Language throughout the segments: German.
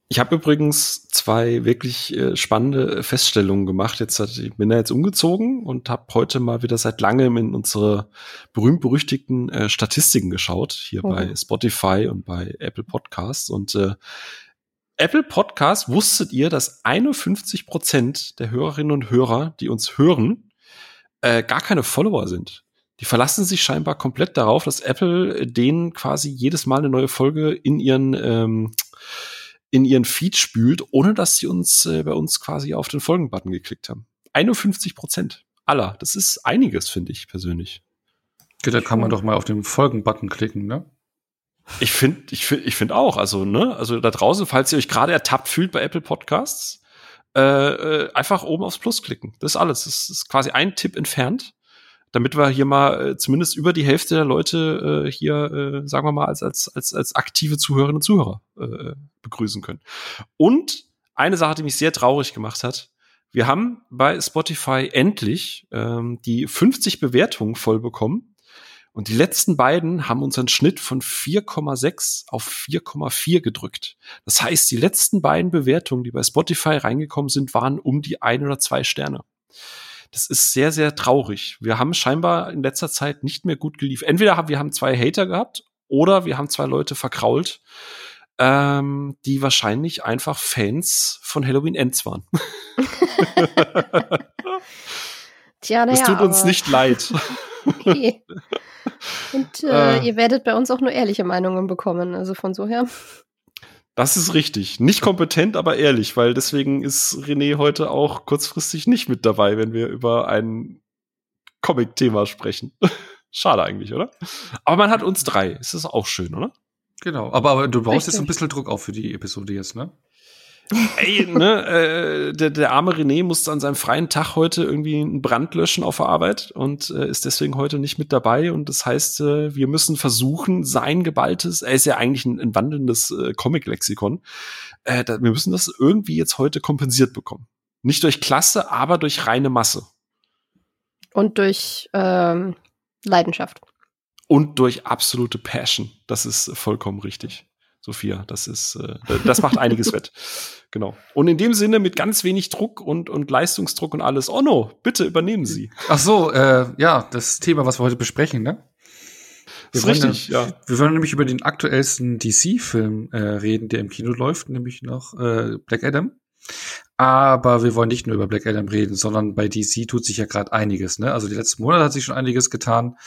Ich habe übrigens 2 wirklich spannende Feststellungen gemacht. Ich bin da jetzt umgezogen und habe heute mal wieder seit langem in unsere berühmt-berüchtigten Statistiken geschaut, hier bei Spotify und bei Apple Podcasts. Und Apple Podcasts, wusstet ihr, dass 51% der Hörerinnen und Hörer, die uns hören, gar keine Follower sind? Die verlassen sich scheinbar komplett darauf, dass Apple denen quasi jedes Mal eine neue Folge in ihren Feed spült, ohne dass sie bei uns quasi auf den Folgen-Button geklickt haben. 51% aller. Das ist einiges, finde ich persönlich. Okay, da kann man doch mal auf den Folgen-Button klicken, ne? Ich finde auch, also da draußen, falls ihr euch gerade ertappt fühlt bei Apple Podcasts, einfach oben aufs Plus klicken. Das ist alles. Das ist quasi ein Tipp entfernt, damit wir hier mal zumindest über die Hälfte der Leute sagen wir mal, als aktive Zuhörerinnen und Zuhörer begrüßen können. Und eine Sache, die mich sehr traurig gemacht hat: Wir haben bei Spotify endlich die 50 Bewertungen voll bekommen. Und die letzten beiden haben unseren Schnitt von 4,6 auf 4,4 gedrückt. Das heißt, die letzten beiden Bewertungen, die bei Spotify reingekommen sind, waren um die 1 oder 2 Sterne. Das ist sehr, sehr traurig. Wir haben scheinbar in letzter Zeit nicht mehr gut geliefert. Entweder wir haben 2 Hater gehabt oder wir haben 2 Leute verkrault, die wahrscheinlich einfach Fans von Halloween Ends waren. Tja, das tut uns nicht leid. Okay. Und ihr werdet bei uns auch nur ehrliche Meinungen bekommen, also von so her. Das ist richtig. Nicht kompetent, aber ehrlich, weil deswegen ist René heute auch kurzfristig nicht mit dabei, wenn wir über ein Comic-Thema sprechen. Schade eigentlich, oder? Aber man hat uns 3. Ist das auch schön, oder? Genau, aber du baust jetzt ein bisschen Druck auf für die Episode jetzt, ne? Ey, der arme René musste an seinem freien Tag heute irgendwie einen Brand löschen auf der Arbeit und ist deswegen heute nicht mit dabei. Und das heißt, wir müssen versuchen, sein geballtes, er ist ja eigentlich ein wandelndes Comic-Lexikon, wir müssen das irgendwie jetzt heute kompensiert bekommen. Nicht durch Klasse, aber durch reine Masse. Und durch Leidenschaft. Und durch absolute Passion. Das ist vollkommen richtig. Sophia, das macht einiges wett. Genau. Und in dem Sinne mit ganz wenig Druck und Leistungsdruck und alles. Onno, bitte übernehmen Sie. Ach so, ja, das Thema, was wir heute besprechen, ne? Das ist richtig, ja. Wir wollen nämlich über den aktuellsten DC-Film reden, der im Kino läuft, nämlich noch Black Adam. Aber wir wollen nicht nur über Black Adam reden, sondern bei DC tut sich ja gerade einiges, ne? Also die letzten Monate hat sich schon einiges getan.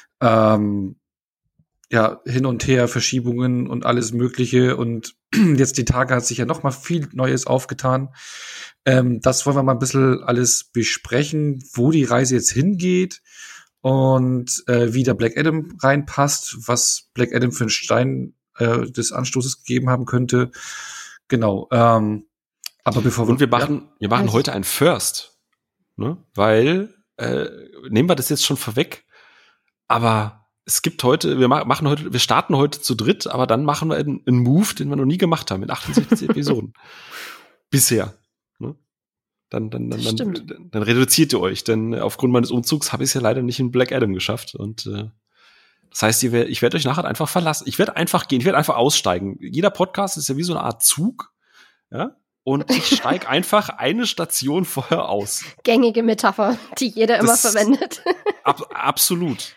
Ja, hin und her, Verschiebungen und alles Mögliche. Und jetzt die Tage hat sich ja noch mal viel Neues aufgetan. Das wollen wir mal ein bisschen alles besprechen, wo die Reise jetzt hingeht und wie der Black Adam reinpasst, was Black Adam für einen Stein des Anstoßes gegeben haben könnte. Genau. Aber bevor wir machen heute ein First, ne? Weil nehmen wir das jetzt schon vorweg, aber es gibt heute, wir starten heute zu dritt, aber dann machen wir einen Move, den wir noch nie gemacht haben, in 68 Episoden. Bisher. Ne? Dann reduziert ihr euch, denn aufgrund meines Umzugs habe ich es ja leider nicht in Black Adam geschafft. Und das heißt, ich werde euch nachher einfach verlassen. Ich werde einfach gehen, ich werde einfach aussteigen. Jeder Podcast ist ja wie so eine Art Zug, ja? Und ich steige einfach eine Station vorher aus. Gängige Metapher, die jeder immer verwendet. Absolut.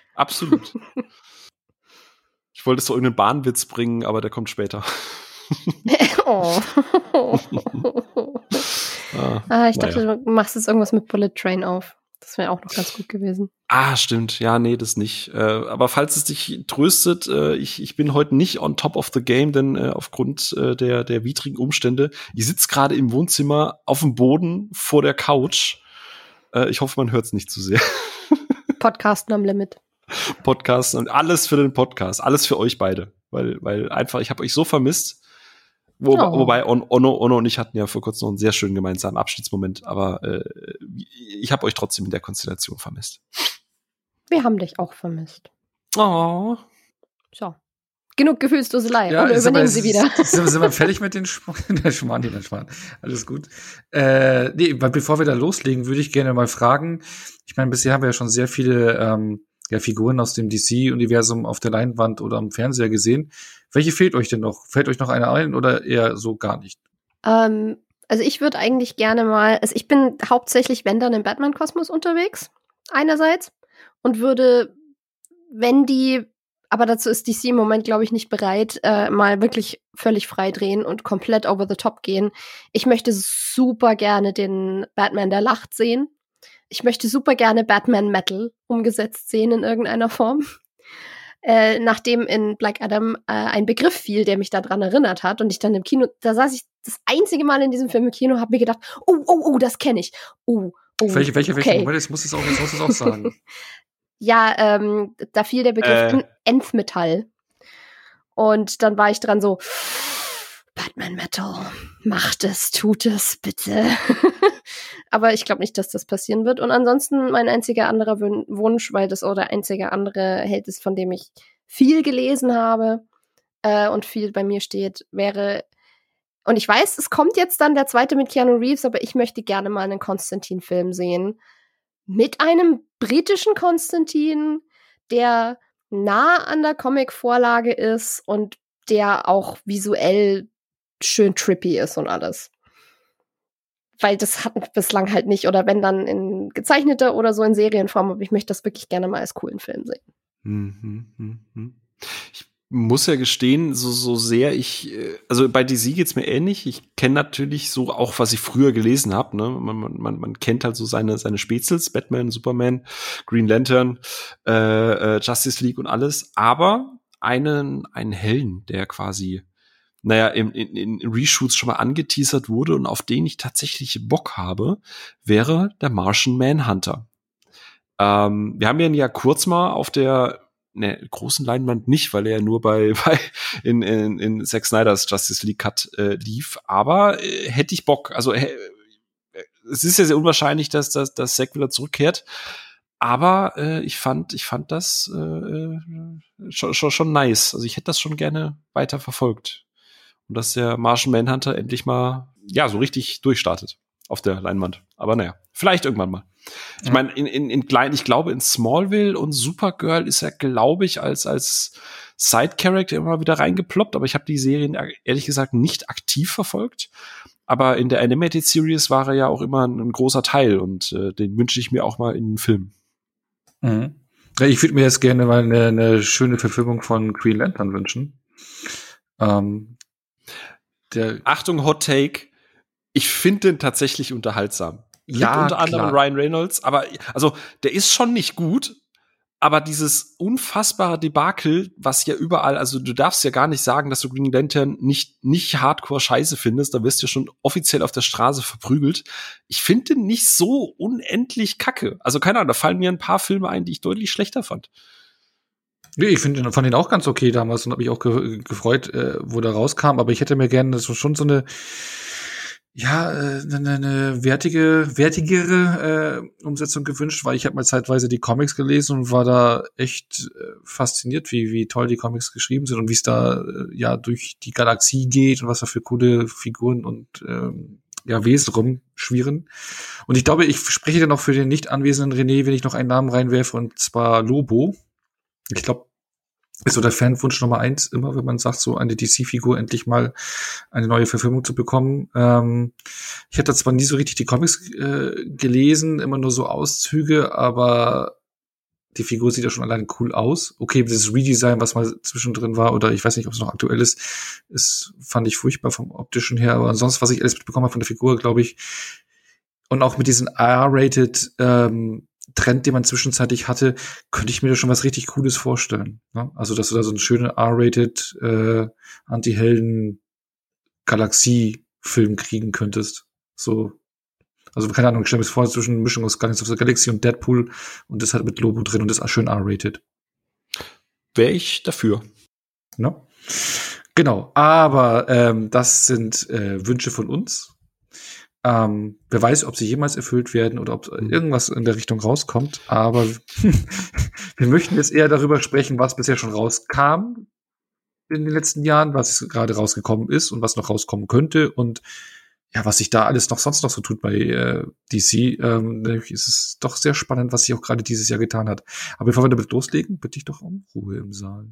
Ich wollte so irgendeinen Bahnwitz bringen, aber der kommt später. Oh. Ich dachte, du machst jetzt irgendwas mit Bullet Train auf. Das wäre auch noch ganz gut gewesen. Stimmt. Ja, nee, das nicht. Aber falls es dich tröstet, ich bin heute nicht on top of the game, denn aufgrund der widrigen Umstände, ich sitze gerade im Wohnzimmer auf dem Boden vor der Couch. Ich hoffe, man hört es nicht zu sehr. Podcasten am Limit. Podcasten und alles für den Podcast, alles für euch beide, weil einfach, ich habe euch so vermisst, wobei Onno und ich hatten ja vor kurzem noch einen sehr schönen gemeinsamen Abschiedsmoment, aber ich habe euch trotzdem in der Konstellation vermisst. Wir haben dich auch vermisst. Oh. So. Genug Gefühlsduselei. Ja, oder übernehmen Sie wieder. Sind wir fertig mit den Schmarrn? Alles gut. Bevor wir da loslegen, würde ich gerne mal fragen, ich meine, bisher haben wir ja schon sehr viele Figuren aus dem DC-Universum auf der Leinwand oder am Fernseher gesehen. Welche fehlt euch denn noch? Fällt euch noch eine ein oder eher so gar nicht? Also ich würde eigentlich gerne mal, also ich bin hauptsächlich, wenn dann im Batman-Kosmos unterwegs, einerseits, und würde, aber dazu ist DC im Moment, glaube ich, nicht bereit, mal wirklich völlig frei drehen und komplett over the top gehen. Ich möchte super gerne den Batman, der lacht, sehen. Ich möchte super gerne Batman Metal umgesetzt sehen in irgendeiner Form. Nachdem in Black Adam ein Begriff fiel, der mich daran erinnert hat und ich dann im Kino, da saß ich das einzige Mal in diesem Film im Kino, habe mir gedacht, das kenne ich. Welche okay. Moment, jetzt musst du es auch sagen. Ja, da fiel der Begriff Nth-Metall. Und dann war ich dran so, Batman Metal, macht es, tut es, bitte. Aber ich glaube nicht, dass das passieren wird. Und ansonsten mein einziger anderer Wunsch, weil das auch der einzige andere Held ist, von dem ich viel gelesen habe und viel bei mir steht, wäre, und ich weiß, es kommt jetzt dann der zweite mit Keanu Reeves, aber ich möchte gerne mal einen Konstantin-Film sehen. Mit einem britischen Konstantin, der nah an der Comic-Vorlage ist und der auch visuell schön trippy ist und alles. Weil das hatten wir bislang halt nicht. Oder wenn dann in gezeichneter oder so in Serienform. Aber ich möchte das wirklich gerne mal als coolen Film sehen. Ich muss ja gestehen, so sehr ich, also bei DC geht's mir ähnlich. Ich kenne natürlich so auch, was ich früher gelesen habe. Ne? Man kennt halt so seine Spätzels, Batman, Superman, Green Lantern, Justice League und alles. Aber einen Helden, der quasi in Reshoots schon mal angeteasert wurde und auf den ich tatsächlich Bock habe, wäre der Martian Manhunter. Wir haben ihn ja kurz mal auf der großen Leinwand nicht, weil er ja nur in Zack Snyders Justice League Cut lief, aber hätte ich Bock. Also es ist ja sehr unwahrscheinlich, dass Zack wieder zurückkehrt, aber ich fand das schon nice. Also ich hätte das schon gerne weiter verfolgt. Und dass der Martian Manhunter endlich mal, so richtig durchstartet auf der Leinwand. Aber vielleicht irgendwann mal. Ich meine, ich glaube, in Smallville und Supergirl ist er, glaube ich, als Side-Character immer wieder reingeploppt. Aber ich habe die Serien ehrlich gesagt nicht aktiv verfolgt. Aber in der Animated Series war er ja auch immer ein großer Teil. Und den wünsche ich mir auch mal in einen Film. Mhm. Ja, ich würde mir jetzt gerne mal eine schöne Verfilmung von Green Lantern wünschen. Achtung, Hot Take. Ich finde den tatsächlich unterhaltsam. Ja, unter anderem Ryan Reynolds, aber also der ist schon nicht gut, aber dieses unfassbare Debakel, was ja überall, also du darfst ja gar nicht sagen, dass du Green Lantern nicht Hardcore Scheiße findest, da wirst du schon offiziell auf der Straße verprügelt. Ich finde den nicht so unendlich kacke. Also keine Ahnung, da fallen mir ein paar Filme ein, die ich deutlich schlechter fand. Nee, ich fand den auch ganz okay damals und habe mich auch gefreut, wo der rauskam, aber ich hätte mir gerne schon so eine wertigere Umsetzung gewünscht, weil ich habe mal zeitweise die Comics gelesen und war da echt fasziniert, wie toll die Comics geschrieben sind und wie es da durch die Galaxie geht und was da für coole Figuren und Wesen rumschwirren. Und ich glaube, ich spreche dann auch für den nicht anwesenden René, wenn ich noch einen Namen reinwerfe, und zwar Lobo. Ich glaube, ist so der Fanwunsch Nummer 1 immer, wenn man sagt, so eine DC-Figur endlich mal eine neue Verfilmung zu bekommen. Ich hatte zwar nie so richtig die Comics gelesen, immer nur so Auszüge, aber die Figur sieht ja schon allein cool aus. Okay, dieses Redesign, was mal zwischendrin war, oder ich weiß nicht, ob es noch aktuell ist, fand ich furchtbar vom optischen her, aber ansonsten, was ich alles mitbekommen habe von der Figur, glaube ich, und auch mit diesen R-rated Trend, den man zwischenzeitlich hatte, könnte ich mir da schon was richtig Cooles vorstellen. Ne? Also, dass du da so einen schönen R-rated Anti-Helden-Galaxie-Film kriegen könntest. So, also keine Ahnung, ich stelle mir das vor, zwischen eine Mischung aus Guardians of the Galaxy und Deadpool, und das halt mit Lobo drin und das ist schön R-rated. Wäre ich dafür. Ne? Genau, aber das sind Wünsche von uns. Wer weiß, ob sie jemals erfüllt werden oder ob irgendwas in der Richtung rauskommt, aber wir möchten jetzt eher darüber sprechen, was bisher schon rauskam in den letzten Jahren, was gerade rausgekommen ist und was noch rauskommen könnte und was sich da alles sonst noch so tut bei DC. Ist es doch sehr spannend, was sich auch gerade dieses Jahr getan hat. Aber bevor wir damit loslegen, bitte ich doch um Ruhe im Saal.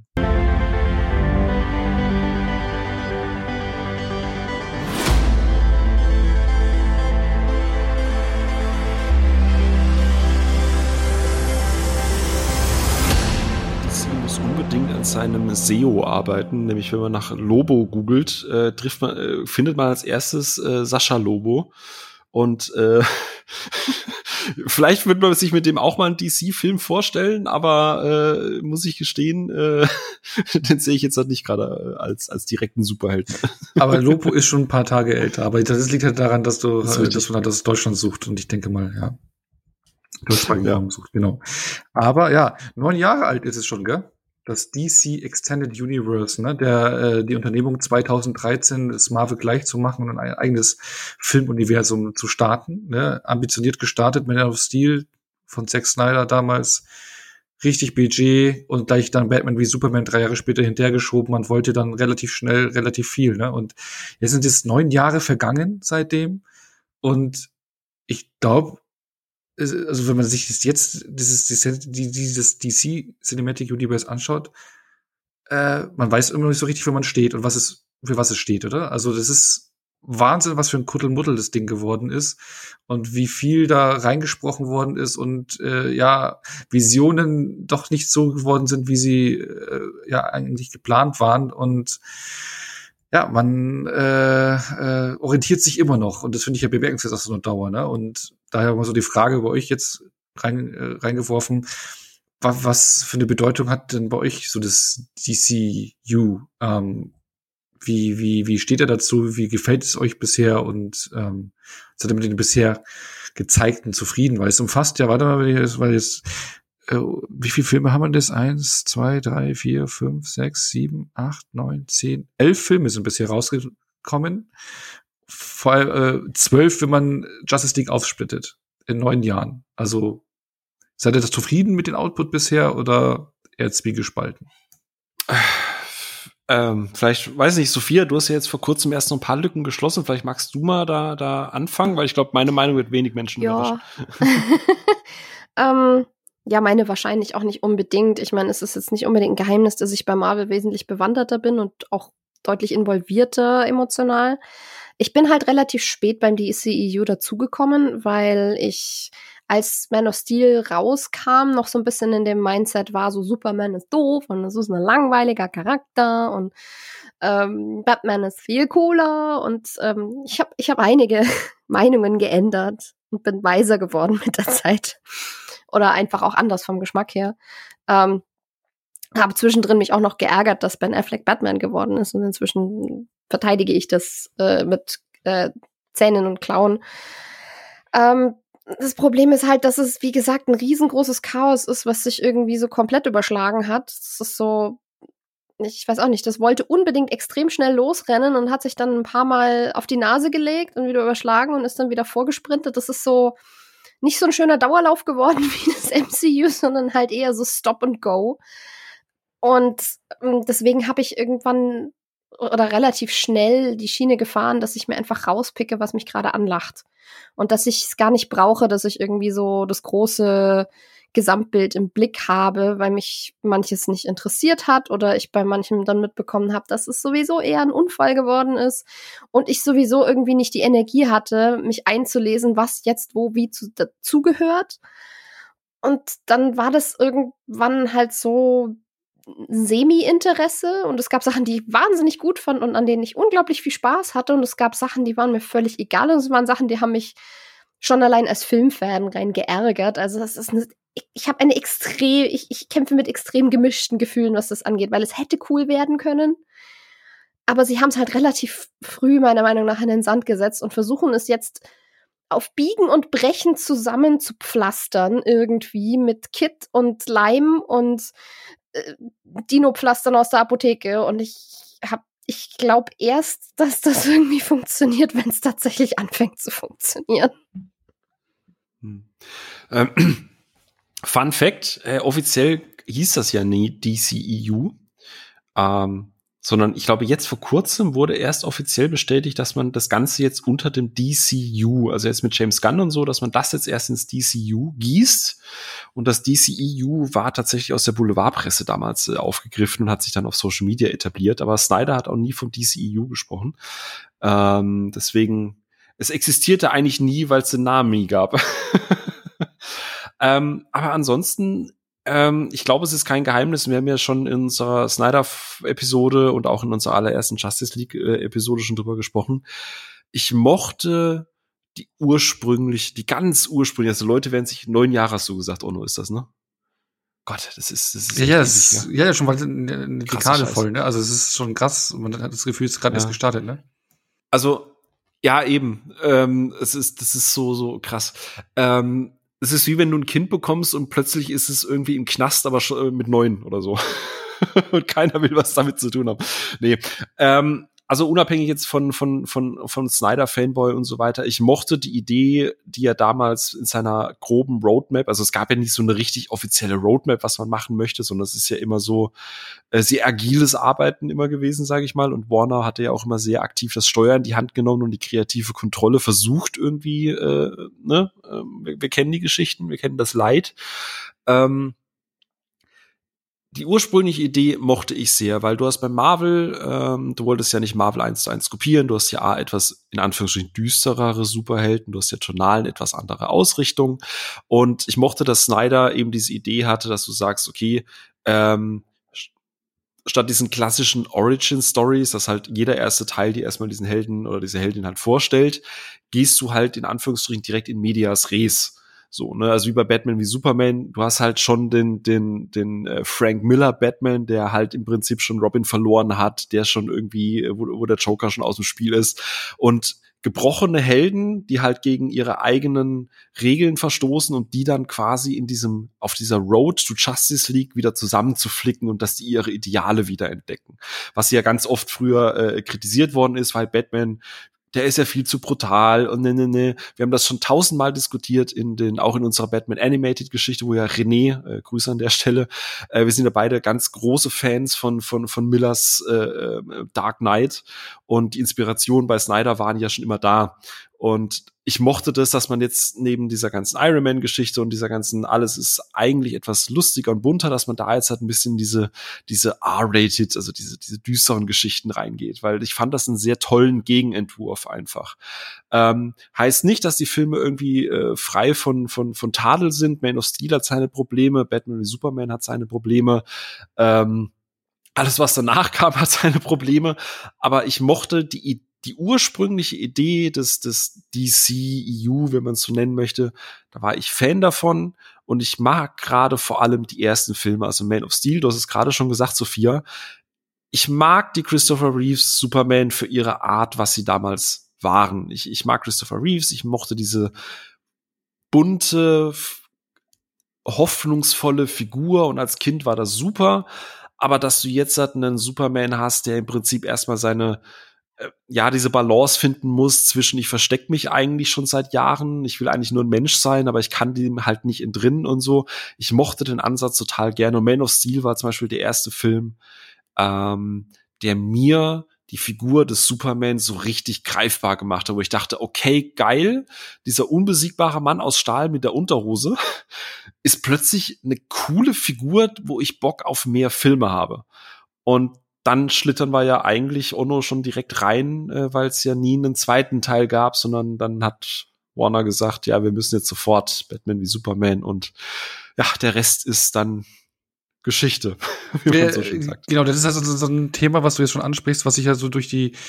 seinem SEO arbeiten, nämlich wenn man nach Lobo googelt, findet man als erstes Sascha Lobo. Und vielleicht wird man sich mit dem auch mal einen DC-Film vorstellen, aber muss ich gestehen, den sehe ich jetzt halt nicht gerade als direkten Superhelden. Aber Lobo ist schon ein paar Tage älter. Aber das liegt halt daran, dass man das Deutschland sucht. Und ich denke mal, ja. Deutschland sucht, genau. Aber ja, 9 Jahre alt ist es schon, gell? Das DC Extended Universe, ne? Die Unternehmung 2013, das Marvel gleich zu machen und ein eigenes Filmuniversum zu starten, ne? Ambitioniert gestartet, Man of Steel von Zack Snyder damals, richtig Budget und gleich dann Batman wie Superman 3 Jahre später hinterhergeschoben. Man wollte dann relativ schnell relativ viel, ne? Und jetzt sind es 9 Jahre vergangen seitdem und ich glaube, also wenn man sich dieses DC Cinematic Universe anschaut, man weiß immer noch nicht so richtig, wo man steht und für was es steht, oder? Also das ist Wahnsinn, was für ein Kuddelmuddel das Ding geworden ist und wie viel da reingesprochen worden ist und Visionen doch nicht so geworden sind, wie sie eigentlich geplant waren und ja, man orientiert sich immer noch und das finde ich ja bemerkenswert auf so eine Dauer, ne? Und daher mal so die Frage bei euch jetzt reingeworfen, was für eine Bedeutung hat denn bei euch so das DCU? Wie steht ihr dazu? Wie gefällt es euch bisher? Und seid ihr mit den bisher gezeigten zufrieden? Weil es umfasst ja, wie viele Filme haben wir das? 1, 2, 3, 4, 5, 6, 7, 8, 9, 10, 11 Filme sind bisher rausgekommen. Vor allem 12, wenn man Justice League aufsplittet. In 9 Jahren. Also seid ihr das zufrieden mit dem Output bisher oder eher zwiegespalten? Vielleicht, weiß nicht, Sophia, du hast ja jetzt vor kurzem erst noch ein paar Lücken geschlossen. Vielleicht magst du mal da anfangen, weil ich glaube, meine Meinung wird wenig Menschen überraschen. Ja, meine wahrscheinlich auch nicht unbedingt. Ich meine, es ist jetzt nicht unbedingt ein Geheimnis, dass ich bei Marvel wesentlich bewanderter bin und auch deutlich involvierter emotional. Ich bin halt relativ spät beim DCEU dazugekommen, weil ich, als Man of Steel rauskam, noch so ein bisschen in dem Mindset war, so Superman ist doof und das ist ein langweiliger Charakter und Batman ist viel cooler und ich hab einige Meinungen geändert und bin weiser geworden mit der Zeit. Oder einfach auch anders vom Geschmack her. Habe zwischendrin mich auch noch geärgert, dass Ben Affleck Batman geworden ist und inzwischen verteidige ich das mit Zähnen und Klauen. Das Problem ist halt, dass es, wie gesagt, ein riesengroßes Chaos ist, was sich irgendwie so komplett überschlagen hat. Das ist so, ich weiß auch nicht, das wollte unbedingt extrem schnell losrennen und hat sich dann ein paar Mal auf die Nase gelegt und wieder überschlagen und ist dann wieder vorgesprintet. Das ist so nicht so ein schöner Dauerlauf geworden wie das MCU, sondern halt eher so Stop and Go. Und deswegen habe ich irgendwann oder relativ schnell die Schiene gefahren, dass ich mir einfach rauspicke, was mich gerade anlacht. Und dass ich es gar nicht brauche, dass ich irgendwie so das große Gesamtbild im Blick habe, weil mich manches nicht interessiert hat oder ich bei manchem dann mitbekommen habe, dass es sowieso eher ein Unfall geworden ist und ich sowieso irgendwie nicht die Energie hatte, mich einzulesen, was jetzt wo wie dazugehört. Und dann war das irgendwann halt so Semi-Interesse und es gab Sachen, die ich wahnsinnig gut fand und an denen ich unglaublich viel Spaß hatte und es gab Sachen, die waren mir völlig egal und es waren Sachen, die haben mich schon allein als Filmfan rein geärgert. Also das ist ich habe ich kämpfe mit extrem gemischten Gefühlen, was das angeht, weil es hätte cool werden können, aber sie haben es halt relativ früh meiner Meinung nach in den Sand gesetzt und versuchen es jetzt auf Biegen und Brechen zusammen zu pflastern irgendwie mit Kit und Leim und Dino-Pflastern aus der Apotheke und ich glaube erst, dass das irgendwie funktioniert, wenn es tatsächlich anfängt zu funktionieren. Fun Fact, offiziell hieß das ja nie DCEU, sondern ich glaube, jetzt vor kurzem wurde erst offiziell bestätigt, dass man das Ganze jetzt unter dem DCU, also jetzt mit James Gunn und so, dass man das jetzt erst ins DCU gießt. Und das DCEU war tatsächlich aus der Boulevardpresse damals aufgegriffen und hat sich dann auf Social Media etabliert. Aber Snyder hat auch nie vom DCEU gesprochen. Deswegen, es existierte eigentlich nie, weil es den Namen nie gab. Aber ansonsten, Ich glaube, es ist kein Geheimnis. Wir haben ja schon in unserer Snyder-Episode und auch in unserer allerersten Justice League-Episode schon drüber gesprochen. Ich mochte die ganz ursprüngliche, also Leute werden sich 9 Jahre, hast du gesagt, Ono, ist das, ne? Gott, das ist ja, schon mal eine Dekade voll, ne? Also es ist schon krass. Man hat das Gefühl, es ist gerade erst gestartet, ne? Also, ja, eben. Das ist so krass. Es ist wie wenn du ein Kind bekommst und plötzlich ist es irgendwie im Knast, aber schon mit 9 oder so. Und keiner will was damit zu tun haben. Nee. Also unabhängig jetzt von Snyder-Fanboy und so weiter, ich mochte die Idee, die er damals in seiner groben Roadmap, also es gab ja nicht so eine richtig offizielle Roadmap, was man machen möchte, sondern es ist ja immer so sehr agiles Arbeiten immer gewesen, sage ich mal. Und Warner hatte ja auch immer sehr aktiv das Steuer in die Hand genommen und die kreative Kontrolle versucht irgendwie, wir kennen die Geschichten, wir kennen das Leid. Die ursprüngliche Idee mochte ich sehr, weil du hast bei Marvel, du wolltest ja nicht Marvel 1:1 kopieren, du hast ja etwas, in Anführungsstrichen, düsterere Superhelden, du hast ja tonal eine etwas andere Ausrichtung und ich mochte, dass Snyder eben diese Idee hatte, dass du sagst, okay, statt diesen klassischen Origin-Stories, dass halt jeder erste Teil dir erstmal diesen Helden oder diese Heldin halt vorstellt, gehst du halt in Anführungsstrichen direkt in medias res. So, ne, also wie bei Batman wie Superman, du hast halt schon den Frank Miller Batman, der halt im Prinzip schon Robin verloren hat, der schon irgendwie, wo der Joker schon aus dem Spiel ist und gebrochene Helden, die halt gegen ihre eigenen Regeln verstoßen und die dann quasi auf dieser Road to Justice League wieder zusammenzuflicken und dass die ihre Ideale wieder entdecken. Was ja ganz oft früher kritisiert worden ist, weil Batman, der ist ja viel zu brutal und ne. Wir haben das schon 1000-mal diskutiert auch in unserer Batman Animated Geschichte, wo ja René, Grüße an der Stelle, wir sind ja beide ganz große Fans von Millers Dark Knight und die Inspiration bei Snyder waren ja schon immer da. Und ich mochte das, dass man jetzt neben dieser ganzen Iron Man Geschichte und dieser ganzen, alles ist eigentlich etwas lustiger und bunter, dass man da jetzt halt ein bisschen diese R-rated, also diese düsteren Geschichten reingeht, weil ich fand das einen sehr tollen Gegenentwurf einfach. Heißt nicht, dass die Filme irgendwie frei von Tadel sind. Man of Steel hat seine Probleme, Batman wie Superman hat seine Probleme, alles, was danach kam, hat seine Probleme, aber ich mochte die ursprüngliche Idee des DCEU, wenn man es so nennen möchte, da war ich Fan davon und ich mag gerade vor allem die ersten Filme, also Man of Steel, du hast es gerade schon gesagt, Sophia. Ich mag die Christopher Reeves Superman für ihre Art, was sie damals waren. Ich mag Christopher Reeves, ich mochte diese bunte, hoffnungsvolle Figur und als Kind war das super, aber dass du jetzt halt einen Superman hast, der im Prinzip erstmal diese Balance finden muss zwischen, ich verstecke mich eigentlich schon seit Jahren, ich will eigentlich nur ein Mensch sein, aber ich kann dem halt nicht entrinnen und so. Ich mochte den Ansatz total gerne. Und Man of Steel war zum Beispiel der erste Film, der mir die Figur des Superman so richtig greifbar gemacht hat, wo ich dachte, okay, geil, dieser unbesiegbare Mann aus Stahl mit der Unterhose ist plötzlich eine coole Figur, wo ich Bock auf mehr Filme habe. Und dann schlittern wir ja eigentlich Ono schon direkt rein, weil es ja nie einen zweiten Teil gab, sondern dann hat Warner gesagt, ja, wir müssen jetzt sofort Batman wie Superman und ja, der Rest ist dann Geschichte, wie man so schön sagt. Genau, das ist also so ein Thema, was du jetzt schon ansprichst, was sich ja so durch die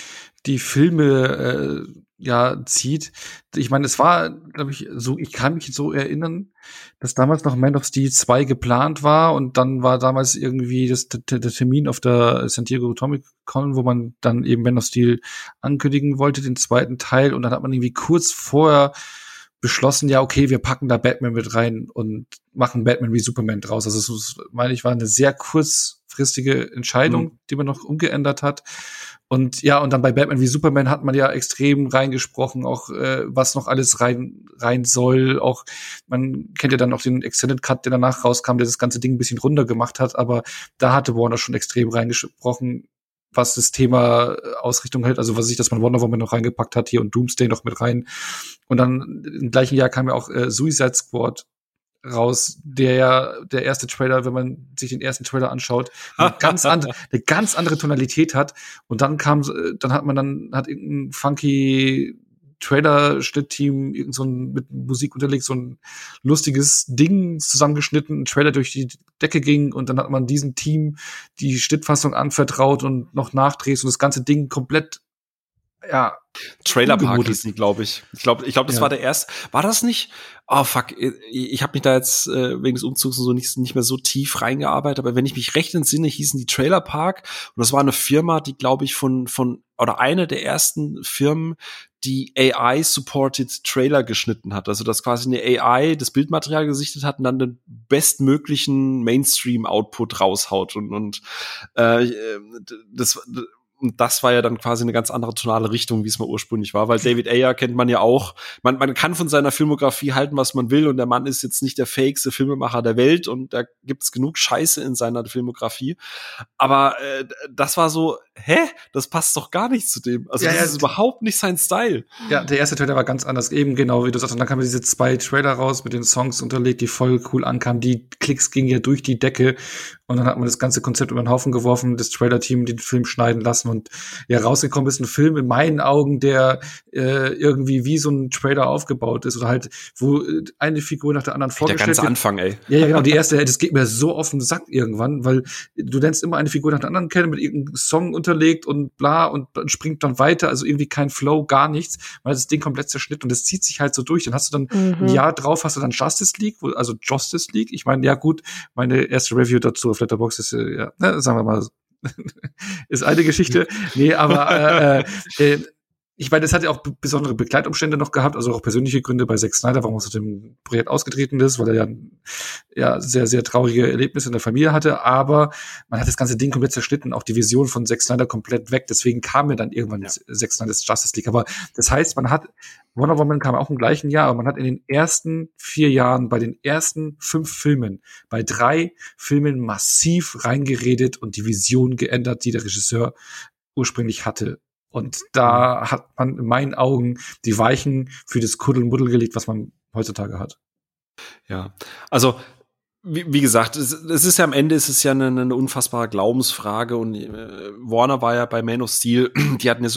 Filme zieht. Ich meine, es war, glaube ich, so, ich kann mich so erinnern, dass damals noch Man of Steel 2 geplant war und dann war damals irgendwie der Termin auf der San Diego Comic Con, wo man dann eben Man of Steel ankündigen wollte, den zweiten Teil, und dann hat man irgendwie kurz vorher beschlossen, ja, okay, wir packen da Batman mit rein und machen Batman wie Superman draus. Also es, meine ich, war eine sehr kurzfristige Entscheidung, die man noch umgeändert hat. Und ja, und dann bei Batman wie Superman hat man ja extrem reingesprochen, auch was noch alles rein soll. Auch man kennt ja dann auch den Extended Cut, der danach rauskam, der das ganze Ding ein bisschen runter gemacht hat, aber da hatte Warner schon extrem reingesprochen, was das Thema Ausrichtung hält, also was sich das man Wonder Woman noch reingepackt hat hier und Doomsday noch mit rein. Und dann im gleichen Jahr kam ja auch Suicide Squad raus, der erste Trailer, wenn man sich den ersten Trailer anschaut, eine ganz andere Tonalität hat. Und dann hat irgendein funky Trailer-Schnittteam, irgend so ein, mit Musik unterlegt, so ein lustiges Ding zusammengeschnitten, ein Trailer durch die Decke ging und dann hat man diesem Team die Schnittfassung anvertraut und noch Nachdrehs und das ganze Ding komplett, ja. Trailer Park hieß die, glaube ich. Ich glaube, das war der erste. War das nicht? Oh, fuck. Ich habe mich da jetzt wegen des Umzugs und so nicht mehr so tief reingearbeitet. Aber wenn ich mich recht entsinne, hießen die Trailer Park. Und das war eine Firma, die, glaube ich, oder eine der ersten Firmen, die AI-supported Trailer geschnitten hat. Also, dass quasi eine AI das Bildmaterial gesichtet hat und dann den bestmöglichen Mainstream-Output raushaut. Und das war ja dann quasi eine ganz andere tonale Richtung, wie es mal ursprünglich war, weil David Ayer kennt man ja auch. Man kann von seiner Filmografie halten, was man will, und der Mann ist jetzt nicht der fähigste Filmemacher der Welt und da gibt's genug Scheiße in seiner Filmografie. Aber das war so, das passt doch gar nicht zu dem. Also das ist überhaupt nicht sein Style. Ja, der erste Trailer war ganz anders, eben genau, wie du sagst. Und dann kamen diese 2 Trailer raus mit den Songs unterlegt, die voll cool ankamen. Die Klicks gingen ja durch die Decke. Und dann hat man das ganze Konzept über den Haufen geworfen, das Trailer-Team den Film schneiden lassen und ja, rausgekommen ist ein Film in meinen Augen, der irgendwie wie so ein Trailer aufgebaut ist oder halt, wo eine Figur nach der anderen vorgestellt wird. Der ganze Anfang, ey. Ja, genau, die erste, das geht mir so auf den Sack irgendwann, weil du lernst immer eine Figur nach der anderen kennen, mit irgendeinem Song unterlegt und bla und springt dann weiter, also irgendwie kein Flow, gar nichts, weil das Ding komplett zerschnitten und das zieht sich halt so durch. Dann hast du dann ein Jahr drauf, hast du dann Justice League, ich meine, ja gut, meine erste Review dazu auf Letterboxd ist, sagen wir mal, ist eine Geschichte. Nee, aber ich meine, das hat ja auch besondere Begleitumstände noch gehabt, also auch persönliche Gründe bei Zack Snyder, warum er aus dem Projekt ausgetreten ist, weil er ja sehr, sehr traurige Erlebnisse in der Familie hatte, aber man hat das ganze Ding komplett zerschnitten, auch die Vision von Zack Snyder komplett weg, deswegen kam mir dann irgendwann Zack Snyder's Justice League, aber das heißt, Wonder Woman kam auch im gleichen Jahr, aber man hat in den ersten 4 Jahren bei den ersten 5 Filmen, bei 3 Filmen massiv reingeredet und die Vision geändert, die der Regisseur ursprünglich hatte. Und da hat man in meinen Augen die Weichen für das Kuddelmuddel gelegt, was man heutzutage hat. Ja, also wie gesagt, es ist ja am Ende, es ist ja eine unfassbare Glaubensfrage und Warner war ja bei Man of Steel, die hatten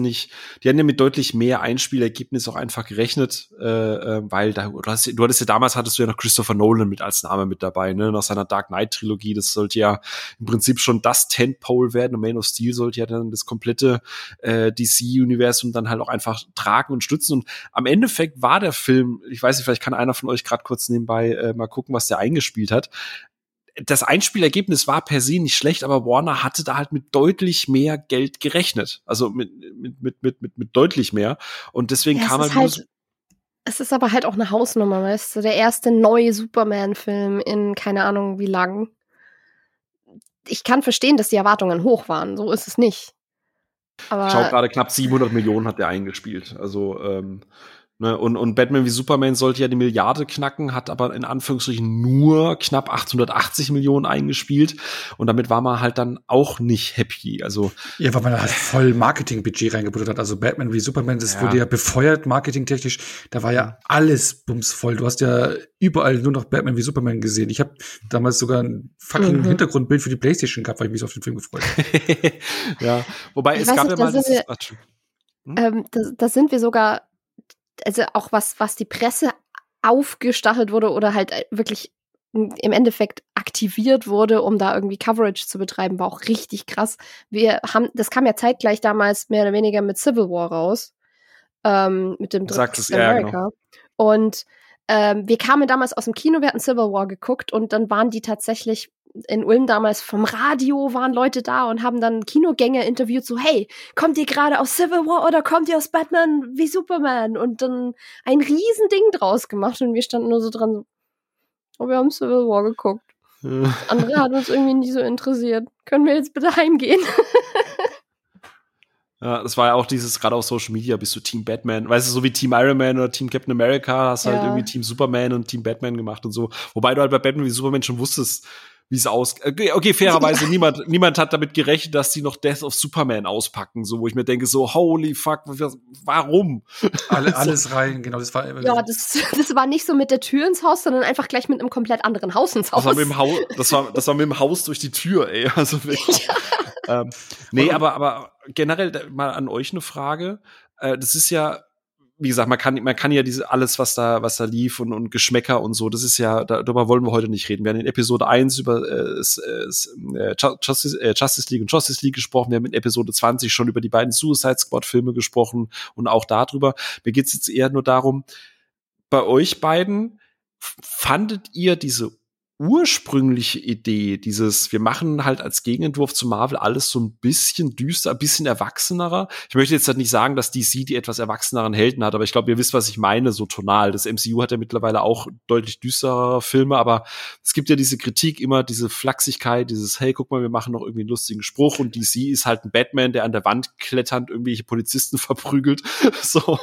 ja mit deutlich mehr Einspielergebnis auch einfach gerechnet, weil du hattest ja damals noch Christopher Nolan mit als Name mit dabei, ne, nach seiner Dark Knight Trilogie, das sollte ja im Prinzip schon das Tentpole werden und Man of Steel sollte ja dann das komplette DC-Universum dann halt auch einfach tragen und stützen und am Endeffekt war der Film, ich weiß nicht, vielleicht kann einer von euch gerade kurz nebenbei mal gucken, was der eingespielt hat. Das Einspielergebnis war per se nicht schlecht, aber Warner hatte da halt mit deutlich mehr Geld gerechnet. Also mit deutlich mehr. Und deswegen kam halt. Es ist aber halt auch eine Hausnummer, weißt du? Der erste neue Superman-Film in keine Ahnung wie lang. Ich kann verstehen, dass die Erwartungen hoch waren. So ist es nicht. Aber ich schau gerade, knapp 700 Millionen hat der eingespielt. Also, ne, und Batman wie Superman sollte ja die Milliarde knacken, hat aber in Anführungsstrichen nur knapp 880 Millionen eingespielt und damit war man halt dann auch nicht happy. Also ja, weil man halt voll Marketingbudget reingebuttert hat. Also Batman wie Superman, das wurde ja befeuert marketingtechnisch. Da war ja alles bumsvoll. Du hast ja überall nur noch Batman wie Superman gesehen. Ich habe damals sogar ein fucking Hintergrundbild für die PlayStation gehabt, weil ich mich so auf den Film gefreut habe. Ja, wobei es gab ja mal da sind wir sogar, also auch was die Presse aufgestachelt wurde oder halt wirklich im Endeffekt aktiviert wurde, um da irgendwie Coverage zu betreiben, war auch richtig krass. Das kam ja zeitgleich damals mehr oder weniger mit Civil War raus, mit dem dritten Captain America. Genau. Und wir kamen damals aus dem Kino, wir hatten Civil War geguckt und dann waren die tatsächlich in Ulm damals vom Radio, waren Leute da und haben dann Kinogänger interviewt, so, hey, kommt ihr gerade aus Civil War oder kommt ihr aus Batman wie Superman? Und dann ein Riesending draus gemacht und wir standen nur so dran, so, oh, wir haben Civil War geguckt. Andere hat uns irgendwie nicht so interessiert. Können wir jetzt bitte heimgehen? Ja, das war ja auch dieses, gerade auf Social Media, bist du Team Batman, weißt du, so wie Team Iron Man oder Team Captain America, hast halt irgendwie Team Superman und Team Batman gemacht und so. Wobei du halt bei Batman wie Superman schon wusstest, wie es okay, fairerweise, niemand hat damit gerechnet, dass die noch Death of Superman auspacken, so, wo ich mir denke, so, holy fuck, warum? Alles rein, genau, das war. Ja, das war nicht so mit der Tür ins Haus, sondern einfach gleich mit einem komplett anderen Haus ins Haus. Das war mit dem Haus durch die Tür, ey, also wirklich. Nee, aber generell mal an euch eine Frage. Das ist ja, wie gesagt, man kann ja diese alles, was da lief und Geschmäcker und so, das ist ja, darüber wollen wir heute nicht reden. Wir haben in Episode 1 über Justice League und Justice League gesprochen. Wir haben in Episode 20 schon über die beiden Suicide Squad Filme gesprochen und auch darüber. Mir geht's jetzt eher nur darum, bei euch beiden, fandet ihr diese ursprüngliche Idee, wir machen halt als Gegenentwurf zu Marvel alles so ein bisschen düster, ein bisschen erwachsenerer. Ich möchte jetzt halt nicht sagen, dass DC die etwas erwachseneren Helden hat, aber ich glaube, ihr wisst, was ich meine, so tonal. Das MCU hat ja mittlerweile auch deutlich düsterere Filme, aber es gibt ja diese Kritik immer, diese Flachsigkeit, hey, guck mal, wir machen noch irgendwie einen lustigen Spruch und DC ist halt ein Batman, der an der Wand kletternd irgendwelche Polizisten verprügelt, so,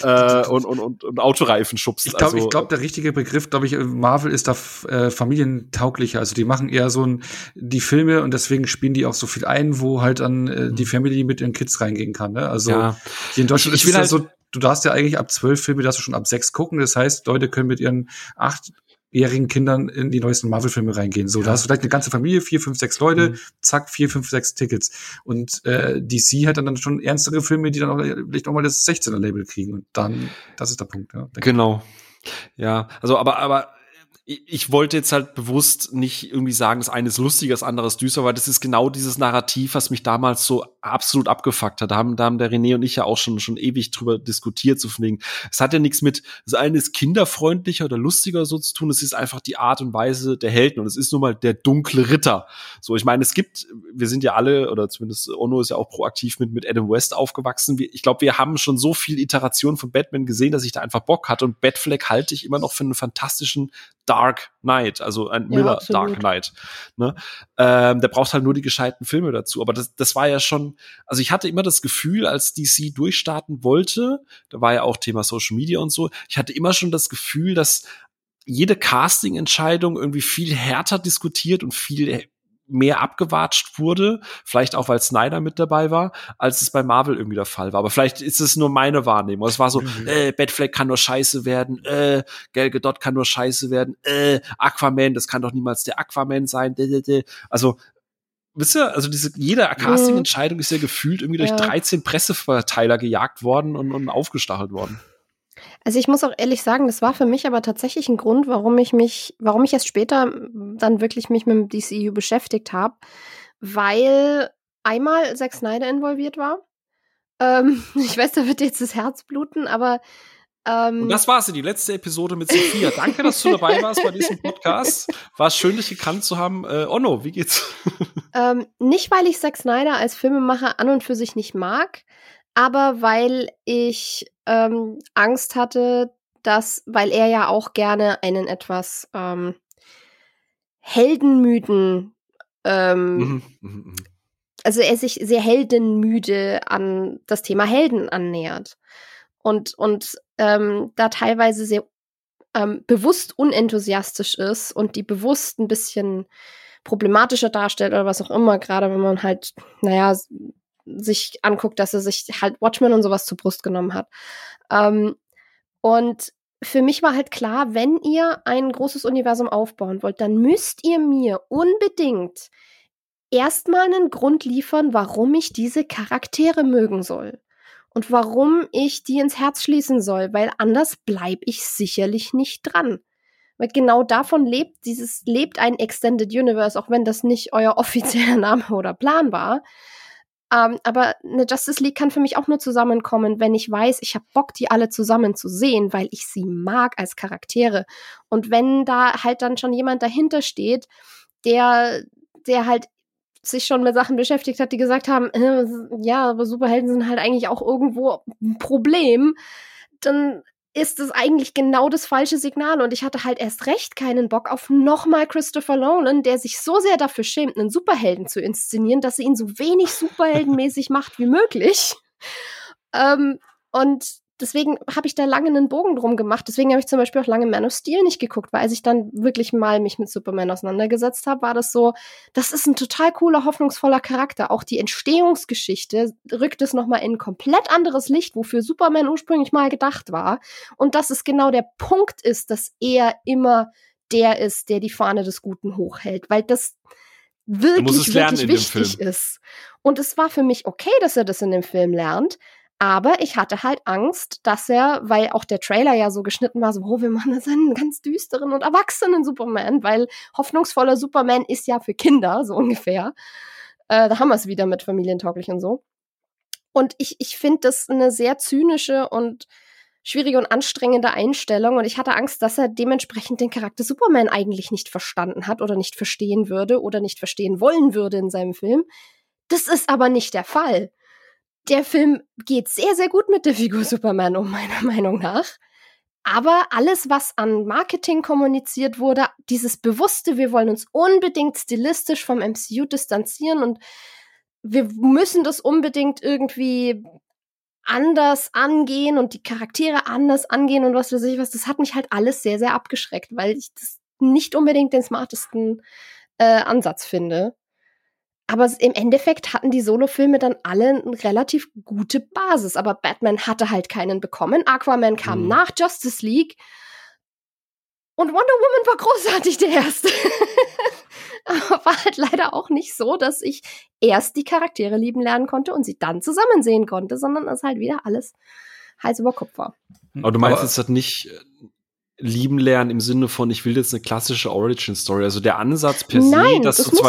und Autoreifen schubst. Ich glaube, der richtige Begriff, Marvel ist da familientauglicher. Also die machen eher die Filme und deswegen spielen die auch so viel ein, wo halt dann die Family mit ihren Kids reingehen kann. Ne? Also hier in Deutschland ist es ja so, du darfst ja eigentlich ab 12 Filme, darfst du schon ab 6 gucken. Das heißt, Leute können mit ihren 8-jährigen Kindern in die neuesten Marvel-Filme reingehen. So, da hast du vielleicht eine ganze Familie, 4, 5, 6 Leute, zack, 4, 5, 6 Tickets. Und DC hat dann schon ernstere Filme, die dann auch vielleicht auch mal das 16er-Label kriegen. Und dann, das ist der Punkt. Ja, genau. Ja, also aber ich wollte jetzt halt bewusst nicht irgendwie sagen, das eine ist lustiger, das andere ist düster, weil das ist genau dieses Narrativ, was mich damals so absolut abgefuckt hat. Da haben der René und ich ja auch schon ewig drüber diskutiert, so von wegen, es hat ja nichts mit, das eine ist kinderfreundlicher oder lustiger so zu tun, es ist einfach die Art und Weise der Helden und es ist nun mal der dunkle Ritter. So, ich meine, wir sind ja alle, oder zumindest Ono ist ja auch proaktiv mit Adam West aufgewachsen. Ich glaube, wir haben schon so viel Iteration von Batman gesehen, dass ich da einfach Bock hatte und Batfleck halte ich immer noch für einen fantastischen Dark Knight, also ein Miller Dark Knight. Ne? Der braucht halt nur die gescheiten Filme dazu. Aber das war ja schon, also ich hatte immer das Gefühl, als DC durchstarten wollte, da war ja auch Thema Social Media und so, ich hatte immer schon das Gefühl, dass jede Casting-Entscheidung irgendwie viel härter diskutiert und viel mehr abgewatscht wurde, vielleicht auch, weil Snyder mit dabei war, als es bei Marvel irgendwie der Fall war. Aber vielleicht ist es nur meine Wahrnehmung. Es war so, Batfleck kann nur scheiße werden, Gal Gadot kann nur scheiße werden, Aquaman, das kann doch niemals der Aquaman sein. Also, wisst ihr, also jede Casting-Entscheidung ist ja gefühlt irgendwie durch 13 Presseverteiler gejagt worden und aufgestachelt worden. Also ich muss auch ehrlich sagen, das war für mich aber tatsächlich ein Grund, warum ich erst später dann wirklich mich mit dem DCU beschäftigt habe, weil einmal Zack Snyder involviert war. Ich weiß, da wird jetzt das Herz bluten, aber und das war's, die letzte Episode mit Sophia. Danke, dass du dabei warst bei diesem Podcast. War schön, dich gekannt zu haben. Onno, wie geht's? Nicht, weil ich Zack Snyder als Filmemacher an und für sich nicht mag, aber weil ich Angst hatte, weil er ja auch gerne einen etwas Heldenmythen, also er sich sehr heldenmüde an das Thema Helden annähert und da teilweise sehr bewusst unenthusiastisch ist und die bewusst ein bisschen problematischer darstellt oder was auch immer, gerade wenn man halt, sich anguckt, dass er sich halt Watchmen und sowas zur Brust genommen hat. Und für mich war halt klar, wenn ihr ein großes Universum aufbauen wollt, dann müsst ihr mir unbedingt erstmal einen Grund liefern, warum ich diese Charaktere mögen soll. Und warum ich die ins Herz schließen soll, weil anders bleibe ich sicherlich nicht dran. Weil genau davon lebt ein Extended Universe, auch wenn das nicht euer offizieller Name oder Plan war. Aber eine Justice League kann für mich auch nur zusammenkommen, wenn ich weiß, ich habe Bock, die alle zusammen zu sehen, weil ich sie mag als Charaktere. Und wenn da halt dann schon jemand dahinter steht, der halt sich schon mit Sachen beschäftigt hat, die gesagt haben, ja, aber Superhelden sind halt eigentlich auch irgendwo ein Problem, dann ist es eigentlich genau das falsche Signal. Und ich hatte halt erst recht keinen Bock auf nochmal Christopher Nolan, der sich so sehr dafür schämt, einen Superhelden zu inszenieren, dass er ihn so wenig superheldenmäßig macht wie möglich. Und deswegen habe ich da lange einen Bogen drum gemacht. Deswegen habe ich zum Beispiel auch lange Man of Steel nicht geguckt, weil als ich dann wirklich mal mich mit Superman auseinandergesetzt habe, war das so, das ist ein total cooler, hoffnungsvoller Charakter. Auch die Entstehungsgeschichte rückt es nochmal in ein komplett anderes Licht, wofür Superman ursprünglich mal gedacht war. Und dass es genau der Punkt ist, dass er immer der ist, der die Fahne des Guten hochhält. Weil das wirklich wichtig ist. Und es war für mich okay, dass er das in dem Film lernt. Aber ich hatte halt Angst, dass weil auch der Trailer ja so geschnitten war, so, wir machen jetzt einen ganz düsteren und erwachsenen Superman, weil hoffnungsvoller Superman ist ja für Kinder, so ungefähr. Da haben wir es wieder mit familientauglich und so. Und ich finde das eine sehr zynische und schwierige und anstrengende Einstellung. Und ich hatte Angst, dass er dementsprechend den Charakter Superman eigentlich nicht verstanden hat oder nicht verstehen würde oder nicht verstehen wollen würde in seinem Film. Das ist aber nicht der Fall. Der Film geht sehr, sehr gut mit der Figur Superman um, meiner Meinung nach. Aber alles, was an Marketing kommuniziert wurde, dieses bewusste, wir wollen uns unbedingt stilistisch vom MCU distanzieren und wir müssen das unbedingt irgendwie anders angehen und die Charaktere anders angehen und was weiß ich was, das hat mich halt alles sehr, sehr abgeschreckt, weil ich das nicht unbedingt den smartesten Ansatz finde. Aber im Endeffekt hatten die Solofilme dann alle eine relativ gute Basis. Aber Batman hatte halt keinen bekommen. Aquaman kam nach Justice League. Und Wonder Woman war großartig, der erste. Aber war halt leider auch nicht so, dass ich erst die Charaktere lieben lernen konnte und sie dann zusammen sehen konnte, sondern es halt wieder alles Hals über Kopf war. Aber du meinst jetzt halt nicht lieben lernen im Sinne von, ich will jetzt eine klassische Origin-Story. Also der Ansatz per se, dass du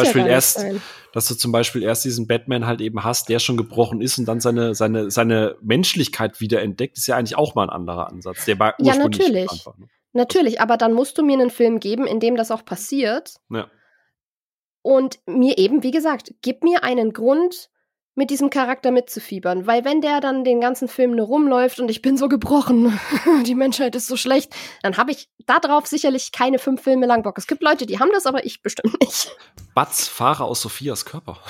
zum Beispiel erst diesen Batman halt eben hast, der schon gebrochen ist und dann seine Menschlichkeit wieder entdeckt, ist ja eigentlich auch mal ein anderer Ansatz. Der war ursprünglich natürlich. Einfach, ne? Natürlich, aber dann musst du mir einen Film geben, in dem das auch passiert. Ja. Und mir eben, wie gesagt, gib mir einen Grund, mit diesem Charakter mitzufiebern. Weil wenn der dann den ganzen Film nur rumläuft und ich bin so gebrochen, die Menschheit ist so schlecht, dann habe ich darauf sicherlich keine 5 Filme lang Bock. Es gibt Leute, die haben das, aber ich bestimmt nicht. Batz, Fahrer aus Sophias Körper.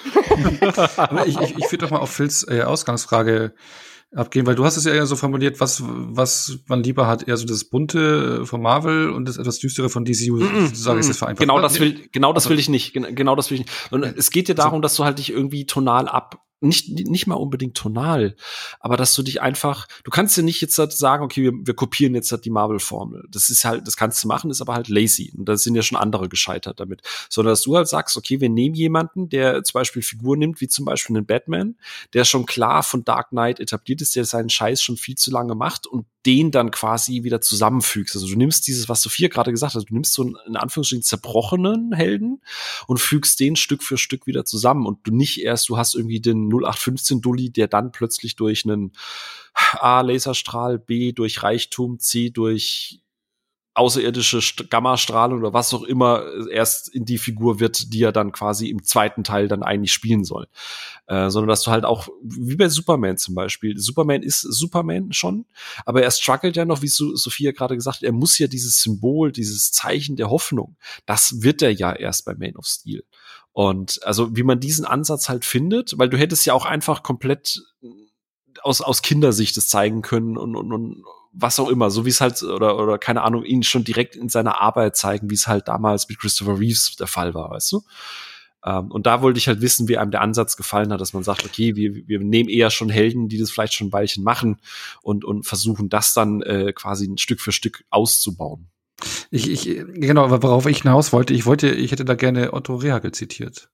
Aber ich würde doch mal auf Phils Ausgangsfrage abgehen, weil du hast es ja eher so formuliert, was man lieber hat, eher so das Bunte von Marvel und das etwas Düstere von DC, sage ich jetzt vereinfacht. Genau das will ich nicht. Und es geht dir darum, dass du halt dich irgendwie tonal nicht mal unbedingt tonal, aber dass du dich einfach, du kannst ja nicht jetzt halt sagen, okay, wir kopieren jetzt halt die Marvel-Formel. Das ist halt, das kannst du machen, ist aber halt lazy. Und da sind ja schon andere gescheitert damit. Sondern dass du halt sagst, okay, wir nehmen jemanden, der zum Beispiel Figuren nimmt, wie zum Beispiel einen Batman, der schon klar von Dark Knight etabliert ist, der seinen Scheiß schon viel zu lange macht und den dann quasi wieder zusammenfügst. Also du nimmst dieses, was Sophia gerade gesagt hat, du nimmst so einen, in Anführungsstrichen, zerbrochenen Helden und fügst den Stück für Stück wieder zusammen und du nicht erst, du hast irgendwie den 0815 Dulli, der dann plötzlich durch einen A Laserstrahl, B durch Reichtum, C durch außerirdische Gammastrahlung oder was auch immer erst in die Figur wird, die er dann quasi im zweiten Teil dann eigentlich spielen soll. Sondern dass du halt auch, wie bei Superman zum Beispiel, Superman ist Superman schon, aber er struggelt ja noch, wie Sophia gerade gesagt hat, er muss ja dieses Symbol, dieses Zeichen der Hoffnung, das wird er ja erst bei Man of Steel. Und also wie man diesen Ansatz halt findet, weil du hättest ja auch einfach komplett aus Kindersicht das zeigen können und was auch immer, so wie es halt, oder keine Ahnung, ihn schon direkt in seiner Arbeit zeigen, wie es halt damals mit Christopher Reeves der Fall war, weißt du? Und da wollte ich halt wissen, wie einem der Ansatz gefallen hat, dass man sagt, okay, wir nehmen eher schon Helden, die das vielleicht schon ein Weilchen machen und versuchen das dann quasi ein Stück für Stück auszubauen. Genau, aber worauf ich hinaus wollte, ich hätte da gerne Otto Rehagel zitiert.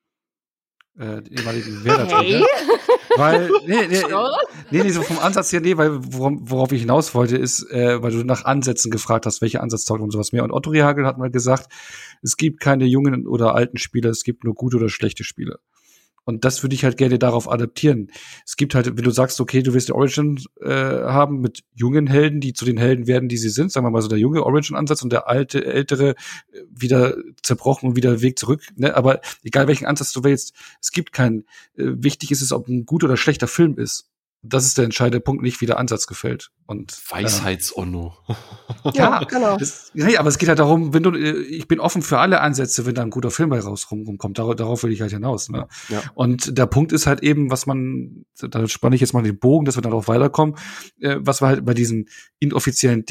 Den ehemaligen Werder-Trainer. Weil, nee, so vom Ansatz her, weil worauf ich hinaus wollte, ist, weil du nach Ansätzen gefragt hast, welche Ansatz taugt und sowas mehr. Und Otto Rehagel hat mal gesagt, es gibt keine jungen oder alten Spieler, es gibt nur gute oder schlechte Spieler. Und das würde ich halt gerne darauf adaptieren. Es gibt halt, wenn du sagst, okay, du willst die Origin haben mit jungen Helden, die zu den Helden werden, die sie sind, sagen wir mal so der junge Origin-Ansatz und der ältere wieder zerbrochen und wieder Weg zurück. Ne? Aber egal welchen Ansatz du wählst, es gibt keinen. Wichtig ist es, ob ein guter oder schlechter Film ist. Das ist der entscheidende Punkt, nicht wie der Ansatz gefällt. Und Weisheits-Onno. Ja, genau. Aber es geht halt darum, ich bin offen für alle Ansätze, wenn da ein guter Film bei rumkommt. Darauf will ich halt hinaus. Ne? Ja. Und der Punkt ist halt eben, da spanne ich jetzt mal den Bogen, dass wir darauf weiterkommen, was wir halt bei diesen inoffiziellen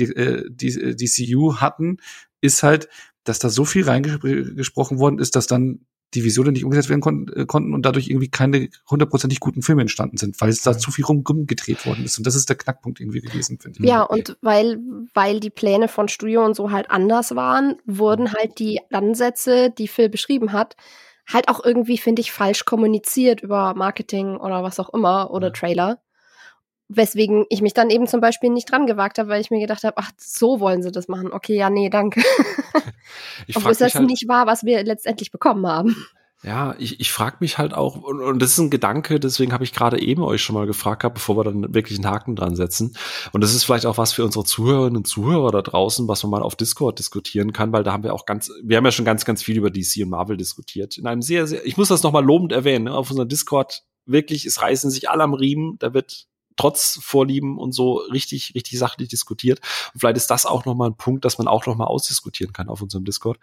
DCU hatten, ist halt, dass da so viel reingesprochen worden ist, dass dann die Visionen nicht umgesetzt werden konnten und dadurch irgendwie keine 100% guten Filme entstanden sind, weil es da zu viel rumgedreht worden ist. Und das ist der Knackpunkt irgendwie gewesen, finde ich. Ja, und weil die Pläne von Studio und so halt anders waren, wurden halt die Ansätze, die Phil beschrieben hat, halt auch irgendwie, finde ich, falsch kommuniziert über Marketing oder was auch immer oder Trailer. weswegen ich mich dann eben zum Beispiel nicht dran gewagt habe, weil ich mir gedacht habe, ach, so wollen sie das machen. Okay, ja, nee, danke. Obwohl es das halt nicht war, was wir letztendlich bekommen haben. Ja, ich frage mich halt auch, und das ist ein Gedanke, deswegen habe ich gerade eben euch schon mal gefragt gehabt, bevor wir dann wirklich einen Haken dran setzen. Und das ist vielleicht auch was für unsere Zuhörerinnen und Zuhörer da draußen, was man mal auf Discord diskutieren kann, weil da haben wir auch wir haben ja schon ganz, ganz viel über DC und Marvel diskutiert. In einem sehr, sehr, ich muss das nochmal lobend erwähnen, ne, auf unserem Discord wirklich, es reißen sich alle am Riemen, da wird trotz Vorlieben und so richtig, richtig sachlich diskutiert. Und vielleicht ist das auch nochmal ein Punkt, dass man auch nochmal ausdiskutieren kann auf unserem Discord.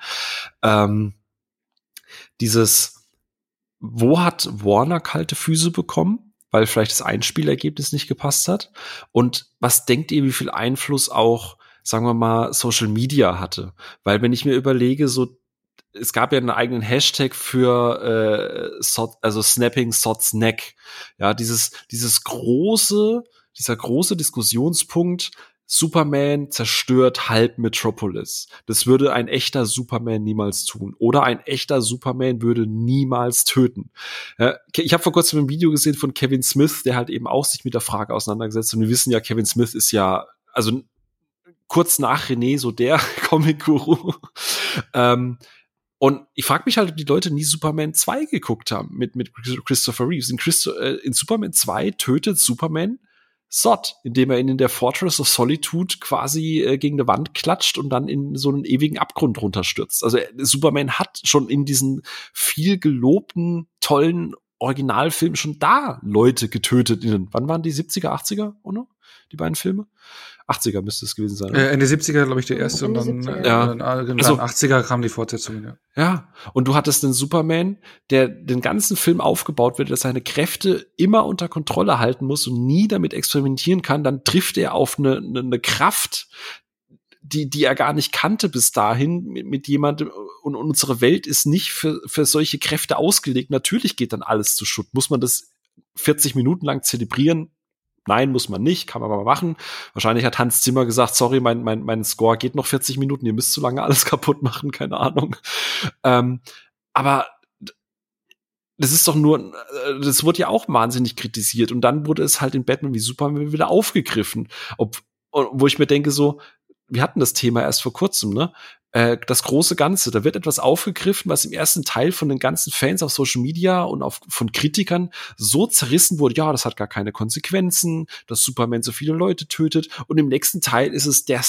Wo hat Warner kalte Füße bekommen, weil vielleicht das Einspielergebnis nicht gepasst hat? Und was denkt ihr, wie viel Einfluss auch, sagen wir mal, Social Media hatte? Weil wenn ich mir überlege, so, es gab ja einen eigenen Hashtag für Snapping Sod's Neck. Ja, dieser große Diskussionspunkt, Superman zerstört halb Metropolis. Das würde ein echter Superman niemals tun. Oder ein echter Superman würde niemals töten. Ich habe vor kurzem ein Video gesehen von Kevin Smith, der halt eben auch sich mit der Frage auseinandergesetzt. Und wir wissen ja, Kevin Smith ist ja, also kurz nach René, so der Comic-Guru. Und ich frage mich halt, ob die Leute nie Superman 2 geguckt haben mit Christopher Reeves. In Superman 2 tötet Superman Zod, indem er ihn in der Fortress of Solitude quasi gegen eine Wand klatscht und dann in so einen ewigen Abgrund runterstürzt. Also Superman hat schon in diesen viel gelobten, tollen Originalfilmen schon da Leute getötet. Wann waren die? 70er, 80er, oder? Die beiden Filme? 80er müsste es gewesen sein. Ende 70er, glaube ich, der erste. Ende Und dann 70er. dann 80er kam die Fortsetzung. Ja. Ja, und du hattest einen Superman, der den ganzen Film aufgebaut wird, dass seine Kräfte immer unter Kontrolle halten muss und nie damit experimentieren kann. Dann trifft er auf eine Kraft, die er gar nicht kannte bis dahin mit jemandem. Und unsere Welt ist nicht für solche Kräfte ausgelegt. Natürlich geht dann alles zu Schutt. Muss man das 40 Minuten lang zelebrieren? Nein, muss man nicht, kann man aber machen. Wahrscheinlich hat Hans Zimmer gesagt, sorry, mein Score geht noch 40 Minuten, ihr müsst so lange alles kaputt machen, keine Ahnung. Aber das ist doch nur, das wurde ja auch wahnsinnig kritisiert und dann wurde es halt in Batman wie Superman wieder aufgegriffen. Wo ich mir denke so, wir hatten das Thema erst vor kurzem, ne? Das große Ganze, da wird etwas aufgegriffen, was im ersten Teil von den ganzen Fans auf Social Media und von Kritikern so zerrissen wurde, ja, das hat gar keine Konsequenzen, dass Superman so viele Leute tötet. Und im nächsten Teil ist es der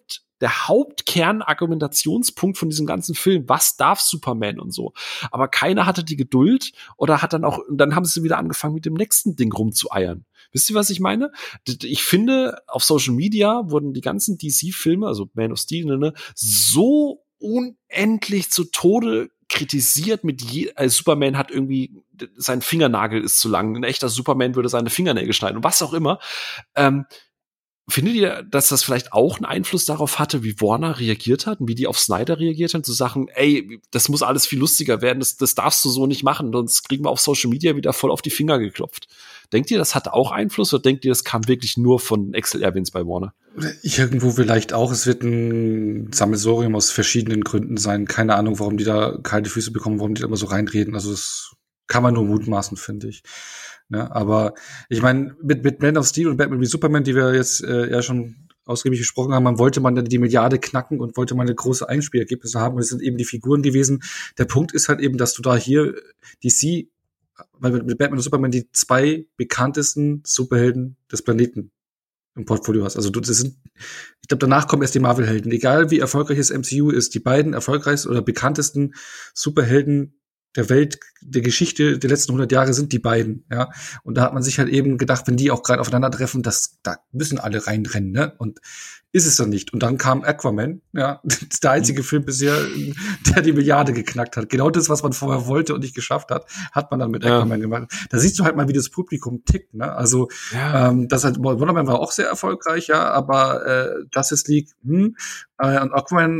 Hauptkern-Argumentationspunkt von diesem ganzen Film. Was darf Superman und so? Aber keiner hatte die Geduld oder hat dann haben sie wieder angefangen, mit dem nächsten Ding rumzueiern. Wisst ihr, was ich meine? Ich finde, auf Social Media wurden die ganzen DC-Filme, also Man of Steel, ne, so unendlich zu Tode kritisiert Superman hat irgendwie, sein Fingernagel ist zu lang. Ein echter Superman würde seine Fingernägel schneiden und was auch immer. Findet ihr, dass das vielleicht auch einen Einfluss darauf hatte, wie Warner reagiert hat und wie die auf Snyder reagiert haben, zu sagen, ey, das muss alles viel lustiger werden, das darfst du so nicht machen, sonst kriegen wir auf Social Media wieder voll auf die Finger geklopft. Denkt ihr, das hatte auch Einfluss oder denkt ihr, das kam wirklich nur von Axel Erwins bei Warner? Irgendwo vielleicht auch. Es wird ein Sammelsurium aus verschiedenen Gründen sein. Keine Ahnung, warum die da kalte Füße bekommen, warum die da immer so reinreden. Also das kann man nur mutmaßen, finde ich. Ja, aber ich meine, mit Man of Steel und Batman wie Superman, die wir jetzt ja schon ausgiebig gesprochen haben, wollte man dann die Milliarde knacken und wollte man eine große Einspielergebnisse haben. Und es sind eben die Figuren gewesen. Der Punkt ist halt eben, dass du da hier DC, weil mit Batman und Superman die zwei bekanntesten Superhelden des Planeten im Portfolio hast. Also ich glaube, danach kommen erst die Marvel-Helden. Egal wie erfolgreich das MCU ist, die beiden erfolgreichsten oder bekanntesten Superhelden der Welt, der Geschichte der letzten 100 Jahre sind die beiden, ja. Und da hat man sich halt eben gedacht, wenn die auch gerade aufeinandertreffen, da müssen alle reinrennen, ne? Und ist es dann nicht. Und dann kam Aquaman, ja. Das ist der einzige Film bisher, der die Milliarde geknackt hat. Genau das, was man vorher wollte und nicht geschafft hat man dann mit Aquaman gemacht. Da siehst du halt mal, wie das Publikum tickt, ne? Also, das halt, Wonder Man war auch sehr erfolgreich, ja, aber Justice League, und Aquaman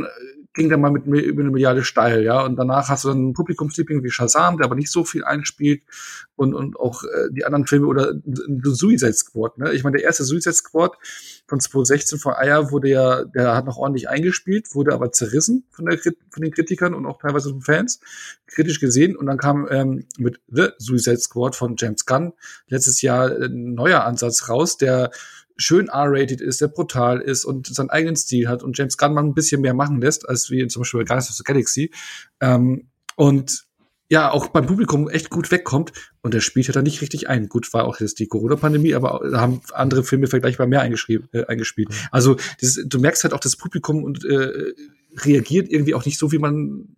ging dann mal über 1 Milliarde steil, ja. Und danach hast du dann einen Publikumsliebling wie Shazam, der aber nicht so viel einspielt und auch die anderen Filme oder The Suicide Squad, ne? Ich meine, der erste Suicide Squad von 2016 von Ayer der hat noch ordentlich eingespielt, wurde aber zerrissen von den Kritikern und auch teilweise von Fans, kritisch gesehen. Und dann kam mit The Suicide Squad von James Gunn letztes Jahr ein neuer Ansatz raus, der schön R-rated ist, der brutal ist und seinen eigenen Stil hat und James Gunn mal ein bisschen mehr machen lässt, als wie zum Beispiel bei Guardians of the Galaxy. Und ja, auch beim Publikum echt gut wegkommt und der spielt ja dann nicht richtig ein. Gut, war auch jetzt die Corona-Pandemie, aber da haben andere Filme vergleichbar mehr eingespielt. Also du merkst halt auch, das Publikum und reagiert irgendwie auch nicht so, wie man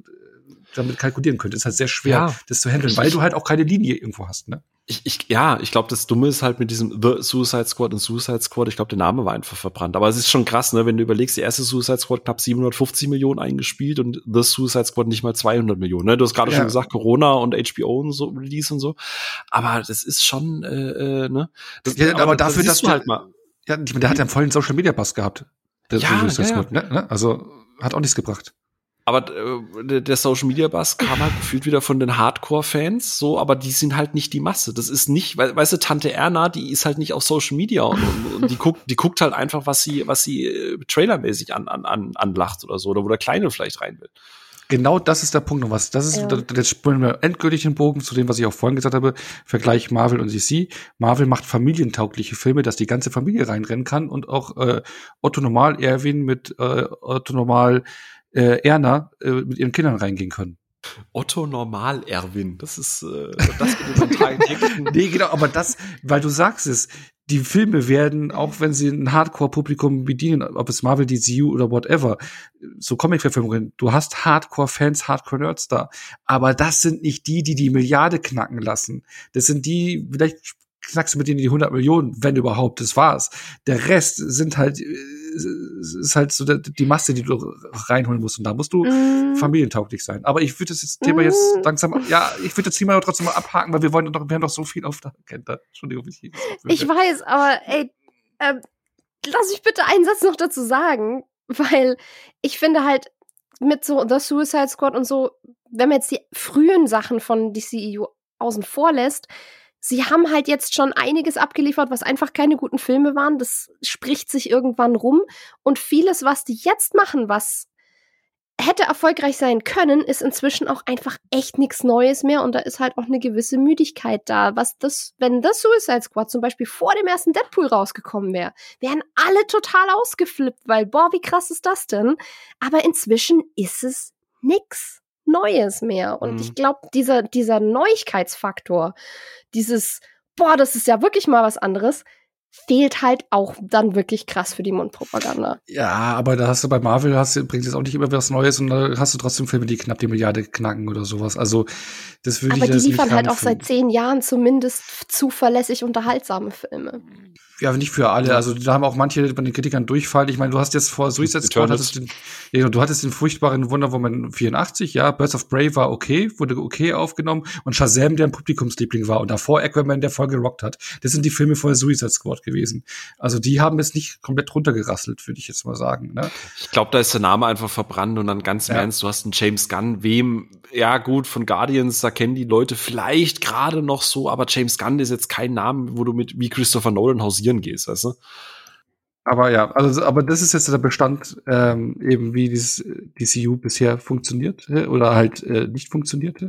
damit kalkulieren könnte. Ist halt sehr schwer, das zu handeln, weil du halt auch keine Linie irgendwo hast, ne? Ich glaube, das Dumme ist halt mit diesem The Suicide Squad und Suicide Squad, ich glaube, der Name war einfach verbrannt. Aber es ist schon krass, ne, wenn du überlegst, die erste Suicide Squad knapp 750 Millionen eingespielt und The Suicide Squad nicht mal 200 Millionen. Ne? Du hast gerade schon gesagt, Corona und HBO und so, Release und so. Aber das ist schon, ne? Aber dafür, dass du halt mal. Ja, der hat ja einen vollen Social Media Pass gehabt. Der Suicide Squad, ne? Also, hat auch nichts gebracht. Aber der Social Media Buzz kam halt gefühlt wieder von den Hardcore-Fans, so, aber die sind halt nicht die Masse. Das ist nicht, weißt du, Tante Erna, die ist halt nicht auf Social Media und die guckt halt einfach, was sie trailermäßig anlacht oder so, oder wo der Kleine vielleicht rein will. Genau das ist der Punkt noch was. Das ist, jetzt spüren wir endgültig den Bogen zu dem, was ich auch vorhin gesagt habe. Vergleich Marvel und DC. Marvel macht familientaugliche Filme, dass die ganze Familie reinrennen kann und auch Otto Normal Erwin mit Otto Normal Erna mit ihren Kindern reingehen können. Otto Normal Erwin, das ist das mit dem tagtäglichen. Nee, genau, aber das, weil du sagst es, die Filme werden, auch wenn sie ein Hardcore-Publikum bedienen, ob es Marvel, DCU oder whatever, so Comic-Verfilmungen, du hast Hardcore-Fans, Hardcore-Nerds da, aber das sind nicht die Milliarde knacken lassen. Das sind die, vielleicht knackst du mit denen die 100 Millionen, wenn überhaupt, das war's. Der Rest sind halt, ist halt so die Masse, die du reinholen musst. Und da musst du familientauglich sein. Aber ich würde das Thema jetzt langsam, ich würde das Thema trotzdem mal abhaken, weil wir haben doch so viel auf der Agenda. Entschuldigung, ich weiß, aber ey, lass mich bitte einen Satz noch dazu sagen, weil ich finde halt mit so The Suicide Squad und so, wenn man jetzt die frühen Sachen von DCEU außen vor lässt, sie haben halt jetzt schon einiges abgeliefert, was einfach keine guten Filme waren. Das spricht sich irgendwann rum. Und vieles, was die jetzt machen, was hätte erfolgreich sein können, ist inzwischen auch einfach echt nichts Neues mehr. Und da ist halt auch eine gewisse Müdigkeit da. Wenn das Suicide Squad zum Beispiel vor dem ersten Deadpool rausgekommen wäre, wären alle total ausgeflippt, weil, boah, wie krass ist das denn? Aber inzwischen ist es nix Neues mehr. Und ich glaube, dieser Neuigkeitsfaktor, dieses, boah, das ist ja wirklich mal was anderes, fehlt halt auch dann wirklich krass für die Mundpropaganda. Ja, aber da hast du bei Marvel, bringt jetzt auch nicht immer was Neues und da hast du trotzdem Filme, die knapp die Milliarde knacken oder sowas. Also, das würde ich jetzt nicht. Aber die liefern halt auch seit 10 Jahren zumindest zuverlässig unterhaltsame Filme. Ja, nicht für alle. Also da haben auch manche bei den Kritikern Durchfall. Ich meine, du hast jetzt vor Suicide Squad du hattest den furchtbaren Wonder Woman 84, ja, Birds of Prey war okay, wurde okay aufgenommen und Shazam, der ein Publikumsliebling war und davor Aquaman, der voll gerockt hat. Das sind die Filme vor Suicide Squad gewesen. Also die haben jetzt nicht komplett runtergerasselt, würde ich jetzt mal sagen. Ne? Ich glaube, da ist der Name einfach verbrannt und dann ganz im Ernst, du hast einen James Gunn, gut, von Guardians, da kennen die Leute vielleicht gerade noch so, aber James Gunn ist jetzt kein Name, wo du wie Christopher Nolan hausieren gehst, weißt du? Aber ja, aber das ist jetzt der Bestand, eben wie dieses DCU bisher funktioniert oder halt nicht funktionierte.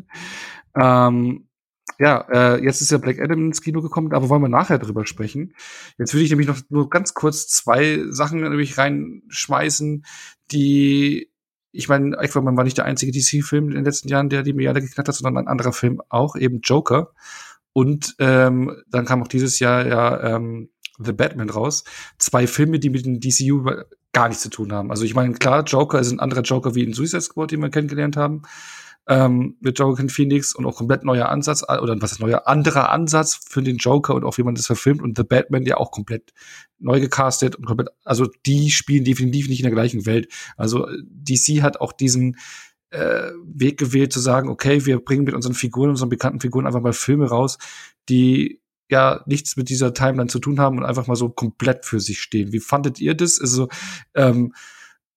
Jetzt ist ja Black Adam ins Kino gekommen, aber wollen wir nachher drüber sprechen. Jetzt würde ich nämlich noch nur ganz kurz 2 Sachen nämlich reinschmeißen, die, ich meine, Aquaman war nicht der einzige DC-Film in den letzten Jahren, der die Milliarde geknackt hat, sondern ein anderer Film auch, eben Joker. Und dann kam auch dieses Jahr The Batman raus. 2 Filme, die mit dem DCU gar nichts zu tun haben. Also ich meine, klar, Joker ist ein anderer Joker wie in Suicide Squad, den wir kennengelernt haben. Mit Joaquin Phoenix und auch komplett neuer Ansatz, oder was ist neuer, anderer Ansatz für den Joker und auch wie man das verfilmt. Und The Batman ja auch komplett neu gecastet und komplett, also die spielen definitiv nicht in der gleichen Welt. Also DC hat auch diesen Weg gewählt zu sagen, okay, wir bringen mit unseren Figuren, unseren bekannten Figuren einfach mal Filme raus, die ja nichts mit dieser Timeline zu tun haben und einfach mal so komplett für sich stehen. Wie fandet ihr das? Also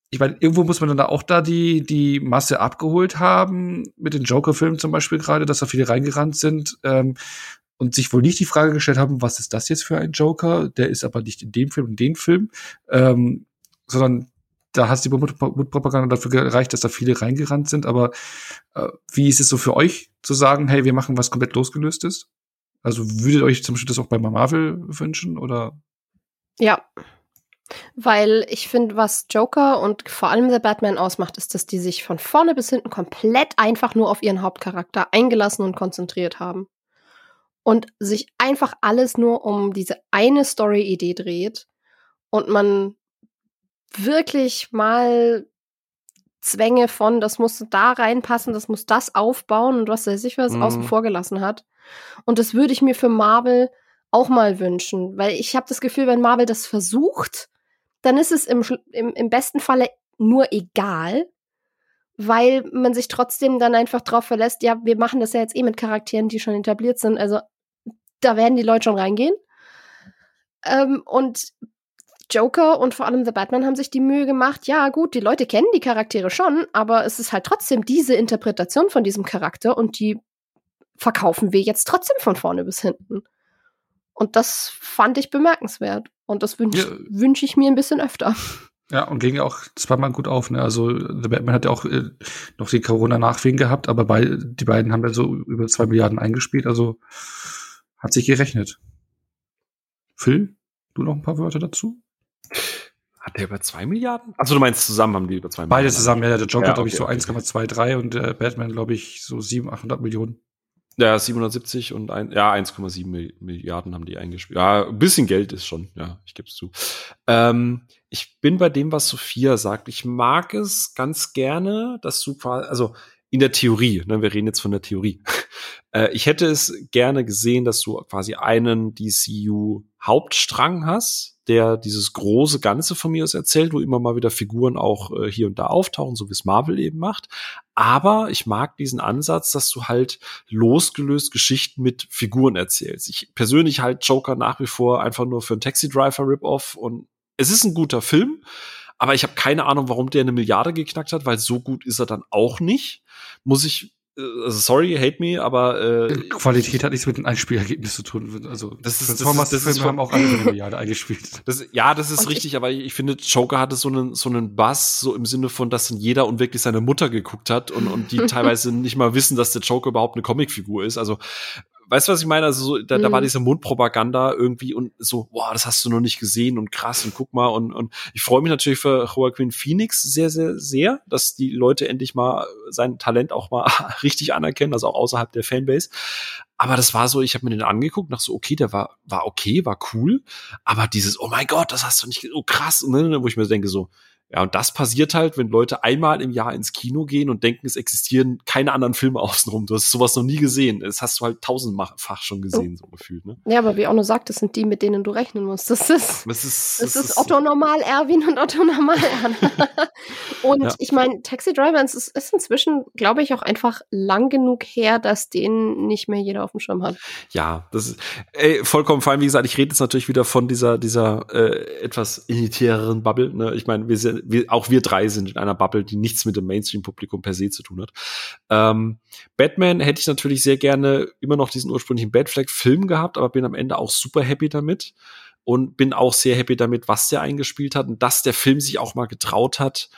ich meine, irgendwo muss man dann auch da die Masse abgeholt haben, mit den Joker-Filmen zum Beispiel gerade, dass da viele reingerannt sind, und sich wohl nicht die Frage gestellt haben, was ist das jetzt für ein Joker? Der ist aber nicht in dem Film und den Film, sondern da hat die Mundpropaganda dafür gereicht, dass da viele reingerannt sind. Aber wie ist es so für euch zu sagen, hey, wir machen was komplett losgelöstes? Also würdet ihr euch zum Beispiel das auch bei Marvel wünschen, oder? Ja, weil ich finde, was Joker und vor allem der Batman ausmacht, ist, dass die sich von vorne bis hinten komplett einfach nur auf ihren Hauptcharakter eingelassen und konzentriert haben. Und sich einfach alles nur um diese eine Story-Idee dreht und man wirklich mal Zwänge von, das muss da reinpassen, das muss das aufbauen und was weiß ich was außen vor gelassen hat. Und das würde ich mir für Marvel auch mal wünschen, weil ich habe das Gefühl, wenn Marvel das versucht, dann ist es im besten Falle nur egal, weil man sich trotzdem dann einfach drauf verlässt, ja, wir machen das ja jetzt mit Charakteren, die schon etabliert sind, also da werden die Leute schon reingehen. Und Joker und vor allem The Batman haben sich die Mühe gemacht, ja gut, die Leute kennen die Charaktere schon, aber es ist halt trotzdem diese Interpretation von diesem Charakter und die verkaufen wir jetzt trotzdem von vorne bis hinten. Und das fand ich bemerkenswert. Und das wünsch ich mir ein bisschen öfter. Ja, und ging auch zweimal gut auf, ne? Also The Batman hat ja auch noch die Corona-Nachwehen gehabt, aber die beiden haben ja so über 2 Milliarden eingespielt, also hat sich gerechnet. Phil, du noch ein paar Wörter dazu? Hat der über 2 Milliarden? Also du meinst zusammen haben die über 2 Milliarden? Beide zusammen, ja. Der Joker, ja, glaube ich, so 1,23 und der Batman, glaube ich, so 700, 800 Millionen. Ja, 770 und 1,7 Milliarden haben die eingespielt. Ja, ein bisschen Geld ist schon, ja, ich gebe es zu. Ich bin bei dem, was Sophia sagt. Ich mag es ganz gerne, dass du quasi, also in der Theorie, ne, wir reden jetzt von der Theorie. Ich hätte es gerne gesehen, dass du quasi einen DCU-Hauptstrang hast, der dieses große Ganze von mir aus erzählt, wo immer mal wieder Figuren auch hier und da auftauchen, so wie es Marvel eben macht. Aber ich mag diesen Ansatz, dass du halt losgelöst Geschichten mit Figuren erzählst. Ich persönlich halt Joker nach wie vor einfach nur für einen Taxi-Driver-Rip-Off und es ist ein guter Film, aber ich habe keine Ahnung, warum der 1 Milliarde geknackt hat, weil so gut ist er dann auch nicht. Muss ich sorry, hate me, aber Qualität hat nichts mit dem Einspielergebnis zu tun. Also das ist haben auch alle 1 Milliarde eingespielt. Das ist richtig, aber ich finde, Joker hatte so einen Buzz, so im Sinne von, dass jeder und wirklich seine Mutter geguckt hat und die teilweise nicht mal wissen, dass der Joker überhaupt eine Comicfigur ist. Also weißt du, was ich meine? Also so, da war diese Mundpropaganda irgendwie und so, boah, das hast du noch nicht gesehen und krass und guck mal und ich freue mich natürlich für Joaquin Phoenix sehr, sehr, sehr, dass die Leute endlich mal sein Talent auch mal richtig anerkennen, also auch außerhalb der Fanbase. Aber das war so, ich habe mir den angeguckt, dachte so, okay, der war okay, war cool, aber dieses, oh mein Gott, das hast du nicht, oh krass, und wo ich mir denke so, ja, und das passiert halt, wenn Leute einmal im Jahr ins Kino gehen und denken, es existieren keine anderen Filme außenrum. Du hast sowas noch nie gesehen. Das hast du halt tausendfach schon gesehen, so gefühlt, ne? Ja, aber wie auch nur sagt, das sind die, mit denen du rechnen musst. Das ist Otto Normal Erwin und Otto Normal Erna. Und ja. Ich meine, Taxi Driver ist inzwischen, glaube ich, auch einfach lang genug her, dass den nicht mehr jeder auf dem Schirm hat. Ja, das ist vollkommen fein. Wie gesagt, ich rede jetzt natürlich wieder von dieser etwas elitäreren Bubble, ne? Ich meine, wir drei sind in einer Bubble, die nichts mit dem Mainstream-Publikum per se zu tun hat. Batman hätte ich natürlich sehr gerne immer noch diesen ursprünglichen Batfleck-Film gehabt, aber bin am Ende auch super happy damit und bin auch sehr happy damit, was der eingespielt hat und dass der Film sich auch mal getraut hat,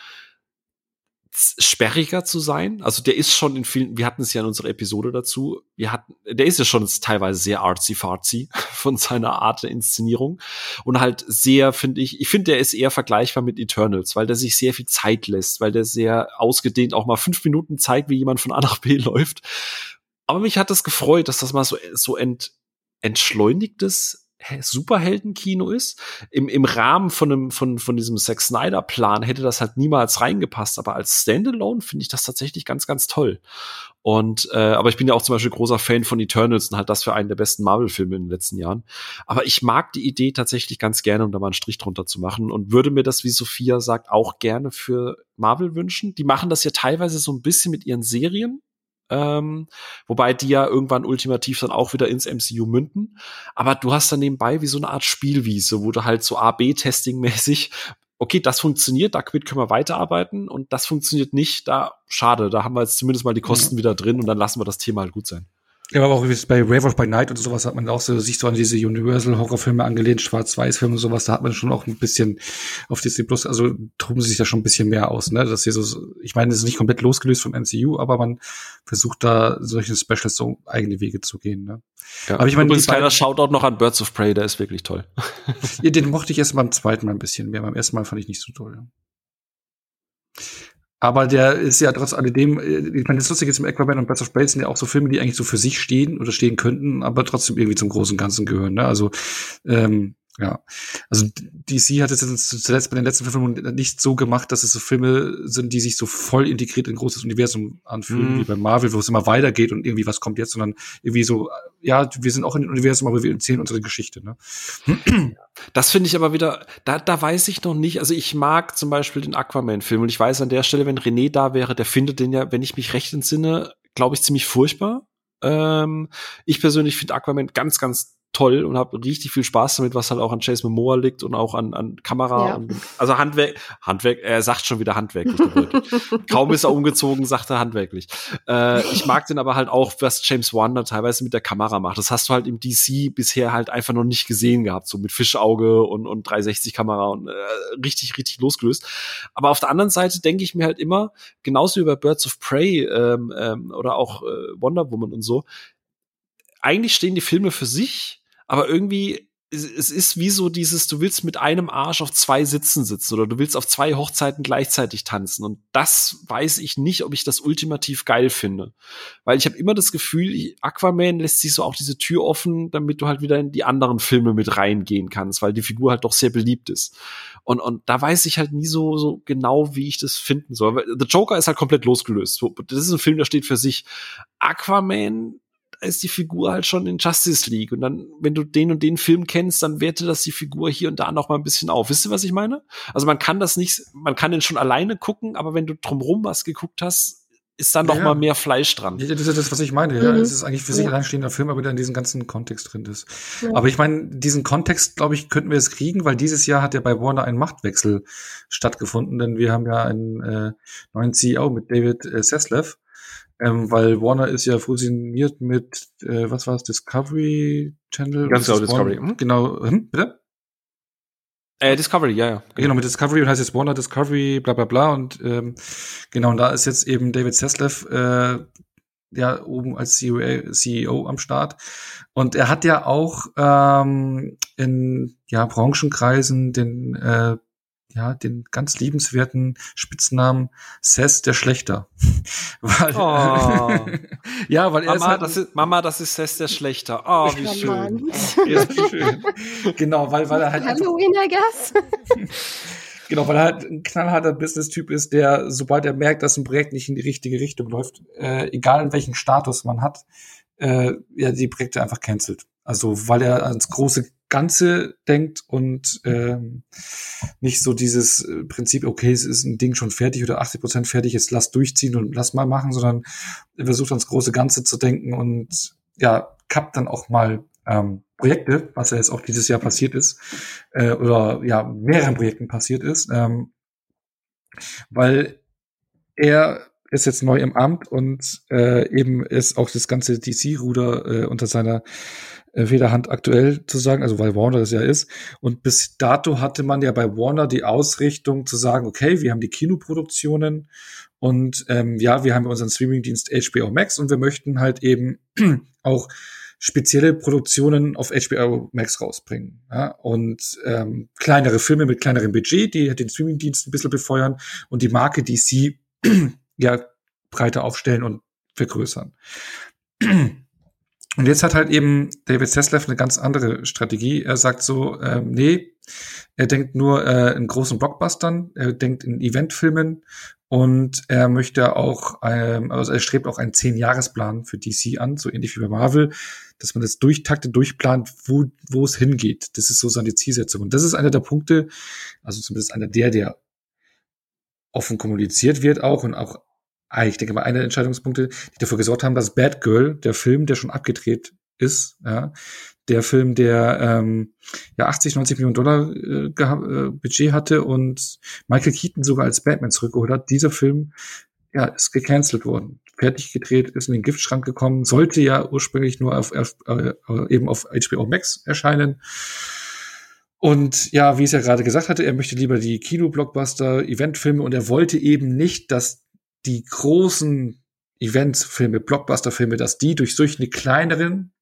sperriger zu sein. Also der ist schon in vielen, wir hatten es ja in unserer Episode dazu, der ist ja schon teilweise sehr artsy-fartsy von seiner Art der Inszenierung und halt sehr, finde ich finde, der ist eher vergleichbar mit Eternals, weil der sich sehr viel Zeit lässt, weil der sehr ausgedehnt auch mal 5 Minuten zeigt, wie jemand von A nach B läuft. Aber mich hat das gefreut, dass das mal so entschleunigtes Superheldenkino ist. Im Rahmen von diesem Zack Snyder-Plan hätte das halt niemals reingepasst, aber als Standalone finde ich das tatsächlich ganz, ganz toll. Und aber ich bin ja auch zum Beispiel großer Fan von Eternals und halt das für einen der besten Marvel-Filme in den letzten Jahren. Aber ich mag die Idee tatsächlich ganz gerne, um da mal einen Strich drunter zu machen und würde mir das, wie Sophia sagt, auch gerne für Marvel wünschen. Die machen das ja teilweise so ein bisschen mit ihren Serien. Wobei die ja irgendwann ultimativ dann auch wieder ins MCU münden. Aber du hast dann nebenbei wie so eine Art Spielwiese, wo du halt so A-B-Testing-mäßig okay, das funktioniert, damit können wir weiterarbeiten und das funktioniert nicht, schade, da haben wir jetzt zumindest mal die Kosten wieder drin und dann lassen wir das Thema halt gut sein. Ja, aber auch wie es bei Rave of by Night und sowas hat man auch sich so an diese Universal-Horrorfilme angelehnt, Schwarz-Weiß-Filme und sowas, da hat man schon auch ein bisschen auf Disney Plus, also toben sie sich da schon ein bisschen mehr aus, ne, dass hier so, ich meine, es ist nicht komplett losgelöst vom MCU, aber man versucht da solche Specials so eigene Wege zu gehen, ne. Ja, aber ich meine, übrigens kleiner Shoutout noch an Birds of Prey, der ist wirklich toll. Ja, den mochte ich erst beim zweiten Mal ein bisschen mehr, beim ersten Mal fand ich nicht so toll. Aber der ist ja trotz alledem, ich meine, das Lustige ist, im Aquaman und Birds of Prey sind ja auch so Filme, die eigentlich so für sich stehen oder stehen könnten, aber trotzdem irgendwie zum großen Ganzen gehören, ne? Also, ja. Also DC hat es jetzt zuletzt bei den letzten Filmen nicht so gemacht, dass es so Filme sind, die sich so voll integriert in ein großes Universum anfühlen, wie bei Marvel, wo es immer weitergeht und irgendwie was kommt jetzt, sondern irgendwie so, ja, wir sind auch in dem Universum, aber wir erzählen unsere Geschichte, ne? Das finde ich aber wieder, da weiß ich noch nicht, also ich mag zum Beispiel den Aquaman-Film und ich weiß an der Stelle, wenn René da wäre, der findet den ja, wenn ich mich recht entsinne, glaube ich, ziemlich furchtbar. Ich persönlich finde Aquaman ganz, ganz toll und habe richtig viel Spaß damit, was halt auch an Jason Momoa liegt und auch an Kamera. Ja. Und, also Handwerk, er sagt schon wieder handwerklich. Kaum ist er umgezogen, sagt er handwerklich. Ich mag den aber halt auch, was James Wan da teilweise mit der Kamera macht. Das hast du halt im DC bisher halt einfach noch nicht gesehen gehabt, so mit Fischauge und 360-Kamera und richtig, richtig losgelöst. Aber auf der anderen Seite denke ich mir halt immer, genauso wie bei Birds of Prey oder auch Wonder Woman und so, eigentlich stehen die Filme für sich, aber irgendwie, es ist wie so dieses, du willst mit einem Arsch auf 2 Sitzen sitzen oder du willst auf 2 Hochzeiten gleichzeitig tanzen. Und das weiß ich nicht, ob ich das ultimativ geil finde. Weil ich habe immer das Gefühl, Aquaman lässt sich so auch diese Tür offen, damit du halt wieder in die anderen Filme mit reingehen kannst, weil die Figur halt doch sehr beliebt ist. Und da weiß ich halt nie so genau, wie ich das finden soll. Weil The Joker ist halt komplett losgelöst. Das ist ein Film, der steht für sich. Aquaman ist die Figur halt schon in Justice League. Und dann, wenn du den und den Film kennst, dann wertet das die Figur hier und da noch mal ein bisschen auf. Wisst ihr, was ich meine? Also man kann den schon alleine gucken, aber wenn du drumrum was geguckt hast, ist dann noch mal mehr Fleisch dran. Ja, das ist das, was ich meine. Ja, es ist eigentlich für sich alleinstehender Film, aber der in diesem ganzen Kontext drin ist. Ja. Aber ich meine, diesen Kontext, glaube ich, könnten wir jetzt kriegen, weil dieses Jahr hat ja bei Warner ein Machtwechsel stattgefunden, denn wir haben ja einen neuen CEO mit David Zaslav. Weil Warner ist ja fusioniert mit, was war es, Discovery Channel? Ganz genau, Discovery. Genau, bitte? Discovery, ja. Genau, mit Discovery und heißt jetzt Warner Discovery, bla bla bla. Und genau, und da ist jetzt eben David Zaslav ja oben als CEO am Start. Und er hat ja auch in Branchenkreisen den ganz liebenswerten Spitznamen Seth der Schlechter. Weil, ja, weil er Mama, das ist Seth der Schlechter. Oh, wie schön. Ja, schön. Genau, weil er halt Halloween, I guess. Genau, weil er halt ein knallharter Business-Typ ist, der, sobald er merkt, dass ein Projekt nicht in die richtige Richtung läuft, egal in welchen Status man hat, die Projekte einfach cancelt. Also, weil er ans große Ganze denkt und nicht so dieses Prinzip, okay, es ist ein Ding schon fertig oder 80% fertig, jetzt lass durchziehen und lass mal machen, sondern er versucht ans große Ganze zu denken und kappt dann auch mal Projekte, was ja jetzt auch dieses Jahr passiert ist, oder mehreren Projekten passiert ist, weil er ist jetzt neu im Amt und eben ist auch das ganze DC-Ruder unter seiner Federhand aktuell zu sagen, also weil Warner das ja ist. Und bis dato hatte man ja bei Warner die Ausrichtung zu sagen, okay, wir haben die Kinoproduktionen und wir haben unseren Streamingdienst HBO Max und wir möchten halt eben auch spezielle Produktionen auf HBO Max rausbringen. Ja? Und kleinere Filme mit kleinerem Budget, die den Streamingdienst ein bisschen befeuern und die Marke DC breiter aufstellen und vergrößern. Und jetzt hat halt eben David Zaslav eine ganz andere Strategie. Er sagt so, nee, er denkt nur in großen Blockbustern, er denkt in Eventfilmen und er möchte auch, also er strebt auch einen 10-Jahresplan für DC an, so ähnlich wie bei Marvel, dass man das durchplant, wo es hingeht. Das ist so seine Zielsetzung. Und das ist einer der Punkte, also zumindest einer der offen kommuniziert wird auch und auch, ich denke mal, einer der Entscheidungspunkte, die dafür gesorgt haben, dass Batgirl, der Film, der schon abgedreht ist, ja. Der Film, der 80-90 Millionen Dollar Budget hatte und Michael Keaton sogar als Batman zurückgeholt hat. Dieser Film ist gecancelt worden. Fertig gedreht, ist in den Giftschrank gekommen, sollte ja ursprünglich nur eben auf HBO Max erscheinen. Und ja, wie ich es ja gerade gesagt hatte, er möchte lieber die Kino-Blockbuster, Eventfilme und er wollte eben nicht, dass die großen Eventfilme, Blockbusterfilme, dass die durch solche kleineren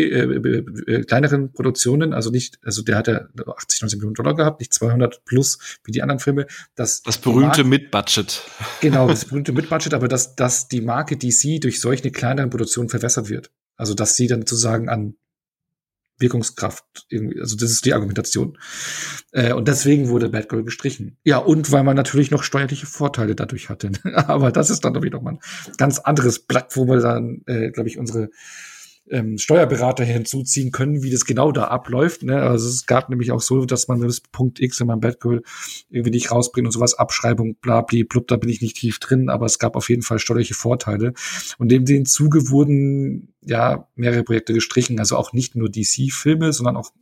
kleineren Produktionen, also der hat ja 80-90 Millionen Dollar gehabt, nicht 200 plus wie die anderen Filme. Das berühmte Mid-Budget. Genau, das berühmte Mid-Budget, aber dass die Marke DC durch solche kleineren Produktionen verwässert wird. Also dass sie dann sozusagen an Wirkungskraft irgendwie, also das ist die Argumentation. Und deswegen wurde Batgirl gestrichen. Ja, und weil man natürlich noch steuerliche Vorteile dadurch hatte. Aber das ist dann doch wieder mal ein ganz anderes Blatt, wo wir dann, glaube ich, unsere Steuerberater hinzuziehen können, wie das genau da abläuft. Ne? Also es gab nämlich auch so, dass man bis Punkt X, wenn man Batgirl irgendwie nicht rausbringt und sowas, Abschreibung, bla, bli, blub, da bin ich nicht tief drin, aber es gab auf jeden Fall steuerliche Vorteile. Und in dem Zuge wurden mehrere Projekte gestrichen, also auch nicht nur DC-Filme, sondern auch,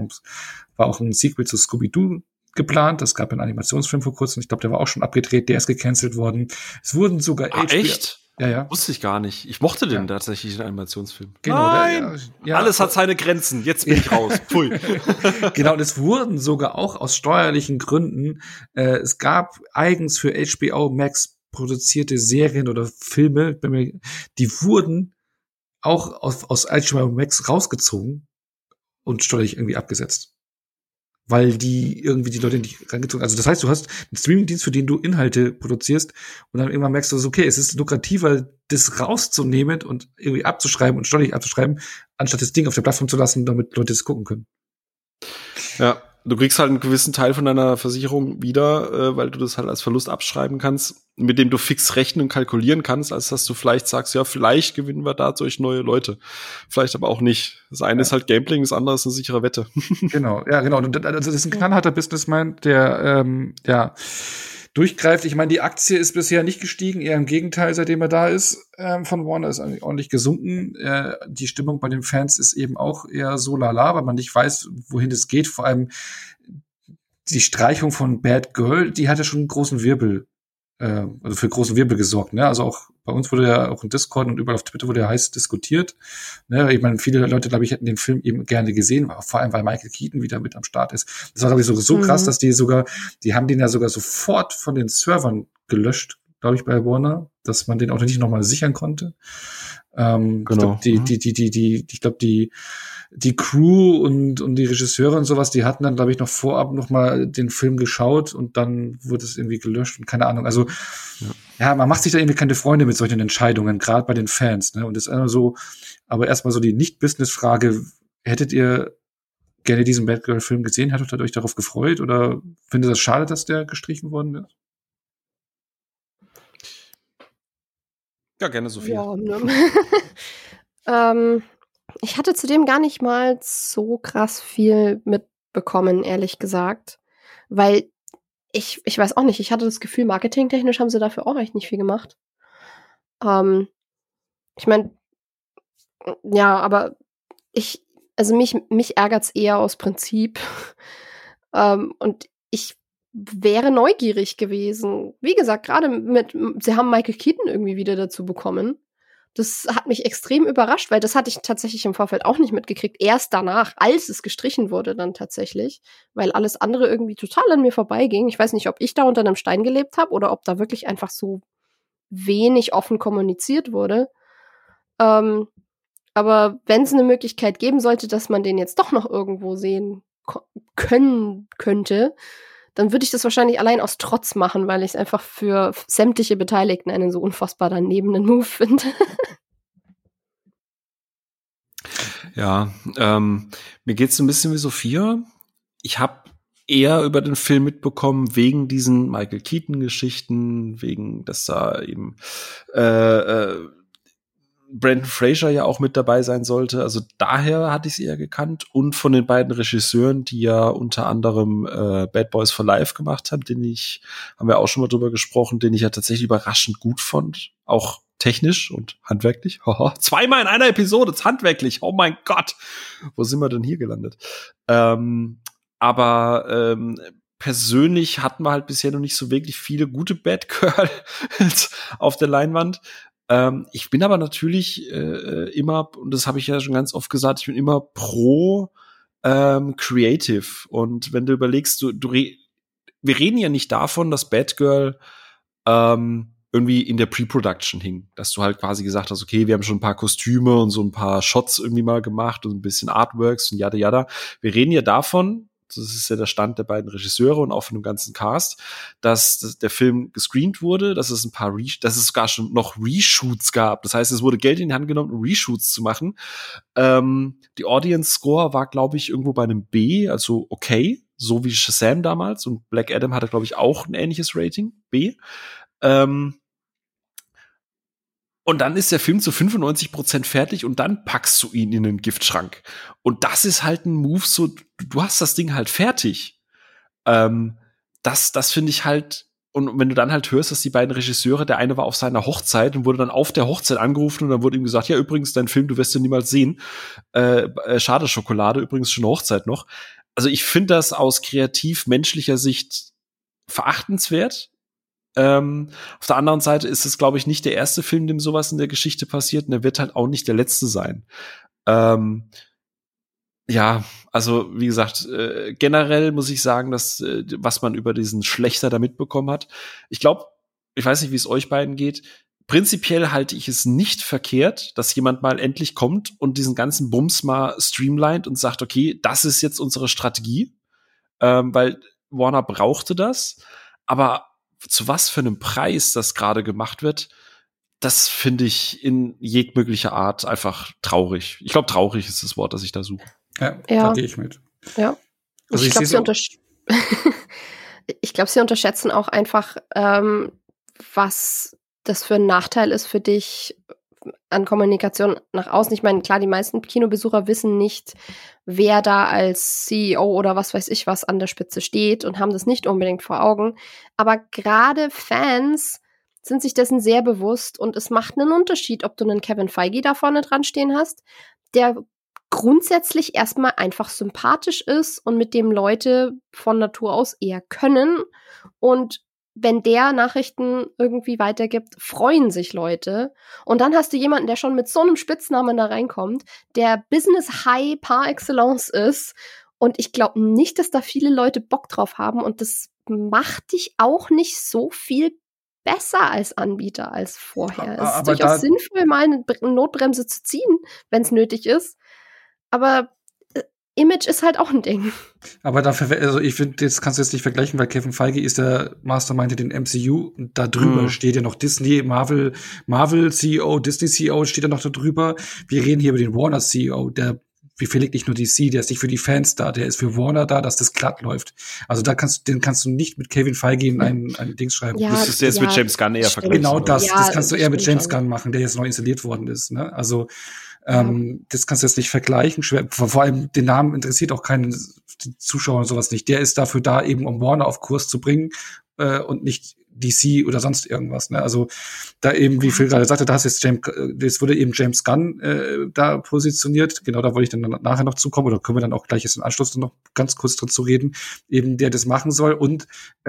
war auch ein Sequel zu Scooby-Doo geplant. Es gab einen Animationsfilm vor kurzem, ich glaube, der war auch schon abgedreht, der ist gecancelt worden. Es wurden sogar echt? Ja. Wusste ich gar nicht. Ich mochte den tatsächlich, den Animationsfilm. Genau. Nein! Alles hat seine Grenzen. Jetzt bin ich raus. Pfui. Genau, und es wurden sogar auch aus steuerlichen Gründen, es gab eigens für HBO Max produzierte Serien oder Filme, die wurden auch aus HBO Max rausgezogen und steuerlich irgendwie abgesetzt. Weil die irgendwie die Leute nicht rangezogen. Also das heißt, du hast einen Streamingdienst, für den du Inhalte produzierst und dann irgendwann merkst du, okay, es ist lukrativer, das rauszunehmen und irgendwie abzuschreiben und steuerlich abzuschreiben, anstatt das Ding auf der Plattform zu lassen, damit Leute es gucken können. Ja, du kriegst halt einen gewissen Teil von deiner Versicherung wieder, weil du das halt als Verlust abschreiben kannst, mit dem du fix rechnen und kalkulieren kannst, als dass du vielleicht sagst, ja, vielleicht gewinnen wir dadurch neue Leute. Vielleicht aber auch nicht. Das eine ist halt Gambling, das andere ist eine sichere Wette. Genau. Und also das ist ein knallharter Businessman, der durchgreift. Ich meine, die Aktie ist bisher nicht gestiegen, eher im Gegenteil, seitdem er da ist. Von Warner ist eigentlich ordentlich gesunken. Die Stimmung bei den Fans ist eben auch eher so lala, weil man nicht weiß, wohin es geht. Vor allem die Streichung von Batgirl, die hatte schon einen großen Wirbel, also für großen Wirbel gesorgt. Ne? Also auch bei uns wurde ja auch in Discord und überall auf Twitter wurde ja heiß diskutiert. Ne? Ich meine, viele Leute, glaube ich, hätten den Film eben gerne gesehen, vor allem weil Michael Keaton wieder mit am Start ist. Das war, glaube ich, so krass, dass die haben den ja sogar sofort von den Servern gelöscht, glaube ich, bei Warner, dass man den auch nicht nochmal sichern konnte. Genau. Ich glaube, die Crew und die Regisseure und sowas, die hatten dann, glaube ich, noch vorab noch mal den Film geschaut und dann wurde es irgendwie gelöscht und keine Ahnung. Also, man macht sich da irgendwie keine Freunde mit solchen Entscheidungen, gerade bei den Fans, ne? Und das ist immer so, aber erstmal so die Nicht-Business-Frage, hättet ihr gerne diesen Batgirl-Film gesehen? Hattet ihr euch darauf gefreut oder findet ihr das schade, dass der gestrichen worden ist? Ja, gerne, Sophia. Ja, ich hatte zudem gar nicht mal so krass viel mitbekommen, ehrlich gesagt. Weil ich weiß auch nicht, ich hatte das Gefühl, marketingtechnisch haben sie dafür auch echt nicht viel gemacht. Ich meine, ja, aber mich ärgert's eher aus Prinzip. Und ich wäre neugierig gewesen. Wie gesagt, gerade sie haben Michael Keaton irgendwie wieder dazu bekommen. Das hat mich extrem überrascht, weil das hatte ich tatsächlich im Vorfeld auch nicht mitgekriegt. Erst danach, als es gestrichen wurde dann tatsächlich, weil alles andere irgendwie total an mir vorbeiging. Ich weiß nicht, ob ich da unter einem Stein gelebt habe oder ob da wirklich einfach so wenig offen kommuniziert wurde. Aber wenn es eine Möglichkeit geben sollte, dass man den jetzt doch noch irgendwo sehen könnte, dann würde ich das wahrscheinlich allein aus Trotz machen, weil ich es einfach für sämtliche Beteiligten einen so unfassbar danebenen Move finde. Ja, mir geht's ein bisschen wie Sophia. Ich habe eher über den Film mitbekommen wegen diesen Michael Keaton-Geschichten, wegen, dass da eben Brendan Fraser ja auch mit dabei sein sollte. Also daher hatte ich es eher gekannt. Und von den beiden Regisseuren, die ja unter anderem Bad Boys for Life gemacht haben, haben wir auch schon mal drüber gesprochen, den ich ja tatsächlich überraschend gut fand. Auch technisch und handwerklich. Zweimal in einer Episode, ist handwerklich. Oh mein Gott, wo sind wir denn hier gelandet? Aber persönlich hatten wir halt bisher noch nicht so wirklich viele gute Batgirls auf der Leinwand. Ich bin aber natürlich immer, und das habe ich ja schon ganz oft gesagt, ich bin immer pro Creative. Und wenn du überlegst, wir reden ja nicht davon, dass Batgirl irgendwie in der Pre-Production hing. Dass du halt quasi gesagt hast, okay, wir haben schon ein paar Kostüme und so ein paar Shots irgendwie mal gemacht und ein bisschen Artworks und yada yada. Wir reden ja davon, das ist ja der Stand der beiden Regisseure und auch von dem ganzen Cast, dass der Film gescreent wurde, dass es dass es sogar schon noch Reshoots gab. Das heißt, es wurde Geld in die Hand genommen, um Reshoots zu machen. Die Audience Score war, glaube ich, irgendwo bei einem B, also okay, so wie Shazam damals. Und Black Adam hatte, glaube ich, auch ein ähnliches Rating, B. Und dann ist der Film zu 95% fertig und dann packst du ihn in den Giftschrank. Und das ist halt ein Move, so, du hast das Ding halt fertig. Das finde ich halt, und wenn du dann halt hörst, dass die beiden Regisseure, der eine war auf seiner Hochzeit und wurde dann auf der Hochzeit angerufen und dann wurde ihm gesagt, ja, übrigens, dein Film, du wirst ihn niemals sehen. Schade Schokolade, übrigens schon eine Hochzeit noch. Also ich finde das aus kreativ-menschlicher Sicht verachtenswert. Auf der anderen Seite ist es, glaube ich, nicht der erste Film, dem sowas in der Geschichte passiert, und er wird halt auch nicht der letzte sein. Ja, also wie gesagt, generell muss ich sagen, dass was man über diesen Schlechter da mitbekommen hat, ich glaube, ich weiß nicht, wie es euch beiden geht, prinzipiell halte ich es nicht verkehrt, dass jemand mal endlich kommt und diesen ganzen Bums mal streamlined und sagt, okay, das ist jetzt unsere Strategie, weil Warner brauchte das, aber zu was für einem Preis das gerade gemacht wird, das finde ich in jeglicher Art einfach traurig. Ich glaube, traurig ist das Wort, das ich da suche. Ja. Da gehe ich mit. Ja. Also ich glaube, sie unterschätzen auch einfach, was das für ein Nachteil ist für dich an Kommunikation nach außen. Ich meine, klar, die meisten Kinobesucher wissen nicht, wer da als CEO oder was weiß ich was an der Spitze steht und haben das nicht unbedingt vor Augen. Aber gerade Fans sind sich dessen sehr bewusst und es macht einen Unterschied, ob du einen Kevin Feige da vorne dran stehen hast, der grundsätzlich erstmal einfach sympathisch ist und mit dem Leute von Natur aus eher können. Und wenn der Nachrichten irgendwie weitergibt, freuen sich Leute. Und dann hast du jemanden, der schon mit so einem Spitznamen da reinkommt, der Business High par excellence ist. Und ich glaube nicht, dass da viele Leute Bock drauf haben. Und das macht dich auch nicht so viel besser als Anbieter als vorher. Es ist durchaus sinnvoll, mal eine Notbremse zu ziehen, wenn es nötig ist. Aber Image ist halt auch ein Ding. Aber dafür, also ich finde, das kannst du jetzt nicht vergleichen, weil Kevin Feige ist der Mastermind in den MCU und da drüber steht ja noch Disney, Marvel CEO, Disney CEO steht ja noch da drüber. Wir reden hier über den Warner CEO, der befehligt nicht nur DC, der ist nicht für die Fans da, der ist für Warner da, dass das glatt läuft. Also den kannst du nicht mit Kevin Feige in ein Dings schreiben. Ja, das ist jetzt mit James Gunn eher vergleichen. Genau das kannst du eher mit James Gunn machen, der jetzt neu installiert worden ist. Ne? Also das kannst du jetzt nicht vergleichen. Vor allem den Namen interessiert auch keinen Zuschauer und sowas nicht. Der ist dafür da, eben um Warner auf Kurs zu bringen und nicht DC oder sonst irgendwas. Ne? Also da eben, wie Phil gerade sagte, das wurde eben James Gunn da positioniert. Genau, da wollte ich dann nachher noch zukommen oder können wir dann auch gleich jetzt im Anschluss noch ganz kurz dazu reden, eben der das machen soll. Und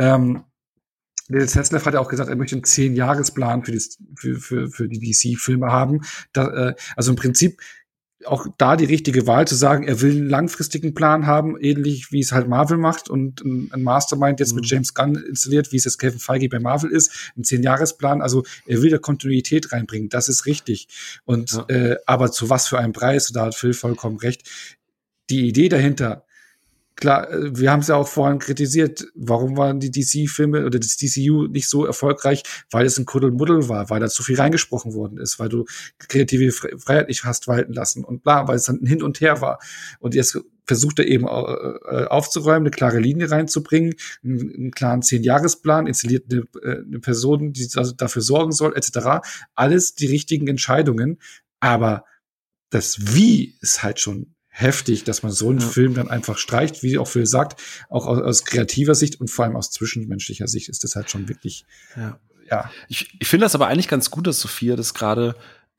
der Tetzlaff hat ja auch gesagt, er möchte einen 10-Jahresplan für die DC-Filme haben. Also im Prinzip auch da die richtige Wahl zu sagen, er will einen langfristigen Plan haben, ähnlich wie es halt Marvel macht und ein Mastermind jetzt mit James Gunn installiert, wie es jetzt Kevin Feige bei Marvel ist, einen 10-Jahresplan. Also er will da Kontinuität reinbringen, das ist richtig. Und aber zu was für einem Preis, da hat Phil vollkommen recht. Die Idee dahinter, klar, wir haben es ja auch vorhin kritisiert, warum waren die DC-Filme oder das DCU nicht so erfolgreich, weil es ein Kuddelmuddel war, weil da zu viel reingesprochen worden ist, weil du kreative Freiheit nicht hast walten lassen und bla, weil es dann hin und her war. Und jetzt versucht er eben aufzuräumen, eine klare Linie reinzubringen, einen klaren 10-Jahresplan, installiert eine Person, die dafür sorgen soll, etc. Alles die richtigen Entscheidungen, aber das Wie ist halt schon heftig, dass man so einen Film dann einfach streicht, wie auch Phil sagt, auch aus kreativer Sicht und vor allem aus zwischenmenschlicher Sicht ist das halt schon wirklich ja. Ich finde das aber eigentlich ganz gut, dass Sophia das gerade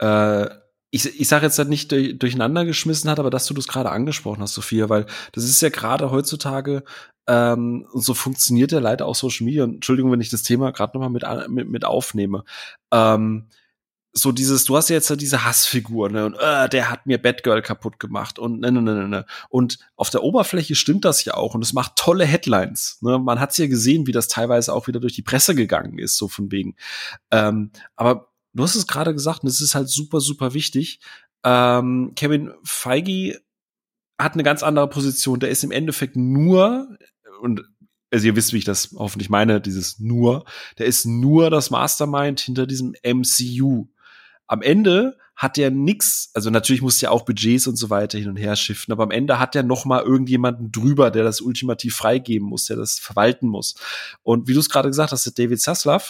ich sage jetzt halt nicht durcheinander geschmissen hat, aber dass du das gerade angesprochen hast, Sophia, weil das ist ja gerade heutzutage und so funktioniert ja leider auch Social Media. Entschuldigung, wenn ich das Thema gerade nochmal mit aufnehme. So du hast ja jetzt diese Hassfigur, ne, und der hat mir Batgirl kaputt gemacht und ne. Und auf der Oberfläche stimmt das ja auch und es macht tolle Headlines. Ne? Man hat's ja gesehen, wie das teilweise auch wieder durch die Presse gegangen ist, so von wegen. Aber du hast es gerade gesagt, und es ist halt super, super wichtig. Kevin Feige hat eine ganz andere Position. Der ist im Endeffekt nur, und also ihr wisst, wie ich das hoffentlich meine, dieses nur, der ist nur das Mastermind hinter diesem MCU. Am Ende hat der nix, also natürlich muss ja auch Budgets und so weiter hin und her shiften, aber am Ende hat der noch mal irgendjemanden drüber, der das ultimativ freigeben muss, der das verwalten muss. Und wie du es gerade gesagt hast, der David Zaslav,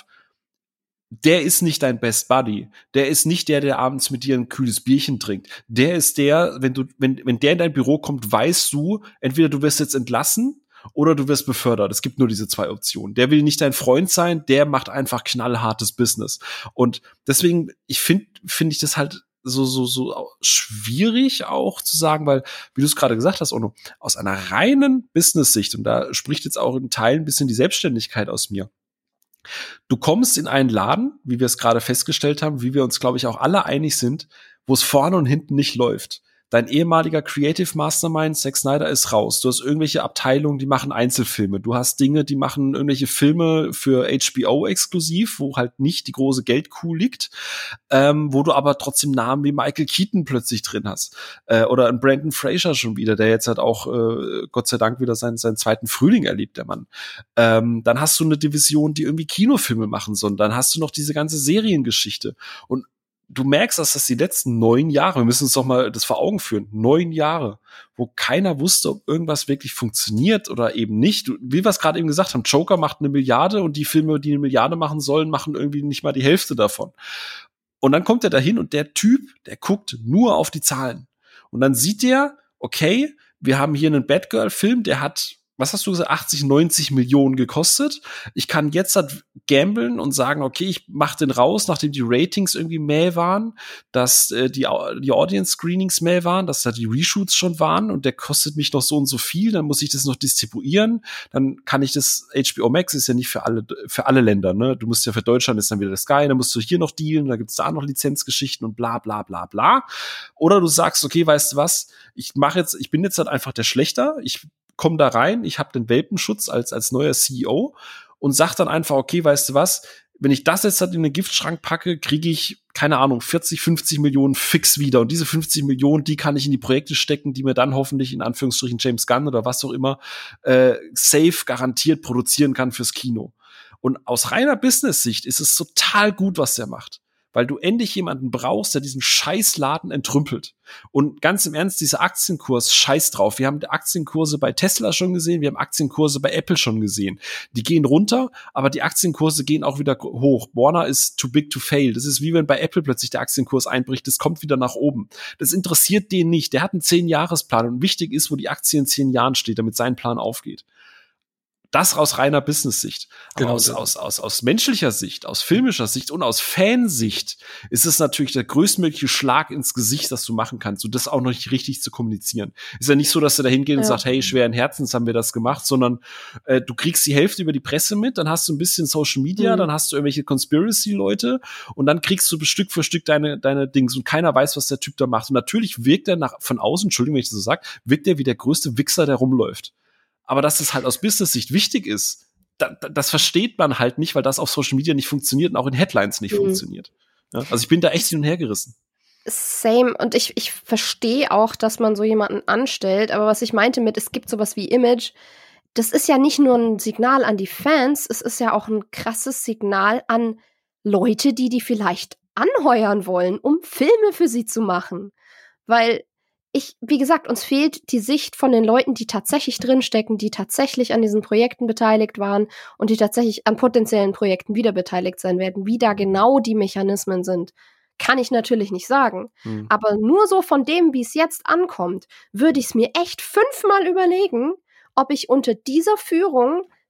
der ist nicht dein Best Buddy. Der ist nicht der abends mit dir ein kühles Bierchen trinkt. Der ist der, wenn der in dein Büro kommt, weißt du, entweder du wirst jetzt entlassen oder du wirst befördert. Es gibt nur diese zwei Optionen. Der will nicht dein Freund sein, der macht einfach knallhartes Business. Und deswegen, finde ich das halt so schwierig auch zu sagen, weil, wie du es gerade gesagt hast, Onno, aus einer reinen Business-Sicht, und da spricht jetzt auch in Teilen ein bisschen die Selbstständigkeit aus mir. Du kommst in einen Laden, wie wir es gerade festgestellt haben, wie wir uns, glaube ich, auch alle einig sind, wo es vorne und hinten nicht läuft. Dein ehemaliger Creative Mastermind, Zack Snyder, ist raus. Du hast irgendwelche Abteilungen, die machen Einzelfilme. Du hast Dinge, die machen irgendwelche Filme für HBO exklusiv, wo halt nicht die große Geldkuh liegt, wo du aber trotzdem Namen wie Michael Keaton plötzlich drin hast. Oder ein Brendan Fraser schon wieder, der jetzt halt auch, Gott sei Dank, wieder seinen zweiten Frühling erlebt, der Mann. Dann hast du eine Division, die irgendwie Kinofilme machen soll. Dann hast du noch diese ganze Seriengeschichte. Und du merkst, dass das die letzten 9 Jahre, wir müssen uns doch mal das vor Augen führen, 9 Jahre, wo keiner wusste, ob irgendwas wirklich funktioniert oder eben nicht. Wie wir es gerade eben gesagt haben, Joker macht 1 Milliarde und die Filme, die 1 Milliarde machen sollen, machen irgendwie nicht mal die Hälfte davon. Und dann kommt er dahin und der Typ, der guckt nur auf die Zahlen. Und dann sieht der, okay, wir haben hier einen Batgirl-Film, der hat, was hast du gesagt, 80, 90 Millionen gekostet. Ich kann jetzt halt gamblen und sagen, okay, ich mach den raus, nachdem die Ratings irgendwie mäh waren, dass die Audience-Screenings mäh waren, dass da die Reshoots schon waren und der kostet mich noch so und so viel, dann muss ich das noch distribuieren, dann kann ich das, HBO Max ist ja nicht für alle Länder, ne? Du musst ja für Deutschland ist dann wieder das Sky, dann musst du hier noch dealen, da gibt's da noch Lizenzgeschichten und bla bla bla bla. Oder du sagst, okay, weißt du was, ich bin jetzt halt einfach der Schlechter, ich komm da rein, ich habe den Welpenschutz als neuer CEO und sag dann einfach, okay, weißt du was, wenn ich das jetzt halt in den Giftschrank packe, kriege ich, keine Ahnung, 40, 50 Millionen fix wieder. Und diese 50 Millionen, die kann ich in die Projekte stecken, die mir dann hoffentlich in Anführungsstrichen James Gunn oder was auch immer safe garantiert produzieren kann fürs Kino. Und aus reiner Business-Sicht ist es total gut, was der macht. Weil du endlich jemanden brauchst, der diesen Scheißladen entrümpelt. Und ganz im Ernst, dieser Aktienkurs, scheiß drauf. Wir haben die Aktienkurse bei Tesla schon gesehen, wir haben Aktienkurse bei Apple schon gesehen. Die gehen runter, aber die Aktienkurse gehen auch wieder hoch. Warner ist too big to fail. Das ist wie wenn bei Apple plötzlich der Aktienkurs einbricht, das kommt wieder nach oben. Das interessiert den nicht. Der hat einen 10-Jahres-Plan und wichtig ist, wo die Aktie in 10 Jahren steht, damit sein Plan aufgeht. Das aus reiner Business-Sicht. Aber Genau. aus menschlicher Sicht, aus filmischer Sicht und aus Fansicht ist es natürlich der größtmögliche Schlag ins Gesicht, das du machen kannst, und das auch noch nicht richtig zu kommunizieren. Ist ja nicht so, dass du da hingehst und sagst, hey, schweren Herzens haben wir das gemacht, sondern du kriegst die Hälfte über die Presse mit, dann hast du ein bisschen Social Media, dann hast du irgendwelche Conspiracy-Leute und dann kriegst du Stück für Stück deine Dings und keiner weiß, was der Typ da macht. Und natürlich wirkt er von außen, Entschuldigung, wenn ich das so sage, wirkt er wie der größte Wichser, der rumläuft. Aber dass es halt aus Business-Sicht wichtig ist, das versteht man halt nicht, weil das auf Social Media nicht funktioniert und auch in Headlines nicht funktioniert. Ja, also ich bin da echt hin und her gerissen. Same. Und ich verstehe auch, dass man so jemanden anstellt. Aber was ich meinte mit, es gibt sowas wie Image, das ist ja nicht nur ein Signal an die Fans, es ist ja auch ein krasses Signal an Leute, die vielleicht anheuern wollen, um Filme für sie zu machen. Weil wie gesagt, uns fehlt die Sicht von den Leuten, die tatsächlich drinstecken, die tatsächlich an diesen Projekten beteiligt waren und die tatsächlich an potenziellen Projekten wieder beteiligt sein werden. Wie da genau die Mechanismen sind, kann ich natürlich nicht sagen. Aber nur so von dem, wie es jetzt ankommt, würde ich es mir echt 5-mal überlegen, ob ich unter dieser Führung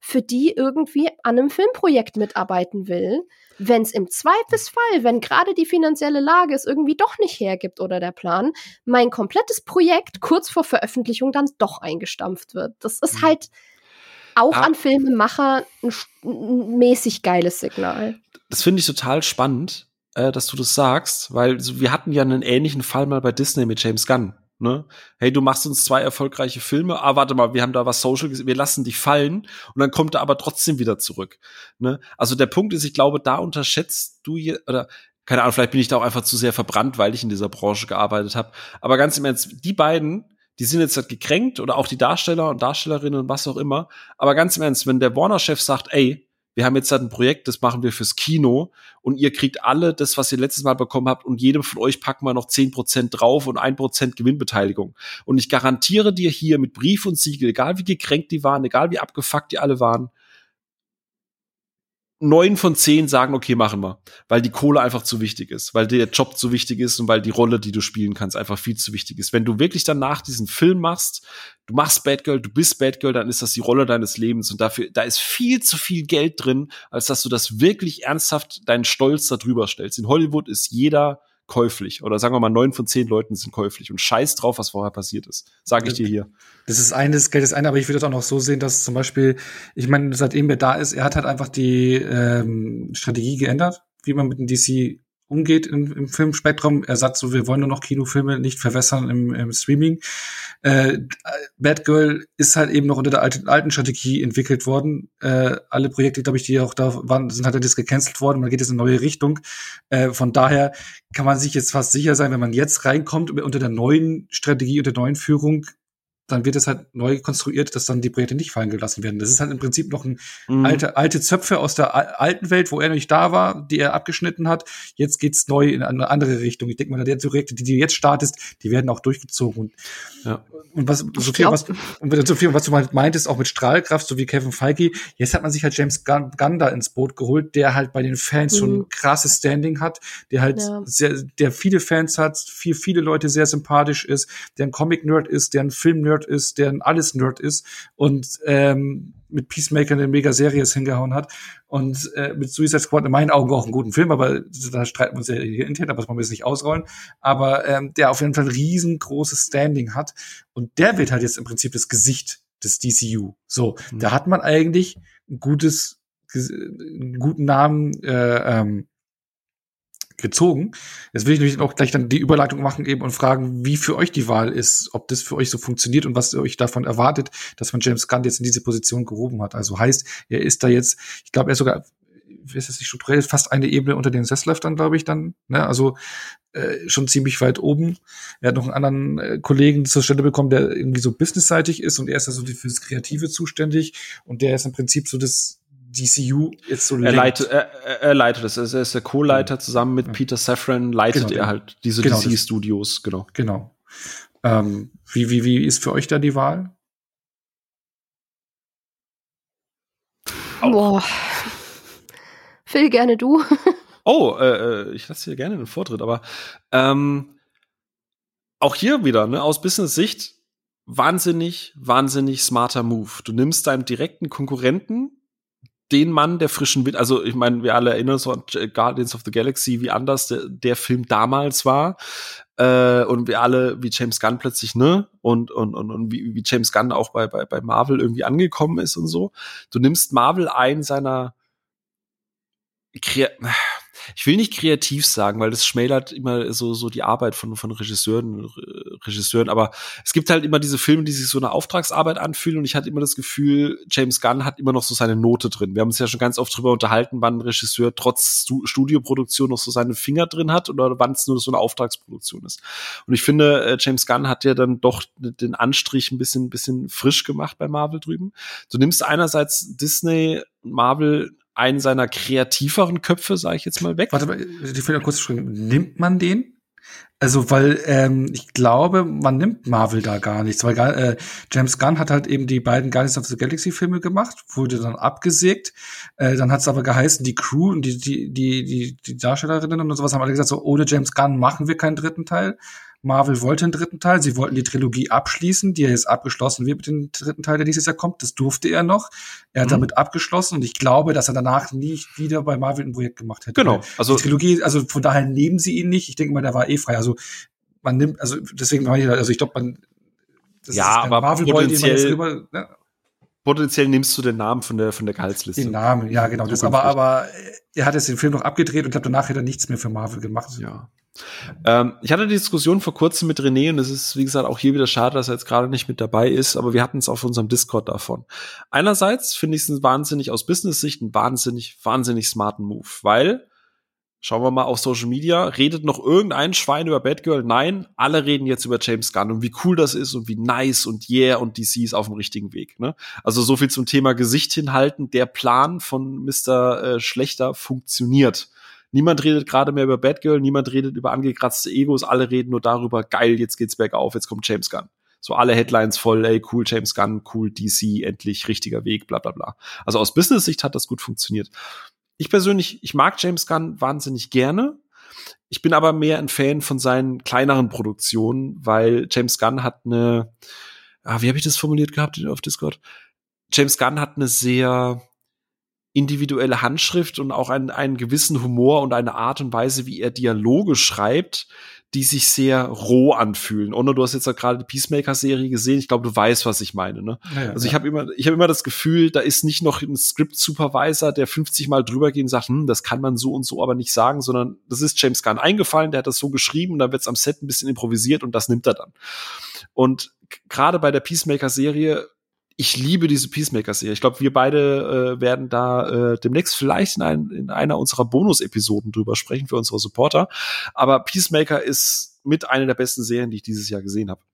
für die irgendwie an einem Filmprojekt mitarbeiten will, wenn es im Zweifelsfall, wenn gerade die finanzielle Lage es irgendwie doch nicht hergibt oder der Plan, mein komplettes Projekt kurz vor Veröffentlichung dann doch eingestampft wird. Das ist halt auch an Filmemacher ein mäßig geiles Signal. Das finde ich total spannend, dass du das sagst, weil wir hatten ja einen ähnlichen Fall mal bei Disney mit James Gunn. Ne? Hey, du machst uns 2 erfolgreiche Filme, warte mal, wir haben da was Social gesehen, wir lassen dich fallen und dann kommt er aber trotzdem wieder zurück. Ne? Also der Punkt ist, ich glaube, da unterschätzt du hier, oder keine Ahnung, vielleicht bin ich da auch einfach zu sehr verbrannt, weil ich in dieser Branche gearbeitet habe, aber ganz im Ernst, die beiden, die sind jetzt halt gekränkt oder auch die Darsteller und Darstellerinnen und was auch immer, aber ganz im Ernst, wenn der Warner-Chef sagt, ey, wir haben jetzt halt ein Projekt, das machen wir fürs Kino und ihr kriegt alle das, was ihr letztes Mal bekommen habt und jedem von euch packen wir noch 10% drauf und 1% Gewinnbeteiligung. Und ich garantiere dir hier mit Brief und Siegel, egal wie gekränkt die waren, egal wie abgefuckt die alle waren, 9 von 10 sagen, okay, machen wir. Weil die Kohle einfach zu wichtig ist, weil der Job zu wichtig ist und weil die Rolle, die du spielen kannst, einfach viel zu wichtig ist. Wenn du wirklich danach diesen Film machst, du machst Batgirl, du bist Batgirl, dann ist das die Rolle deines Lebens und dafür, da ist viel zu viel Geld drin, als dass du das wirklich ernsthaft deinen Stolz da drüber stellst. In Hollywood ist jeder käuflich. Oder sagen wir mal, 9 von 10 Leuten sind käuflich. Und scheiß drauf, was vorher passiert ist. Sage ich dir hier. Das ist das Geld ist eine, aber ich würde das auch noch so sehen, dass zum Beispiel, ich meine, seitdem er da ist, er hat halt einfach die Strategie geändert, wie man mit dem DC umgeht im Filmspektrum. Er sagt so, wir wollen nur noch Kinofilme nicht verwässern im Streaming. Batgirl ist halt eben noch unter der alten Strategie entwickelt worden. Alle Projekte, glaube ich, die auch da waren, sind halt jetzt gecancelt worden. Man geht jetzt in eine neue Richtung. Von daher kann man sich jetzt fast sicher sein, wenn man jetzt reinkommt unter der neuen Strategie und der neuen Führung, dann wird es halt neu konstruiert, dass dann die Projekte nicht fallen gelassen werden. Das ist halt im Prinzip noch ein alte Zöpfe aus der alten Welt, wo er noch nicht da war, die er abgeschnitten hat. Jetzt geht's neu in eine andere Richtung. Ich denke mal, die Projekte, die du jetzt startest, die werden auch durchgezogen. Und was du halt meintest, auch mit Strahlkraft, so wie Kevin Feige, jetzt hat man sich halt James Gunn da ins Boot geholt, der halt bei den Fans schon ein krasses Standing hat, der halt der viele Fans hat, viele Leute sehr sympathisch ist, der ein Comic-Nerd ist, der ein Film-Nerd ist, der ein Alles-Nerd ist und mit Peacemaker eine Mega-Serie hingehauen hat und mit Suicide Squad in meinen Augen auch einen guten Film, aber da streiten wir uns ja hier intern, aber das wollen wir jetzt nicht ausrollen, aber der auf jeden Fall ein riesengroßes Standing hat und der wird halt jetzt im Prinzip das Gesicht des DCU. So, da hat man eigentlich einen guten Namen gezogen. Jetzt will ich nämlich auch gleich dann die Überleitung machen eben und fragen, wie für euch die Wahl ist, ob das für euch so funktioniert und was ihr euch davon erwartet, dass man James Gunn jetzt in diese Position gehoben hat. Also heißt, er ist da jetzt, ich glaube, er ist sogar, wie ist das nicht strukturell, fast eine Ebene unter den Sessleftern, glaube ich dann, ne? Also schon ziemlich weit oben. Er hat noch einen anderen Kollegen zur Stelle bekommen, der irgendwie so businessseitig ist und er ist ja so fürs Kreative zuständig und der ist im Prinzip so das DCU jetzt so er leitet es. Er ist der Co-Leiter zusammen mit Peter Safran, leitet er halt diese DC-Studios, Genau. Wie ist für euch da die Wahl? Boah. Phil, gerne du. Ich lasse hier gerne den Vortritt, aber auch hier wieder, ne, aus Business-Sicht, wahnsinnig smarter Move. Du nimmst deinem direkten Konkurrenten den Mann der frischen Wind, also ich meine, wir alle erinnern uns an Guardians of the Galaxy, wie anders der Film damals war, und wir alle, wie James Gunn plötzlich, ne, und wie James Gunn auch bei Marvel irgendwie angekommen ist und so. Du nimmst Marvel seiner ich will nicht kreativ sagen, weil das schmälert immer so die Arbeit von Regisseuren, aber es gibt halt immer diese Filme, die sich so eine Auftragsarbeit anfühlen und ich hatte immer das Gefühl, James Gunn hat immer noch so seine Note drin. Wir haben uns ja schon ganz oft drüber unterhalten, wann ein Regisseur trotz Studioproduktion noch so seine Finger drin hat oder wann es nur so eine Auftragsproduktion ist. Und ich finde, James Gunn hat ja dann doch den Anstrich ein bisschen frisch gemacht bei Marvel drüben. Du nimmst einerseits Disney und Marvel einen seiner kreativeren Köpfe, sage ich jetzt mal, weg. Warte mal, ich will ja kurz schreiben. Nimmt man den? Also, weil ich glaube, man nimmt Marvel da gar nichts, weil James Gunn hat halt eben die beiden Guardians of the Galaxy Filme gemacht, wurde dann abgesägt. Dann hat es aber geheißen, die Crew und die Darstellerinnen und sowas haben alle gesagt, so ohne James Gunn machen wir keinen dritten Teil. Marvel wollte einen dritten Teil. Sie wollten die Trilogie abschließen, die ja jetzt abgeschlossen wird mit dem dritten Teil, der dieses Jahr kommt. Das durfte er noch. Er hat damit abgeschlossen und ich glaube, dass er danach nicht wieder bei Marvel ein Projekt gemacht hätte. Genau. Also die Trilogie, also von daher nehmen sie ihn nicht. Ich denke mal, der war frei. Also man nimmt, also deswegen war ich, also ich glaube, das aber Marvel potenziell, potenziell nimmst du den Namen von der Gehaltsliste. Den Namen, ja, genau. Das, aber er hat jetzt den Film noch abgedreht und ich glaube, danach hat er nichts mehr für Marvel gemacht. Ja. Ich hatte die Diskussion vor kurzem mit René und es ist, wie gesagt, auch hier wieder schade, dass er jetzt gerade nicht mit dabei ist, aber wir hatten es auf unserem Discord davon. Einerseits finde ich es aus Business-Sicht einen wahnsinnig smarten Move, weil schauen wir mal auf Social Media. Redet noch irgendein Schwein über Batgirl? Nein, alle reden jetzt über James Gunn und wie cool das ist und wie nice und yeah und DC ist auf dem richtigen Weg. Ne? Also so viel zum Thema Gesicht hinhalten. Der Plan von Mr. Schlechter funktioniert. Niemand redet gerade mehr über Batgirl, niemand redet über angekratzte Egos, alle reden nur darüber, geil, jetzt geht's bergauf, jetzt kommt James Gunn. So alle Headlines voll, ey, cool James Gunn, cool DC, endlich richtiger Weg, bla bla bla. Also aus Business-Sicht hat das gut funktioniert. Ich persönlich, ich mag James Gunn wahnsinnig gerne. Ich bin aber mehr ein Fan von seinen kleineren Produktionen, weil James Gunn hat wie habe ich das formuliert gehabt auf Discord? James Gunn hat eine sehr individuelle Handschrift und auch einen gewissen Humor und eine Art und Weise, wie er Dialoge schreibt, die sich sehr roh anfühlen. Onno, du hast jetzt gerade die Peacemaker-Serie gesehen. Ich glaube, du weißt, was ich meine. Ne? Ja, also ich habe immer das Gefühl, da ist nicht noch ein Script-Supervisor, der 50 Mal drüber geht und sagt, das kann man so und so aber nicht sagen, sondern das ist James Gunn eingefallen, der hat das so geschrieben und dann wird's am Set ein bisschen improvisiert und das nimmt er dann. Und gerade bei der Peacemaker-Serie, ich liebe diese Peacemaker-Serie. Ich glaube, wir beide werden da demnächst vielleicht in einer unserer Bonus-Episoden drüber sprechen für unsere Supporter. Aber Peacemaker ist mit einer der besten Serien, die ich dieses Jahr gesehen habe.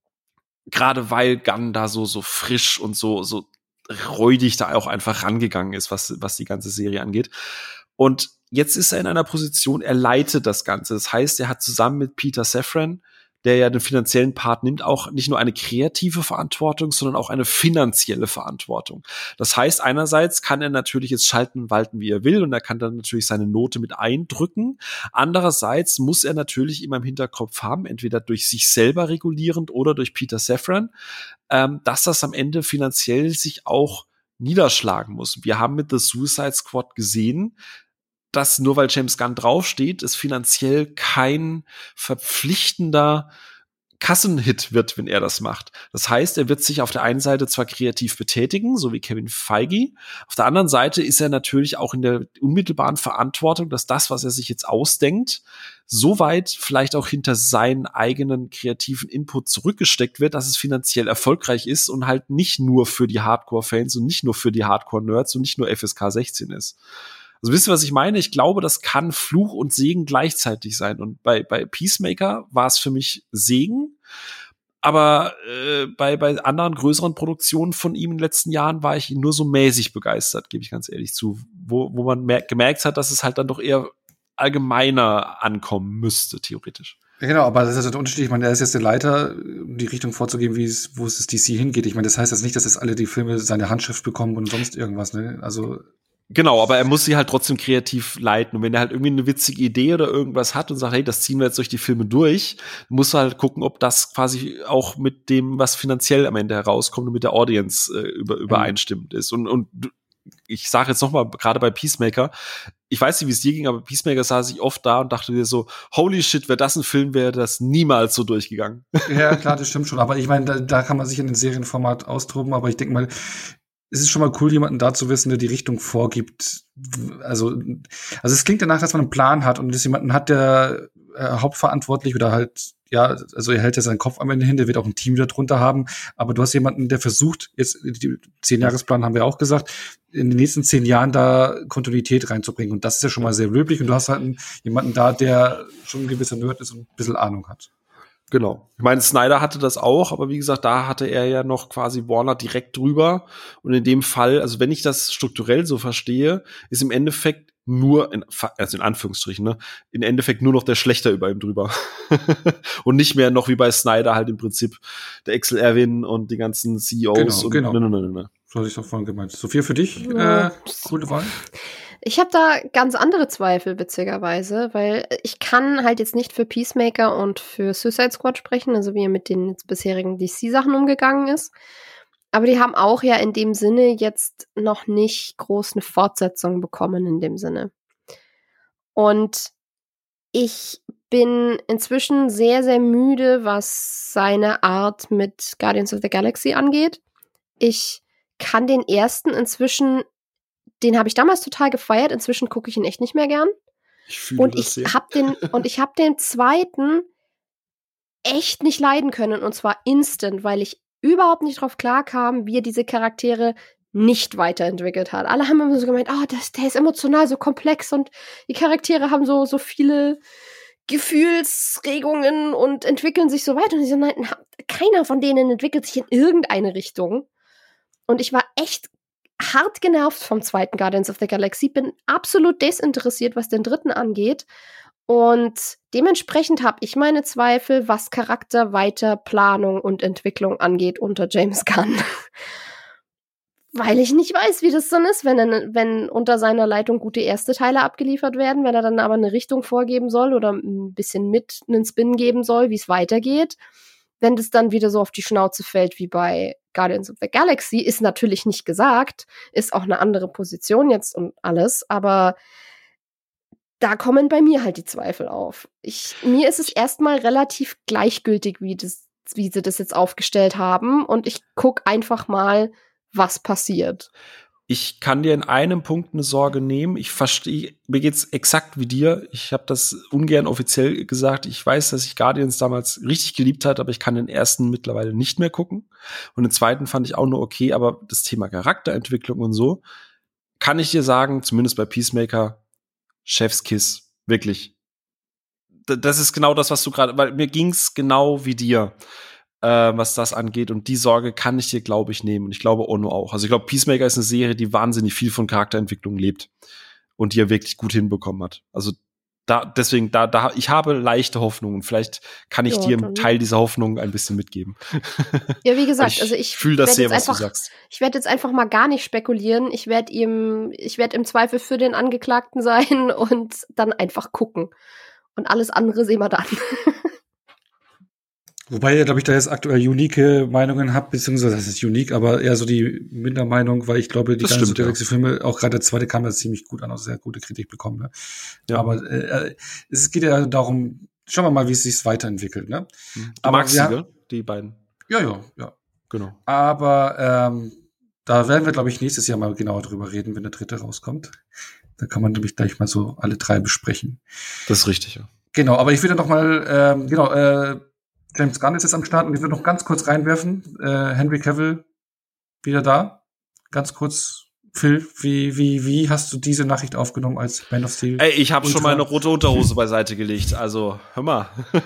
Gerade weil Gunn da so frisch und so räudig da auch einfach rangegangen ist, was die ganze Serie angeht. Und jetzt ist er in einer Position, er leitet das Ganze. Das heißt, er hat zusammen mit Peter Safran, der ja den finanziellen Part nimmt, auch nicht nur eine kreative Verantwortung, sondern auch eine finanzielle Verantwortung. Das heißt, einerseits kann er natürlich jetzt schalten und walten, wie er will, und er kann dann natürlich seine Note mit eindrücken. Andererseits muss er natürlich immer im Hinterkopf haben, entweder durch sich selber regulierend oder durch Peter Safran, dass das am Ende finanziell sich auch niederschlagen muss. Wir haben mit The Suicide Squad gesehen, dass nur weil James Gunn draufsteht, es finanziell kein verpflichtender Kassenhit wird, wenn er das macht. Das heißt, er wird sich auf der einen Seite zwar kreativ betätigen, so wie Kevin Feige, auf der anderen Seite ist er natürlich auch in der unmittelbaren Verantwortung, dass das, was er sich jetzt ausdenkt, so weit vielleicht auch hinter seinen eigenen kreativen Input zurückgesteckt wird, dass es finanziell erfolgreich ist und halt nicht nur für die Hardcore-Fans und nicht nur für die Hardcore-Nerds und nicht nur FSK 16 ist. Also wisst ihr, was ich meine? Ich glaube, das kann Fluch und Segen gleichzeitig sein. Und bei Peacemaker war es für mich Segen. Aber bei anderen größeren Produktionen von ihm in den letzten Jahren war ich nur so mäßig begeistert, gebe ich ganz ehrlich zu. Wo man gemerkt hat, dass es halt dann doch eher allgemeiner ankommen müsste, theoretisch. Ja, genau, aber das ist halt der Unterschied. Ich meine, er ist jetzt der Leiter, um die Richtung vorzugeben, wo es das DC hingeht. Ich meine, das heißt jetzt nicht, dass jetzt alle die Filme seine Handschrift bekommen und sonst irgendwas, ne? Also genau, aber er muss sie halt trotzdem kreativ leiten. Und wenn er halt irgendwie eine witzige Idee oder irgendwas hat und sagt, hey, das ziehen wir jetzt durch die Filme durch, muss er halt gucken, ob das quasi auch mit dem, was finanziell am Ende herauskommt und mit der Audience übereinstimmend ist. Und ich sage jetzt noch mal, gerade bei Peacemaker, ich weiß nicht, wie es dir ging, aber Peacemaker saß ich oft da und dachte mir so, holy shit, wäre das ein Film, wäre das niemals so durchgegangen. Ja, klar, das stimmt schon. Aber ich meine, da kann man sich in den Serienformat austoben, aber ich denke mal, es ist schon mal cool, jemanden da zu wissen, der die Richtung vorgibt. Also es klingt danach, dass man einen Plan hat und dass jemanden hat, der hauptverantwortlich oder halt, ja, also er hält ja seinen Kopf am Ende hin, der wird auch ein Team darunter haben, aber du hast jemanden, der versucht, jetzt, die 10-Jahresplan haben wir auch gesagt, in den nächsten 10 Jahren da Kontinuität reinzubringen und das ist ja schon mal sehr löblich und du hast halt jemanden da, der schon ein gewisser Nerd ist und ein bisschen Ahnung hat. Genau. Ich meine, Snyder hatte das auch, aber wie gesagt, da hatte er ja noch quasi Warner direkt drüber. Und in dem Fall, also wenn ich das strukturell so verstehe, ist im Endeffekt nur, also in Anführungsstrichen, ne, im Endeffekt nur noch der Schlechter über ihm drüber. Und nicht mehr noch wie bei Snyder halt im Prinzip der Axel Erwin und die ganzen CEOs. Genau. Ne. So hatte ich doch vorhin gemeint. Sophia, für dich, coole Wahl? Ich habe da ganz andere Zweifel, witzigerweise, weil ich kann halt jetzt nicht für Peacemaker und für Suicide Squad sprechen, also wie er mit den jetzt bisherigen DC-Sachen umgegangen ist. Aber die haben auch ja in dem Sinne jetzt noch nicht groß eine Fortsetzung bekommen in dem Sinne. Und ich bin inzwischen sehr, sehr müde, was seine Art mit Guardians of the Galaxy angeht. Ich kann den ersten inzwischen, den habe ich damals total gefeiert, inzwischen gucke ich ihn echt nicht mehr gern. Ich fühle das sehr. Und ich habe den zweiten echt nicht leiden können, und zwar instant, weil ich überhaupt nicht drauf klarkam, wie er diese Charaktere nicht weiterentwickelt hat. Alle haben immer so gemeint, der ist emotional so komplex und die Charaktere haben so viele Gefühlsregungen und entwickeln sich so weiter. Und ich so, nein, keiner von denen entwickelt sich in irgendeine Richtung. Und ich war echt hart genervt vom zweiten Guardians of the Galaxy, bin absolut desinteressiert, was den dritten angeht. Und dementsprechend habe ich meine Zweifel, was Charakterweiterplanung und Entwicklung angeht unter James Gunn. Weil ich nicht weiß, wie das dann ist, wenn unter seiner Leitung gute erste Teile abgeliefert werden, wenn er dann aber eine Richtung vorgeben soll oder ein bisschen mit einen Spin geben soll, wie es weitergeht. Wenn das dann wieder so auf die Schnauze fällt wie bei Guardians of the Galaxy, ist natürlich nicht gesagt, ist auch eine andere Position jetzt und alles, aber da kommen bei mir halt die Zweifel auf. Mir ist es erstmal relativ gleichgültig, wie sie das jetzt aufgestellt haben, und ich gucke einfach mal, was passiert. Ich kann dir in einem Punkt eine Sorge nehmen. Ich verstehe, mir geht's exakt wie dir. Ich habe das ungern offiziell gesagt. Ich weiß, dass ich Guardians damals richtig geliebt hat, aber ich kann den ersten mittlerweile nicht mehr gucken. Und den zweiten fand ich auch nur okay, aber das Thema Charakterentwicklung und so, kann ich dir sagen, zumindest bei Peacemaker, Chefskiss, wirklich. Das ist genau das, was du gerade, weil mir ging's genau wie dir, was das angeht. Und die Sorge kann ich dir, glaube ich, nehmen. Und ich glaube Ono auch. Also ich glaube, Peacemaker ist eine Serie, die wahnsinnig viel von Charakterentwicklung lebt und die er wirklich gut hinbekommen hat. Also deswegen, ich habe leichte Hoffnungen. Vielleicht kann ich dir einen Teil dieser Hoffnung ein bisschen mitgeben. Ja, wie gesagt, also ich fühle das sehr, was du sagst. Ich werde jetzt einfach mal gar nicht spekulieren. Ich werde im Zweifel für den Angeklagten sein und dann einfach gucken. Und alles andere sehen wir dann. Wobei ihr, glaube ich, da jetzt aktuell unique Meinungen habt, beziehungsweise das ist unique, aber eher so die Mindermeinung, weil ich glaube, die ganzen Galaxy-Filme, auch gerade der zweite kam ja ziemlich gut an, also sehr gute Kritik bekommen. Ne? Ja. Aber es geht ja darum, schauen wir mal, wie es sich weiterentwickelt. Ne? Du magst sie, die beiden? Ja. Genau. Aber da werden wir, glaube ich, nächstes Jahr mal genauer drüber reden, wenn der dritte rauskommt. Da kann man nämlich gleich mal so alle drei besprechen. Das ist richtig, ja. Genau, aber ich würde noch mal, James Gunn ist jetzt am Start und ich würde noch ganz kurz reinwerfen. Henry Cavill wieder da. Ganz kurz, Phil, wie hast du diese Nachricht aufgenommen als Man of Steel? Ey, ich habe schon mal eine rote Unterhose beiseite gelegt. Also, hör mal.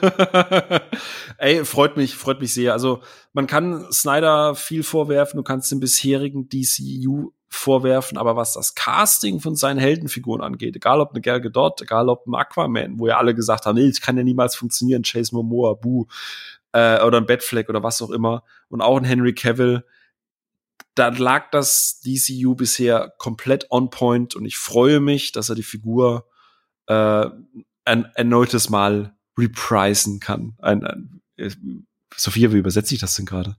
Ey, freut mich sehr. Also, man kann Snyder viel vorwerfen, du kannst den bisherigen DCU vorwerfen, aber was das Casting von seinen Heldenfiguren angeht, egal ob eine Gal Gadot, egal ob ein Aquaman, wo ja alle gesagt haben, nee, das kann ja niemals funktionieren, Chase Momoa, oder ein Batfleck oder was auch immer, und auch ein Henry Cavill, da lag das DCU bisher komplett on point, und ich freue mich, dass er die Figur ein erneutes Mal reprisen kann. Sophia, wie übersetze ich das denn gerade?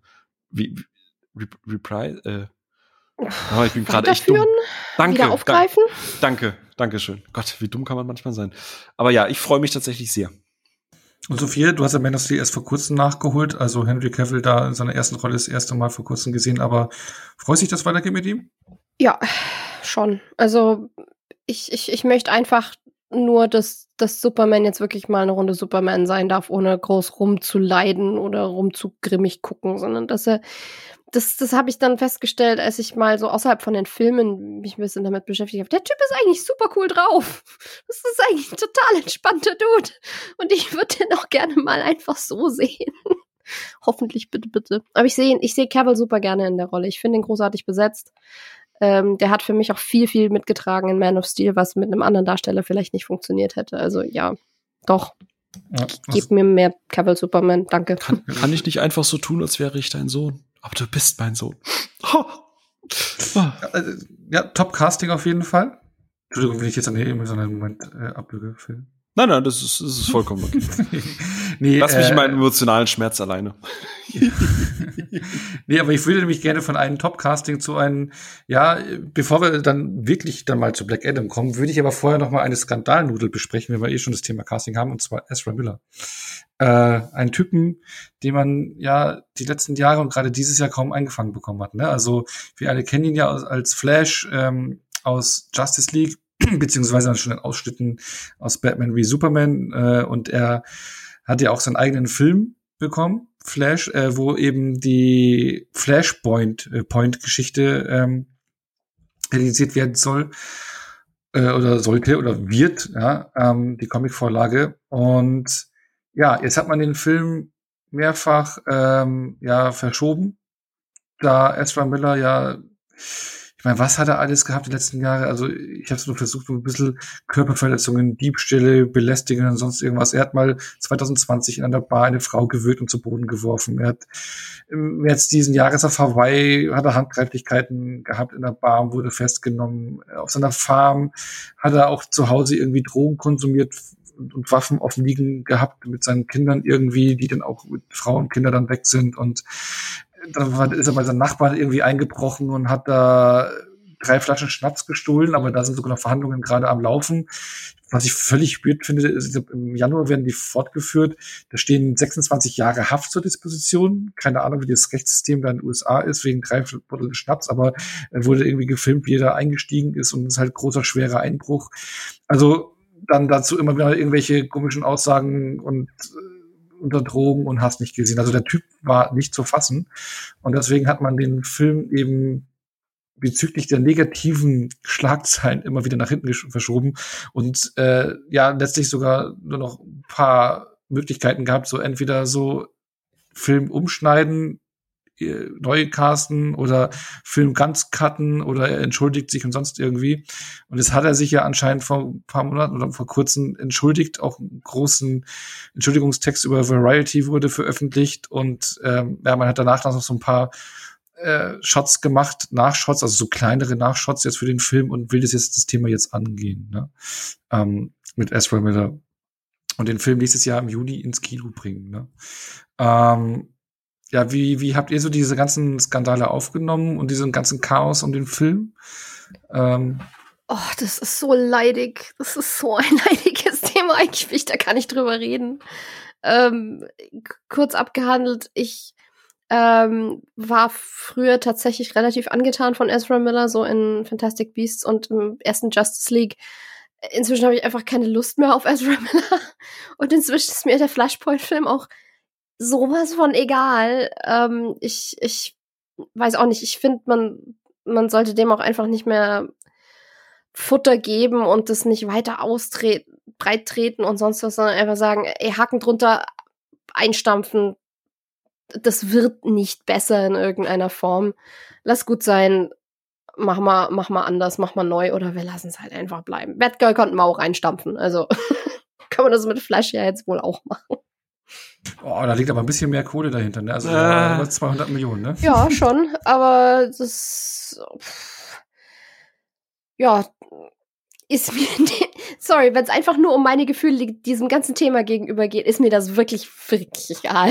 Reprise? Ich bin gerade echt dumm. Danke. Wieder aufgreifen? Danke schön. Gott, wie dumm kann man manchmal sein. Aber ja, ich freue mich tatsächlich sehr. Und Sophia, du hast ja Man of Steel erst vor kurzem nachgeholt, also Henry Cavill da in seiner ersten Rolle das erste Mal vor kurzem gesehen, aber freut sich, dass es weitergeht mit ihm? Ja, schon. Also ich möchte einfach nur, dass Superman jetzt wirklich mal eine Runde Superman sein darf, ohne groß rumzuleiden oder rumzugrimmig gucken, sondern dass er das habe ich dann festgestellt, als ich mal so außerhalb von den Filmen mich ein bisschen damit beschäftigt habe. Der Typ ist eigentlich super cool drauf. Das ist eigentlich ein total entspannter Dude. Und ich würde den auch gerne mal einfach so sehen. Hoffentlich, bitte. Aber ich sehe Cavill super gerne in der Rolle. Ich finde ihn großartig besetzt. Der hat für mich auch viel mitgetragen in Man of Steel, was mit einem anderen Darsteller vielleicht nicht funktioniert hätte. Also ja, doch. Ja, gib mir mehr Cavill Superman, danke. Kann ich nicht einfach so tun, als wäre ich dein Sohn? Aber du bist mein Sohn. Ja, Top-Casting auf jeden Fall. Entschuldigung, wenn ich jetzt an den emotionalen Moment abbüge, Phil. Nein, das ist vollkommen okay. Nee, Lass mich in meinen emotionalen Schmerz alleine. Nee, aber ich würde nämlich gerne von einem Top-Casting zu einem, ja, bevor wir dann wirklich dann mal zu Black Adam kommen, würde ich aber vorher noch mal eine Skandalnudel besprechen, wenn wir eh schon das Thema Casting haben, und zwar Ezra Miller. Einen Typen, den man ja die letzten Jahre und gerade dieses Jahr kaum eingefangen bekommen hat. Ne? Also wir alle kennen ihn ja als Flash aus Justice League, beziehungsweise dann schon in Ausschnitten aus Batman wie Superman. Und er hat ja auch seinen eigenen Film bekommen, Flash, wo eben die Flashpoint-Geschichte realisiert werden soll oder sollte oder wird, ja, die Comicvorlage. Und ja, jetzt hat man den Film mehrfach ja verschoben, da Ezra Miller ja, ich meine, was hat er alles gehabt die letzten Jahre? Also ich habe es nur versucht, so ein bisschen Körperverletzungen, Diebstähle, Belästigungen und sonst irgendwas. Er hat mal 2020 in einer Bar eine Frau gewürgt und zu Boden geworfen. Er hat im März diesen Jahres auf Hawaii hat er Handgreiflichkeiten gehabt in der Bar, wurde festgenommen. Auf seiner Farm hat er auch zu Hause irgendwie Drogen konsumiert und Waffen offen liegen gehabt mit seinen Kindern irgendwie, die dann auch mit Frauen und Kindern dann weg sind. Und dann ist er bei seinem Nachbarn irgendwie eingebrochen und hat da 3 Flaschen Schnaps gestohlen, aber da sind sogar noch Verhandlungen gerade am Laufen. Was ich völlig weird finde, ist, im Januar werden die fortgeführt. Da stehen 26 Jahre Haft zur Disposition. Keine Ahnung, wie das Rechtssystem da in den USA ist, wegen 3 Bottle Schnaps, aber er wurde irgendwie gefilmt, wie er da eingestiegen ist, und es ist halt großer, schwerer Einbruch. Also dann dazu immer wieder irgendwelche komischen Aussagen und unter Drogen und hast nicht gesehen. Also der Typ war nicht zu fassen. Und deswegen hat man den Film eben bezüglich der negativen Schlagzeilen immer wieder nach hinten verschoben und ja, letztlich sogar nur noch ein paar Möglichkeiten gehabt, so entweder so Film umschneiden, neu casten oder Film ganz cutten oder er entschuldigt sich und sonst irgendwie. Und das hat er sich ja anscheinend vor ein paar Monaten oder vor kurzem entschuldigt. Auch einen großen Entschuldigungstext über Variety wurde veröffentlicht und ja, man hat danach noch so ein paar Shots gemacht, Nachshots, also so kleinere Nachshots jetzt für den Film und will das Thema jetzt angehen, ne? Mit Ezra Miller und den Film nächstes Jahr im Juni ins Kino bringen, ne? Ja, wie habt ihr so diese ganzen Skandale aufgenommen und diesen ganzen Chaos um den Film? Oh, das ist so leidig. Das ist so ein leidiges Thema. Eigentlich will ich da gar nicht drüber reden. Kurz abgehandelt, ich war früher tatsächlich relativ angetan von Ezra Miller, so in Fantastic Beasts und im ersten Justice League. Inzwischen habe ich einfach keine Lust mehr auf Ezra Miller. Und inzwischen ist mir der Flashpoint-Film auch sowas von egal. Ich weiß auch nicht, ich finde, man sollte dem auch einfach nicht mehr Futter geben und das nicht weiter breit treten und sonst was, sondern einfach sagen, ey, Haken drunter, einstampfen. Das wird nicht besser in irgendeiner Form. Lass gut sein, mach mal anders, mach mal neu oder wir lassen es halt einfach bleiben. Batgirl konnten wir auch reinstampfen, also kann man das mit Flash ja jetzt wohl auch machen. Oh, da liegt aber ein bisschen mehr Kohle dahinter, ne? Also über 200 Millionen, ne? Ja, schon, aber das ja, ist mir sorry, wenn es einfach nur um meine Gefühle diesem ganzen Thema gegenüber geht, ist mir das wirklich, wirklich egal.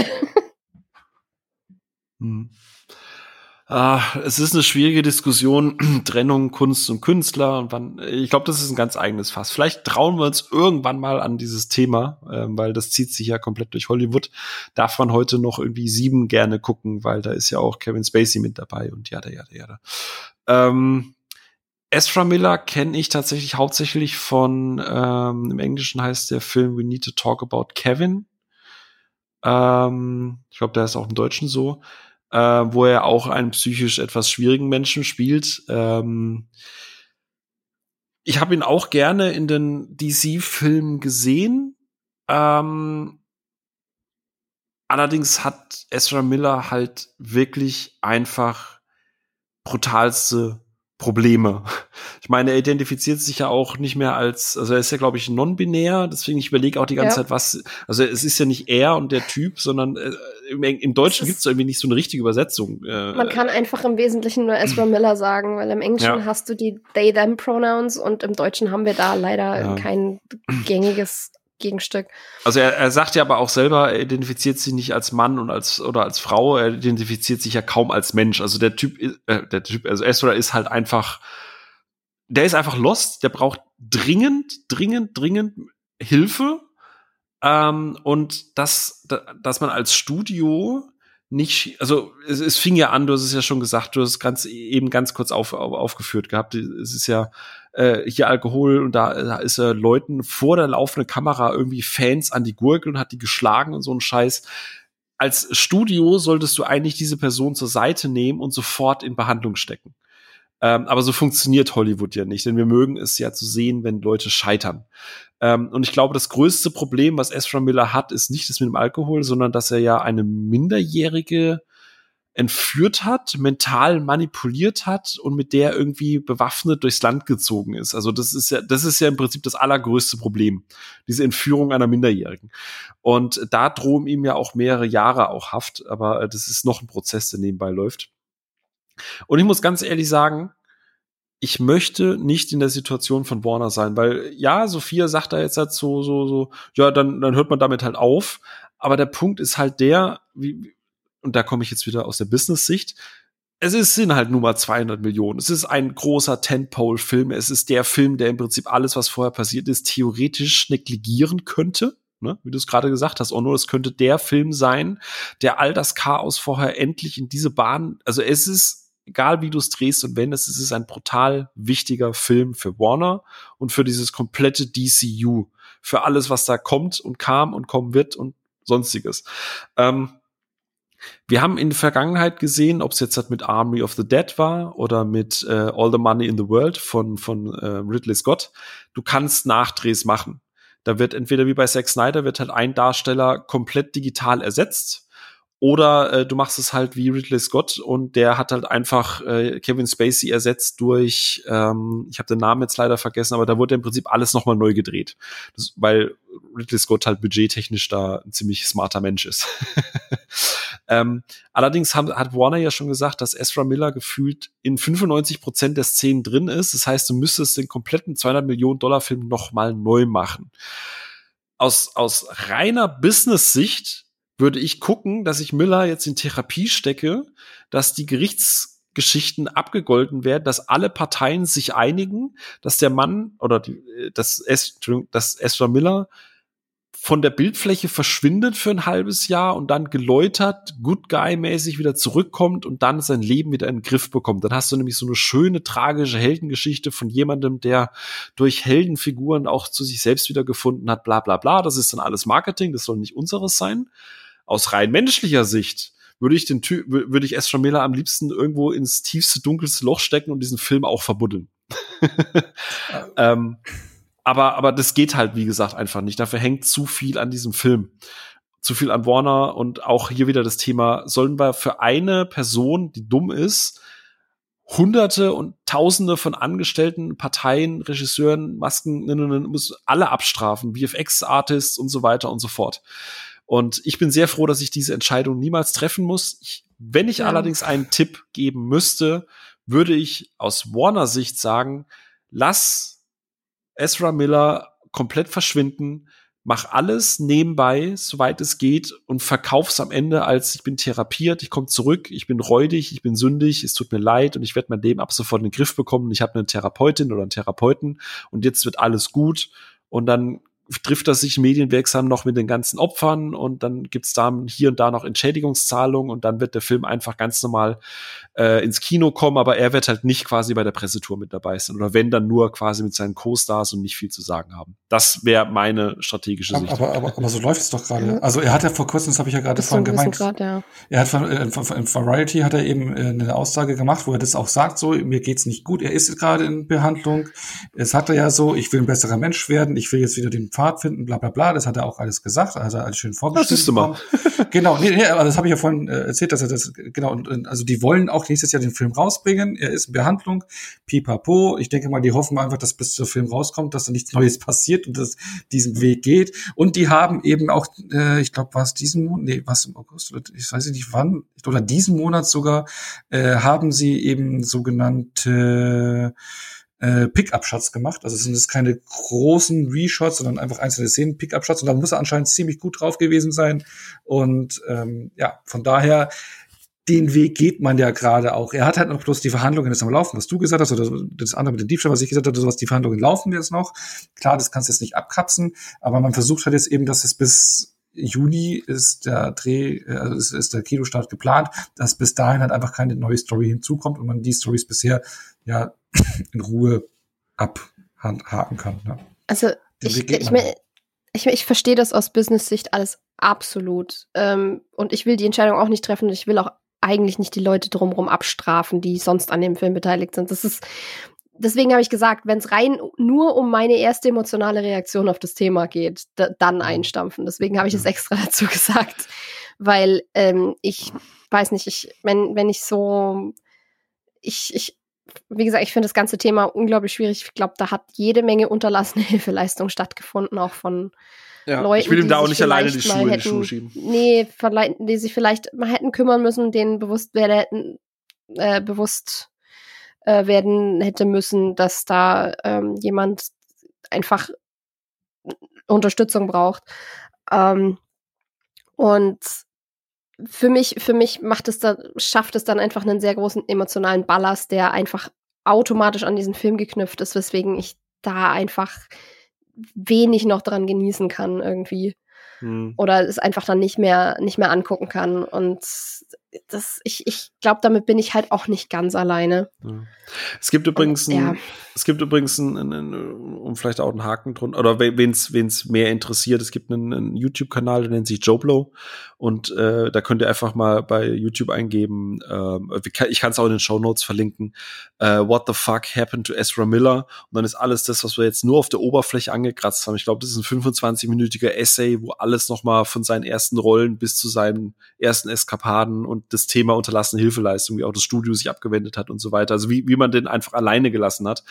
Es ist eine schwierige Diskussion, Trennung Kunst und Künstler und wann. Ich glaube, das ist ein ganz eigenes Fass. Vielleicht trauen wir uns irgendwann mal an dieses Thema, weil das zieht sich ja komplett durch Hollywood. Darf man heute noch irgendwie 7 gerne gucken, weil da ist ja auch Kevin Spacey mit dabei und jada. Ezra Miller kenne ich tatsächlich hauptsächlich von, im Englischen heißt der Film We Need to Talk About Kevin. Ich glaube, der ist auch im Deutschen so. Wo er auch einen psychisch etwas schwierigen Menschen spielt. Ich habe ihn auch gerne in den DC-Filmen gesehen. Allerdings hat Ezra Miller halt wirklich einfach brutalste Probleme. Ich meine, er identifiziert sich ja auch nicht mehr also er ist ja, glaube ich, non-binär, deswegen ich überlege auch die ganze Zeit, also es ist ja nicht er und der Typ, sondern im Deutschen gibt es irgendwie nicht so eine richtige Übersetzung. Man kann einfach im Wesentlichen nur Ezra Miller sagen, weil im Englischen hast du die They-Them-Pronouns und im Deutschen haben wir da leider kein gängiges Gegenstück. Also er sagt ja aber auch selber, er identifiziert sich nicht als Mann und als Frau, er identifiziert sich ja kaum als Mensch. Also der Typ, also Ezra ist halt einfach, der ist einfach lost, der braucht dringend Hilfe. Und dass man als Studio nicht, also es fing ja an, du hast es ja schon gesagt, du hast es eben ganz kurz aufgeführt gehabt, es ist ja hier Alkohol und da ist er Leuten vor der laufenden Kamera irgendwie Fans an die Gurgel und hat die geschlagen und so ein Scheiß. Als Studio solltest du eigentlich diese Person zur Seite nehmen und sofort in Behandlung stecken. Aber so funktioniert Hollywood ja nicht, denn wir mögen es ja zu sehen, wenn Leute scheitern. Und ich glaube, das größte Problem, was Ezra Miller hat, ist nicht das mit dem Alkohol, sondern dass er ja eine Minderjährige entführt hat, mental manipuliert hat und mit der irgendwie bewaffnet durchs Land gezogen ist. Also das ist ja im Prinzip das allergrößte Problem, diese Entführung einer Minderjährigen. Und da drohen ihm ja auch mehrere Jahre auch Haft, aber das ist noch ein Prozess, der nebenbei läuft. Und ich muss ganz ehrlich sagen, ich möchte nicht in der Situation von Warner sein, weil ja, Sophia sagt da jetzt halt so, ja, dann hört man damit halt auf. Aber der Punkt ist halt und da komme ich jetzt wieder aus der Business-Sicht, sind halt nur mal 200 Millionen. Es ist ein großer Tentpole-Film. Es ist der Film, der im Prinzip alles, was vorher passiert ist, theoretisch negligieren könnte. Ne? Wie du es gerade gesagt hast, Onno, es könnte der Film sein, der all das Chaos vorher endlich in diese Bahn, also es ist, egal wie du es drehst und wendest, es ist ein brutal wichtiger Film für Warner und für dieses komplette DCU, für alles, was da kommt und kam und kommen wird und sonstiges. Wir haben in der Vergangenheit gesehen, ob es jetzt mit Army of the Dead war oder mit All the Money in the World von Ridley Scott. Du kannst Nachdrehs machen. Da wird entweder wie bei Zack Snyder wird halt ein Darsteller komplett digital ersetzt oder du machst es halt wie Ridley Scott und der hat halt einfach Kevin Spacey ersetzt durch, ich habe den Namen jetzt leider vergessen, aber da wurde im Prinzip alles nochmal neu gedreht. Weil Ridley Scott halt budgettechnisch da ein ziemlich smarter Mensch ist. Allerdings hat Warner ja schon gesagt, dass Ezra Miller gefühlt in 95% der Szenen drin ist. Das heißt, du müsstest den kompletten $200 Millionen Film nochmal neu machen. Aus reiner Business-Sicht würde ich gucken, dass ich Miller jetzt in Therapie stecke, dass die Gerichtsgeschichten abgegolten werden, dass alle Parteien sich einigen, dass der Mann oder dass Ezra Miller von der Bildfläche verschwindet für ein halbes Jahr und dann geläutert, Good Guy-mäßig wieder zurückkommt und dann sein Leben wieder in den Griff bekommt. Dann hast du nämlich so eine schöne, tragische Heldengeschichte von jemandem, der durch Heldenfiguren auch zu sich selbst wieder gefunden hat, bla bla bla. Das ist dann alles Marketing, das soll nicht unseres sein. Aus rein menschlicher Sicht würde ich Ezra Miller am liebsten irgendwo ins tiefste, dunkelste Loch stecken und diesen Film auch verbuddeln. Aber das geht halt, wie gesagt, einfach nicht. Dafür hängt zu viel an diesem Film. Zu viel an Warner und auch hier wieder das Thema, sollen wir für eine Person, die dumm ist, Hunderte und Tausende von Angestellten, Parteien, Regisseuren, Masken, muss alle abstrafen, VFX-Artists und so weiter und so fort. Und ich bin sehr froh, dass ich diese Entscheidung niemals treffen muss. Wenn ich allerdings einen Tipp geben müsste, würde ich aus Warner-Sicht sagen, lass Ezra Miller komplett verschwinden, mach alles nebenbei, soweit es geht, und verkauf's am Ende als ich bin therapiert, ich komme zurück, ich bin räudig, ich bin sündig, es tut mir leid und ich werde mein Leben ab sofort in den Griff bekommen. Ich habe eine Therapeutin oder einen Therapeuten und jetzt wird alles gut und dann trifft das sich medienwirksam noch mit den ganzen Opfern und dann gibt's da hier und da noch Entschädigungszahlungen und dann wird der Film einfach ganz normal ins Kino kommen, aber er wird halt nicht quasi bei der Pressetour mit dabei sein oder wenn, dann nur quasi mit seinen Co-Stars und nicht viel zu sagen haben. Das wäre meine strategische Sicht. Aber so läuft es doch gerade. Also er hat ja vor kurzem, das habe ich ja gerade vorhin gemeint, er hat in Variety hat er eben eine Aussage gemacht, wo er das auch sagt, so, mir geht's nicht gut, er ist gerade in Behandlung, es hat er ja so, ich will ein besserer Mensch werden, ich will jetzt wieder den Pfad finden, bla bla bla, das hat er auch alles gesagt, also alles schön vorgestellt. Das ist immer. Genau, nee, aber das habe ich ja vorhin erzählt, dass er das, genau, und also die wollen auch nächstes Jahr den Film rausbringen, er ist in Behandlung, pipapo, ich denke mal, die hoffen einfach, dass bis der Film rauskommt, dass da nichts Neues passiert und dass diesen Weg geht, und die haben eben auch, ich glaube, war es diesen Monat, nee, was im August, oder ich weiß nicht wann, oder diesen Monat sogar, haben sie eben sogenannte Pick-up-Shots gemacht. Also es sind jetzt keine großen Reshots, sondern einfach einzelne Szenen, Pick-up-Shots. Und da muss er anscheinend ziemlich gut drauf gewesen sein. Und ja, von daher, den Weg geht man ja gerade auch. Er hat halt noch bloß die Verhandlungen jetzt am Laufen, was du gesagt hast, oder das andere mit dem Diebstahl, was ich gesagt habe, sowas, die Verhandlungen laufen jetzt noch. Klar, das kannst du jetzt nicht abkapsen, aber man versucht halt jetzt eben, dass es bis Juni ist der Dreh, also ist der Kinostart geplant, dass bis dahin halt einfach keine neue Story hinzukommt und man die Storys bisher ja in Ruhe abhaken kann. Ne? Also ich verstehe das aus Business-Sicht alles absolut. Und ich will die Entscheidung auch nicht treffen und ich will auch eigentlich nicht die Leute drumherum abstrafen, die sonst an dem Film beteiligt sind. Deswegen habe ich gesagt, wenn es rein nur um meine erste emotionale Reaktion auf das Thema geht, dann einstampfen. Deswegen habe ich es extra dazu gesagt. Weil ich weiß nicht, wenn ich so, wie gesagt, ich finde das ganze Thema unglaublich schwierig. Ich glaube, da hat jede Menge unterlassene Hilfeleistung stattgefunden, auch von Leuten, ich will ihm da auch nicht alleine die Schuhe in die Schuhe schieben. Nee, die sich vielleicht mal hätten kümmern müssen, denen bewusst werden hätte müssen, dass da jemand einfach Unterstützung braucht. Und für mich schafft es dann einfach einen sehr großen emotionalen Ballast, der einfach automatisch an diesen Film geknüpft ist, weswegen ich da einfach wenig noch dran genießen kann irgendwie. Oder es einfach dann nicht mehr angucken kann. Und ich glaube, damit bin ich halt auch nicht ganz alleine. Ja. Es gibt übrigens um vielleicht auch einen Haken drunter, oder wen's mehr interessiert, es gibt einen YouTube-Kanal, der nennt sich Joblo, und da könnt ihr einfach mal bei YouTube eingeben, ich kann es auch in den Shownotes verlinken, What the fuck happened to Ezra Miller, und dann ist alles das, was wir jetzt nur auf der Oberfläche angekratzt haben. Ich glaube, das ist ein 25-minütiger Essay, wo alles nochmal von seinen ersten Rollen bis zu seinen ersten Eskapaden und das Thema unterlassene Hilfeleistung, wie auch das Studio sich abgewendet hat und so weiter. Also wie man den einfach alleine gelassen hat.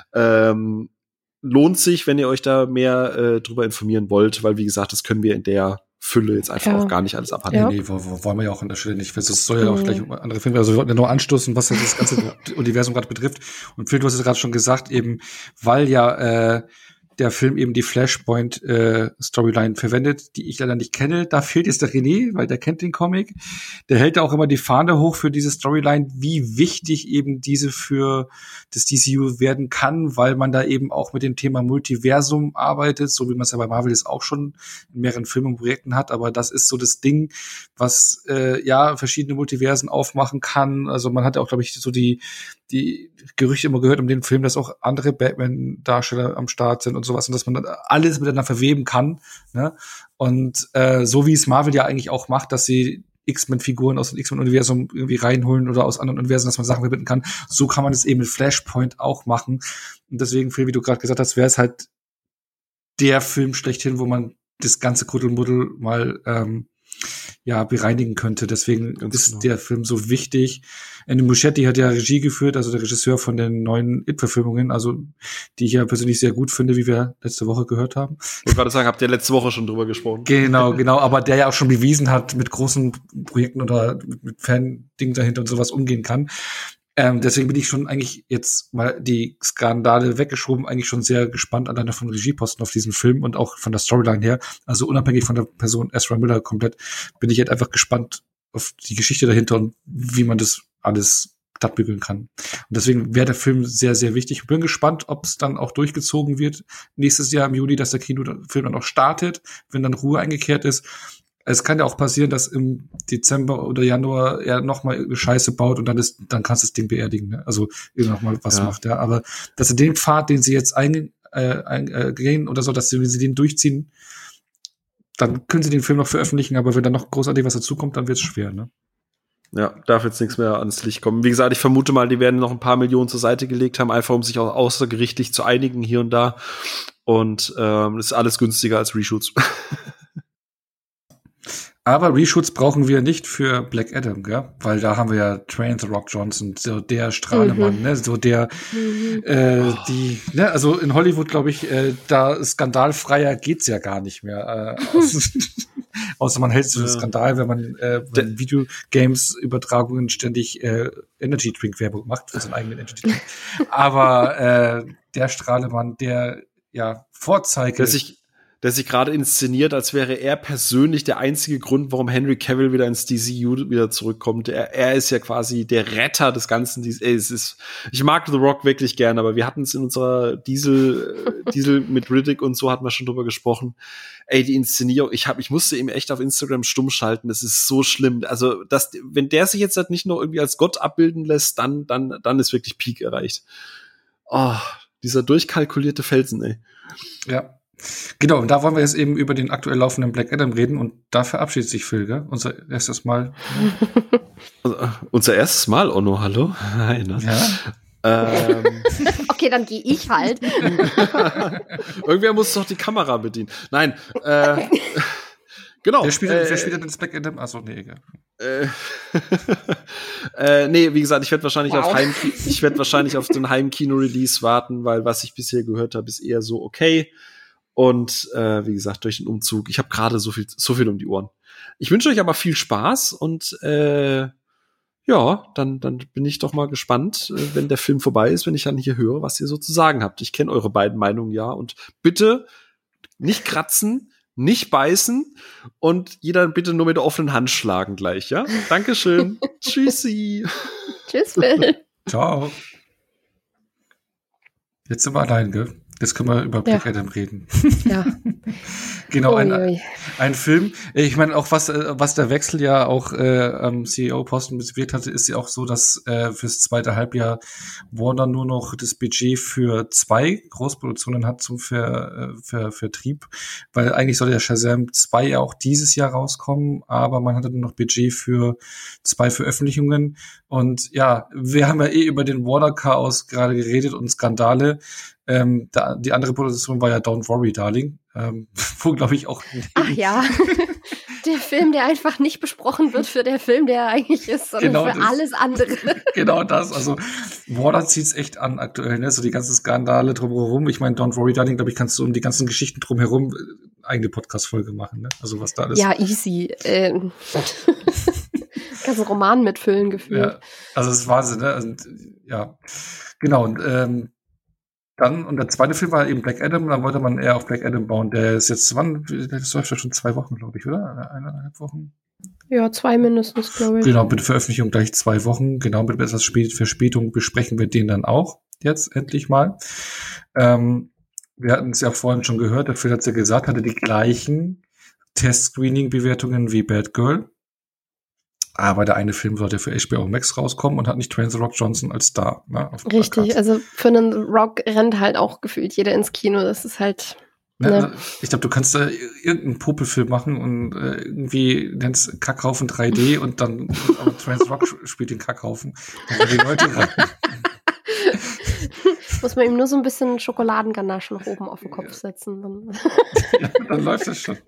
Lohnt sich, wenn ihr euch da mehr drüber informieren wollt, weil, wie gesagt, das können wir in der Fülle jetzt einfach auch gar nicht alles abhandeln. Nee, wollen wir ja auch an der Stelle nicht. Es soll ja auch gleich um andere Filme, also wir wollten ja nur anstoßen, was das ganze Universum gerade betrifft. Und Phil, du hast es gerade schon gesagt, eben, weil ja der Film eben die Flashpoint-Storyline verwendet, die ich leider nicht kenne. Da fehlt jetzt der René, weil der kennt den Comic. Der hält da auch immer die Fahne hoch für diese Storyline, wie wichtig eben diese für das DCU werden kann, weil man da eben auch mit dem Thema Multiversum arbeitet, so wie man es ja bei Marvel jetzt auch schon in mehreren Filmen und Projekten hat. Aber das ist so das Ding, was verschiedene Multiversen aufmachen kann. Also man hat ja auch, glaube ich, so die Gerüchte immer gehört um den Film, dass auch andere Batman-Darsteller am Start sind und sowas und dass man dann alles miteinander verweben kann. Ne? Und so wie es Marvel ja eigentlich auch macht, dass sie X-Men-Figuren aus dem X-Men-Universum irgendwie reinholen oder aus anderen Universen, dass man Sachen verbinden kann, so kann man es eben mit Flashpoint auch machen. Und deswegen, Phil, wie du gerade gesagt hast, wäre es halt der Film schlechthin, wo man das ganze Kuddelmuddel mal bereinigen könnte. Deswegen ist der Film so wichtig. Andy Muschietti hat ja Regie geführt, also der Regisseur von den neuen It-Verfilmungen, also die ich ja persönlich sehr gut finde, wie wir letzte Woche gehört haben. Ich wollte gerade sagen, habt ihr letzte Woche schon drüber gesprochen. Genau, aber der ja auch schon bewiesen hat, mit großen Projekten oder mit Fan-Dingen dahinter und sowas umgehen kann. Deswegen bin ich schon eigentlich jetzt mal die Skandale weggeschoben, eigentlich schon sehr gespannt alleine vom Regieposten auf diesen Film und auch von der Storyline her. Also unabhängig von der Person Ezra Miller komplett, bin ich halt einfach gespannt auf die Geschichte dahinter und wie man das alles glattbügeln kann. Und deswegen wäre der Film sehr, sehr wichtig. Ich bin gespannt, ob es dann auch durchgezogen wird nächstes Jahr im Juli, dass der Kinofilm dann auch startet, wenn dann Ruhe eingekehrt ist. Es kann ja auch passieren, dass im Dezember oder Januar er nochmal eine Scheiße baut und dann kannst du das Ding beerdigen, ne? Also nochmal was macht, ja. Aber dass sie den Pfad, den sie jetzt gehen oder so, dass wenn sie den durchziehen, dann können sie den Film noch veröffentlichen, aber wenn da noch großartig was dazukommt, dann wird es schwer, ne? Ja, darf jetzt nichts mehr ans Licht kommen. Wie gesagt, ich vermute mal, die werden noch ein paar Millionen zur Seite gelegt haben, einfach um sich auch außergerichtlich zu einigen hier und da. Und ist alles günstiger als Reshoots. Aber Reshoots brauchen wir nicht für Black Adam, gell? Weil da haben wir ja Dwayne The Rock Johnson, so der Strahlemann, ne? So der, also in Hollywood, glaube ich, da skandalfreier geht's ja gar nicht mehr. Außer man hält es für einen Skandal, wenn man Videogames-Übertragungen ständig Energy-Drink-Werbung macht für seinen eigenen Energy-Drink. Aber der Strahlemann, der Vorzeige. Der sich gerade inszeniert, als wäre er persönlich der einzige Grund, warum Henry Cavill wieder ins DCU wieder zurückkommt. Er ist ja quasi der Retter des Ganzen. Ich mag The Rock wirklich gern, aber wir hatten es in unserer Diesel mit Riddick und so hatten wir schon drüber gesprochen. Ey, die Inszenierung, ich musste ihm echt auf Instagram stumm schalten. Das ist so schlimm. Also, wenn der sich jetzt halt nicht noch irgendwie als Gott abbilden lässt, dann ist wirklich Peak erreicht. Oh, dieser durchkalkulierte Felsen, ey. Ja. Genau, und da wollen wir jetzt eben über den aktuell laufenden Black Adam reden und da verabschiedet sich Phil, gell? Unser erstes Mal. Unser erstes Mal, Onno, hallo? Nein, ja. Okay, dann gehe ich halt. Irgendwer muss doch die Kamera bedienen. Nein, genau. Wer spielt denn das Black Adam? Achso, nee, egal. Nee, wie gesagt, ich werde wahrscheinlich auf den Heimkino-Release warten, weil was ich bisher gehört habe, ist eher so okay. Und wie gesagt, durch den Umzug, ich habe gerade so viel um die Ohren. Ich wünsche euch aber viel Spaß und dann bin ich doch mal gespannt, wenn der Film vorbei ist, wenn ich dann hier höre, was ihr so zu sagen habt. Ich kenne eure beiden Meinungen ja und bitte nicht kratzen, nicht beißen und jeder bitte nur mit der offenen Hand schlagen gleich, ja? Dankeschön. Tschüssi. Tschüss, Phil. Ciao. Jetzt sind wir allein, gell? Jetzt können wir über Black Adam reden. Ja. Genau, ein Film. Ich meine, auch was der Wechsel ja auch am CEO-Posten bewirkt hatte, ist ja auch so, dass fürs zweite Halbjahr Warner nur noch das Budget für 2 Großproduktionen hat zum Vertrieb, weil eigentlich sollte ja Shazam 2 ja auch dieses Jahr rauskommen, aber man hatte nur noch Budget für 2 Veröffentlichungen. Und ja, wir haben ja über den Warner-Chaos gerade geredet und Skandale. Die andere Produktion war ja Don't Worry, Darling, wo, glaube ich, auch... Ach ja, der Film, der einfach nicht besprochen wird für der Film, der eigentlich ist, sondern genau für alles andere. Genau das, also Warner zieht's echt an aktuell, ne? So die ganzen Skandale drumherum. Ich meine, Don't Worry, Darling, glaube ich, kannst du um die ganzen Geschichten drumherum eigene Podcast-Folge machen, ne? Also was da alles... Ja, easy. Kannst einen Roman mitfüllen, gefühlt. Ja, also das ist Wahnsinn, ne? Also, ja, genau, und und der zweite Film war eben Black Adam, dann wollte man eher auf Black Adam bauen. Der ist jetzt, das läuft ja schon 2 Wochen, glaube ich, oder? 1,5 Wochen? Ja, 2 mindestens, glaube ich. Genau, mit Veröffentlichung gleich 2 Wochen. Genau, mit etwas Verspätung besprechen wir den dann auch jetzt endlich mal. Wir hatten es ja vorhin schon gehört, der Film hat es ja gesagt, hatte die gleichen Test-Screening-Bewertungen wie Bad Girl. Aber der eine Film sollte für HBO Max rauskommen und hat nicht Dwayne The Rock Johnson als Star. Ne, richtig, also für einen Rock rennt halt auch gefühlt jeder ins Kino. Das ist halt... Ne? Also ich glaube, du kannst da irgendeinen Popelfilm machen und irgendwie nennst Kackhaufen 3D und dann Dwayne The Rock spielt den Kackhaufen. Dann die Leute rein. Muss man ihm nur so ein bisschen Schokoladenganache noch oben auf den Kopf setzen. Dann läuft das schon.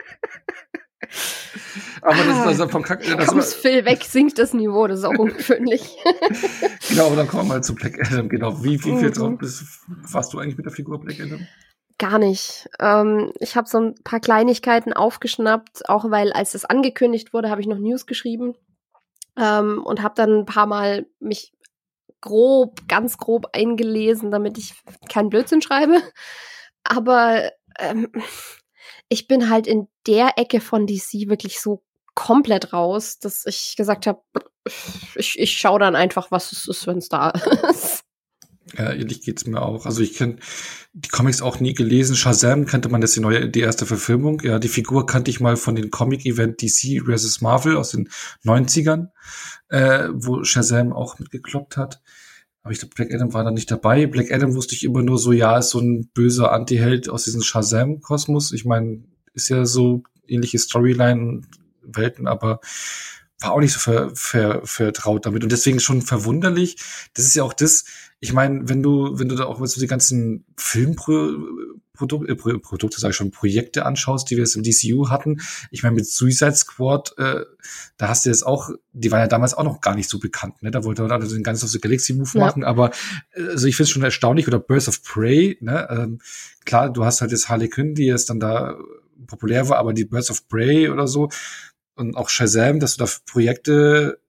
Aber das ist also vom Phil weg, sinkt das Niveau, das ist auch ungewöhnlich. Genau, aber dann kommen wir mal zu Black Adam. Genau, wie viel drauf warst du eigentlich mit der Figur Black Adam? Gar nicht. Ich habe so ein paar Kleinigkeiten aufgeschnappt, auch weil, als das angekündigt wurde, habe ich noch News geschrieben und habe dann ein paar Mal mich ganz grob eingelesen, damit ich keinen Blödsinn schreibe. Aber ich bin halt in der Ecke von DC wirklich so komplett raus, dass ich gesagt habe, ich schaue dann einfach, was es ist, wenn es da ist. Ja, ähnlich geht's mir auch. Also ich kenne die Comics auch nie gelesen. Shazam kannte man, das die erste Verfilmung. Ja, die Figur kannte ich mal von den Comic-Event DC vs. Marvel aus den 90ern, wo Shazam auch mitgekloppt hat. Aber ich glaube, Black Adam war da nicht dabei. Black Adam wusste ich immer nur so, ja, ist so ein böser Anti-Held aus diesem Shazam-Kosmos. Ich meine, ist ja so ähnliche Storyline-Welten, aber war auch nicht so vertraut damit. Und deswegen schon verwunderlich. Das ist ja auch das, ich meine, wenn du da auch so die ganzen Filmproduktionen Produkte, sage ich schon, Projekte anschaust, die wir jetzt im DCU hatten. Ich meine, mit Suicide Squad, da hast du jetzt auch, die waren ja damals auch noch gar nicht so bekannt, ne? Da wollte man also den Guardians of the Galaxy Move machen, aber also ich finde es schon erstaunlich, oder Birds of Prey, ne? Klar, du hast halt jetzt Harley Quinn, die jetzt dann da populär war, aber die Birds of Prey oder so und auch Shazam, dass du da Projekte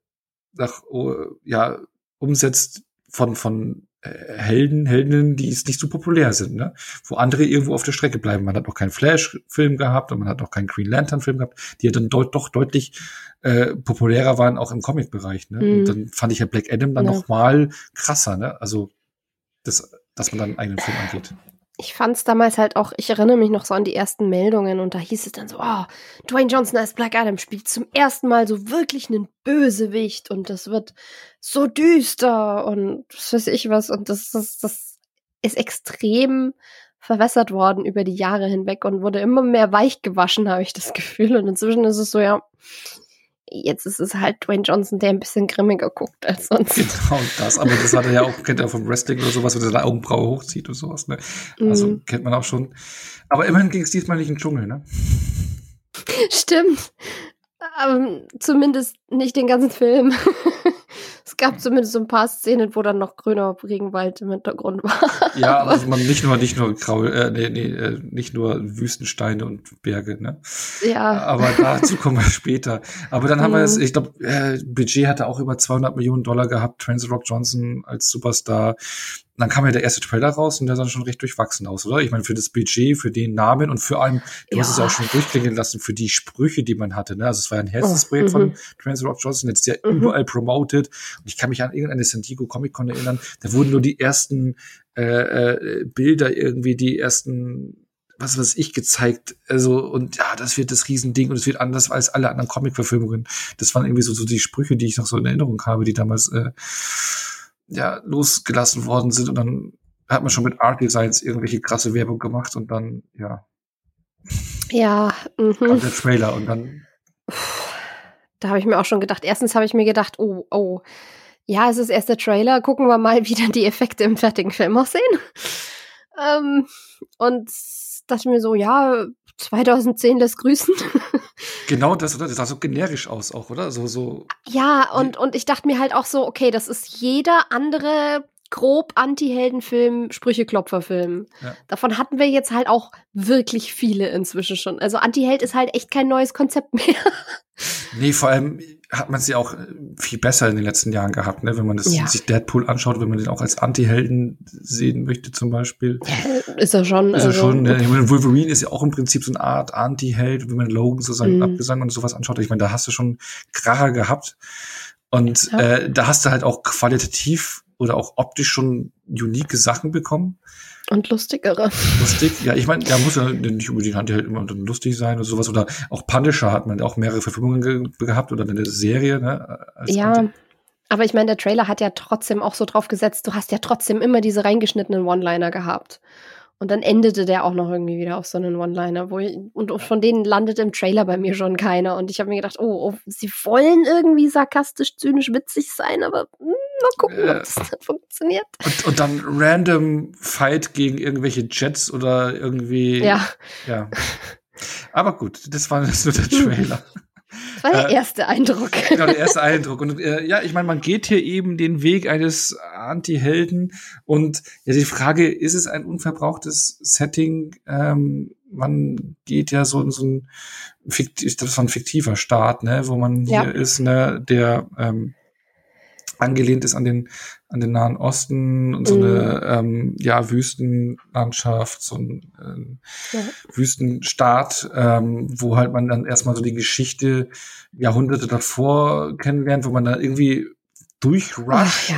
umsetzt von Heldinnen, die es nicht so populär sind, ne? Wo andere irgendwo auf der Strecke bleiben. Man hat noch keinen Flash-Film gehabt und man hat noch keinen Green Lantern-Film gehabt, die ja dann doch deutlich populärer waren, auch im Comic-Bereich, ne? Und dann fand ich ja Black Adam dann noch mal krasser, ne? Also, dass man dann einen eigenen Film angeht. Ich fand's damals halt auch, ich erinnere mich noch so an die ersten Meldungen und da hieß es dann so, Dwayne Johnson als Black Adam spielt zum ersten Mal so wirklich einen Bösewicht und das wird so düster und was weiß ich was und das ist extrem verwässert worden über die Jahre hinweg und wurde immer mehr weich gewaschen, habe ich das Gefühl, und inzwischen ist es so, jetzt ist es halt Dwayne Johnson, der ein bisschen grimmiger guckt als sonst. Genau, aber das hat er ja auch, kennt er vom Wrestling oder sowas, wenn er seine Augenbraue hochzieht und sowas, ne? Also kennt man auch schon. Aber immerhin ging es diesmal nicht in den Dschungel, ne? Stimmt. Zumindest nicht den ganzen Film. Es gab zumindest so ein paar Szenen, wo dann noch grüner Regenwald im Hintergrund war. Ja, aber man nicht nur Wüstensteine und Berge, ne? Ja. Aber dazu kommen wir später. Aber dann haben wir ich glaube, Budget hatte auch über $200 Millionen gehabt, Dwayne The Rock Johnson als Superstar. Dann kam ja der erste Trailer raus und der sah schon recht durchwachsen aus, oder? Ich meine, für das Budget, für den Namen und vor allem, du hast es ja auch schon durchklingen lassen, für die Sprüche, die man hatte, ne? Also es war ja ein Herzensprojekt von Dwayne The Rock Johnson, jetzt ist ja überall promoted. Und ich kann mich an irgendeine San Diego Comic-Con erinnern, da wurden nur die ersten Bilder irgendwie, die ersten was weiß ich gezeigt, also und ja, das wird das Riesending und es wird anders als alle anderen Comic-Verfilmungen. Das waren irgendwie so die Sprüche, die ich noch so in Erinnerung habe, die damals losgelassen worden sind und dann hat man schon mit Art Designs irgendwelche krasse Werbung gemacht und dann, kam der Trailer und dann da habe ich mir auch schon gedacht, erstens habe ich mir gedacht, ja, es ist erst der Trailer, gucken wir mal, wie dann die Effekte im fertigen Film aussehen. Und dachte mir so, 2010 lässt grüßen. Genau das, oder? Das sah so generisch aus auch, oder? So. Ja, und ich dachte mir halt auch so, okay, das ist jeder andere grob Anti-Heldenfilm, Sprücheklopferfilm. Ja. Davon hatten wir jetzt halt auch wirklich viele inzwischen schon. Also Anti-Held ist halt echt kein neues Konzept mehr. Nee, vor allem hat man sie auch viel besser in den letzten Jahren gehabt, ne? Wenn man sich Deadpool anschaut, wenn man den auch als Anti-Helden sehen möchte zum Beispiel. Ja, ist er schon. Ist er schon. Ne? Ich meine, Wolverine ist ja auch im Prinzip so eine Art Anti-Held, wenn man Logan so seinen Abgesang und sowas anschaut. Ich meine, da hast du schon Kracher gehabt. Und da hast du halt auch qualitativ oder auch optisch schon unique Sachen bekommen. Und lustigere. Lustig, ja, ich meine, da muss ja nicht unbedingt halt immer dann lustig sein oder sowas. Oder auch Punisher hat man auch mehrere Verfilmungen gehabt oder eine Serie, ne? Aber ich meine, der Trailer hat ja trotzdem auch so drauf gesetzt, du hast ja trotzdem immer diese reingeschnittenen One-Liner gehabt. Und dann endete der auch noch irgendwie wieder auf so einen One-Liner, und von denen landet im Trailer bei mir schon keiner. Und ich habe mir gedacht, sie wollen irgendwie sarkastisch, zynisch, witzig sein, aber mal gucken, ob das dann funktioniert. Und dann random Fight gegen irgendwelche Jets oder irgendwie. Ja. Aber gut, das war jetzt nur der Trailer. Das war der erste Eindruck. Genau, der erste Eindruck. Und ich meine, man geht hier eben den Weg eines Anti-Helden. Und die Frage, ist es ein unverbrauchtes Setting? Man geht ja so in so ein fiktiver Staat, ne, wo man hier ist, ne, der angelehnt ist an den Nahen Osten und so eine Wüstenlandschaft, so ein Wüstenstaat, wo halt man dann erstmal so die Geschichte Jahrhunderte davor kennenlernt, wo man dann irgendwie durchrusht,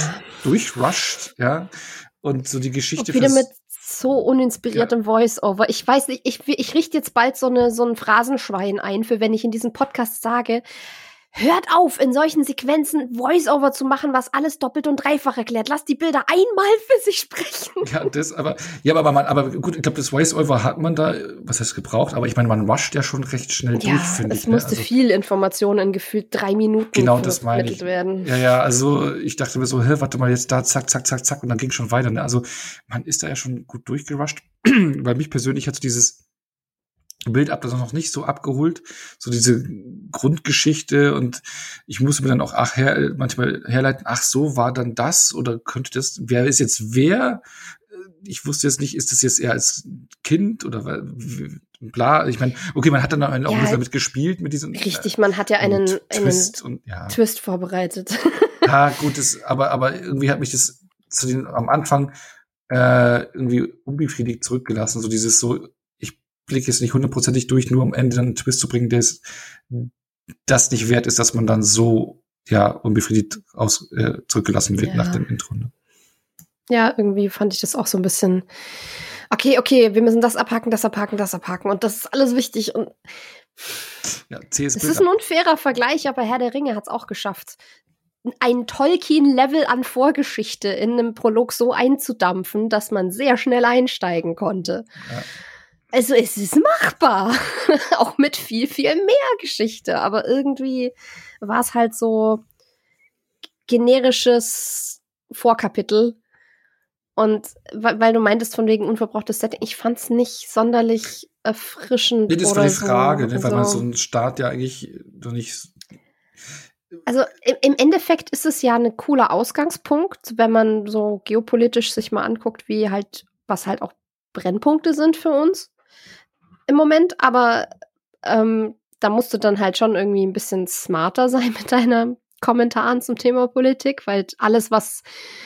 und so die Geschichte wieder mit so uninspiriertem Voice-Over. Ich weiß nicht, ich richte jetzt bald so ein Phrasenschwein ein, für wenn ich in diesem Podcast sage, hört auf, in solchen Sequenzen Voice-Over zu machen, was alles doppelt und dreifach erklärt. Lasst die Bilder einmal für sich sprechen. Aber gut, ich glaube, das Voice-Over hat man da, was heißt gebraucht, aber ich meine, man rusht ja schon recht schnell durch, finde ich. Es musste viel Information in gefühlt 3 Minuten vermittelt werden. Ja, also ich dachte mir so, warte mal, jetzt da, zack, zack, zack, zack, und dann ging schon weiter. Ne? Also man ist da ja schon gut durchgerusht. weil mich persönlich hat so dieses Bild ab, das noch nicht so abgeholt, so diese Grundgeschichte, und ich musste mir dann auch manchmal herleiten, so war dann das, oder könnte das, wer ist jetzt wer? Ich wusste jetzt nicht, ist das jetzt eher als Kind oder bla, ich meine, okay, man hat dann auch ein bisschen damit gespielt, mit diesem richtig, man hat ja einen Twist, Twist vorbereitet. Ja, gut, aber irgendwie hat mich das am Anfang irgendwie unbefriedigt zurückgelassen, so dieses so, Blick ist nicht hundertprozentig durch, nur am Ende dann einen Twist zu bringen, der das nicht wert ist, dass man dann so unbefriedigt zurückgelassen wird nach dem Intro. Ne? Ja, irgendwie fand ich das auch so ein bisschen okay, wir müssen das abhaken und das ist alles wichtig und es ist ein unfairer Vergleich, aber Herr der Ringe hat es auch geschafft, ein Tolkien-Level an Vorgeschichte in einem Prolog so einzudampfen, dass man sehr schnell einsteigen konnte. Ja. Also es ist machbar, auch mit viel, viel mehr Geschichte, aber irgendwie war es halt so generisches Vorkapitel. Und weil du meintest von wegen unverbrauchtes Setting, ich fand es nicht sonderlich erfrischend. Nee, das war die Frage, ne? Weil man so einen Start ja eigentlich noch nicht. Also im Endeffekt ist es ja ein cooler Ausgangspunkt, wenn man so geopolitisch sich mal anguckt, was halt auch Brennpunkte sind für uns im Moment, aber da musst du dann halt schon irgendwie ein bisschen smarter sein mit deinen Kommentaren zum Thema Politik, weil alles, was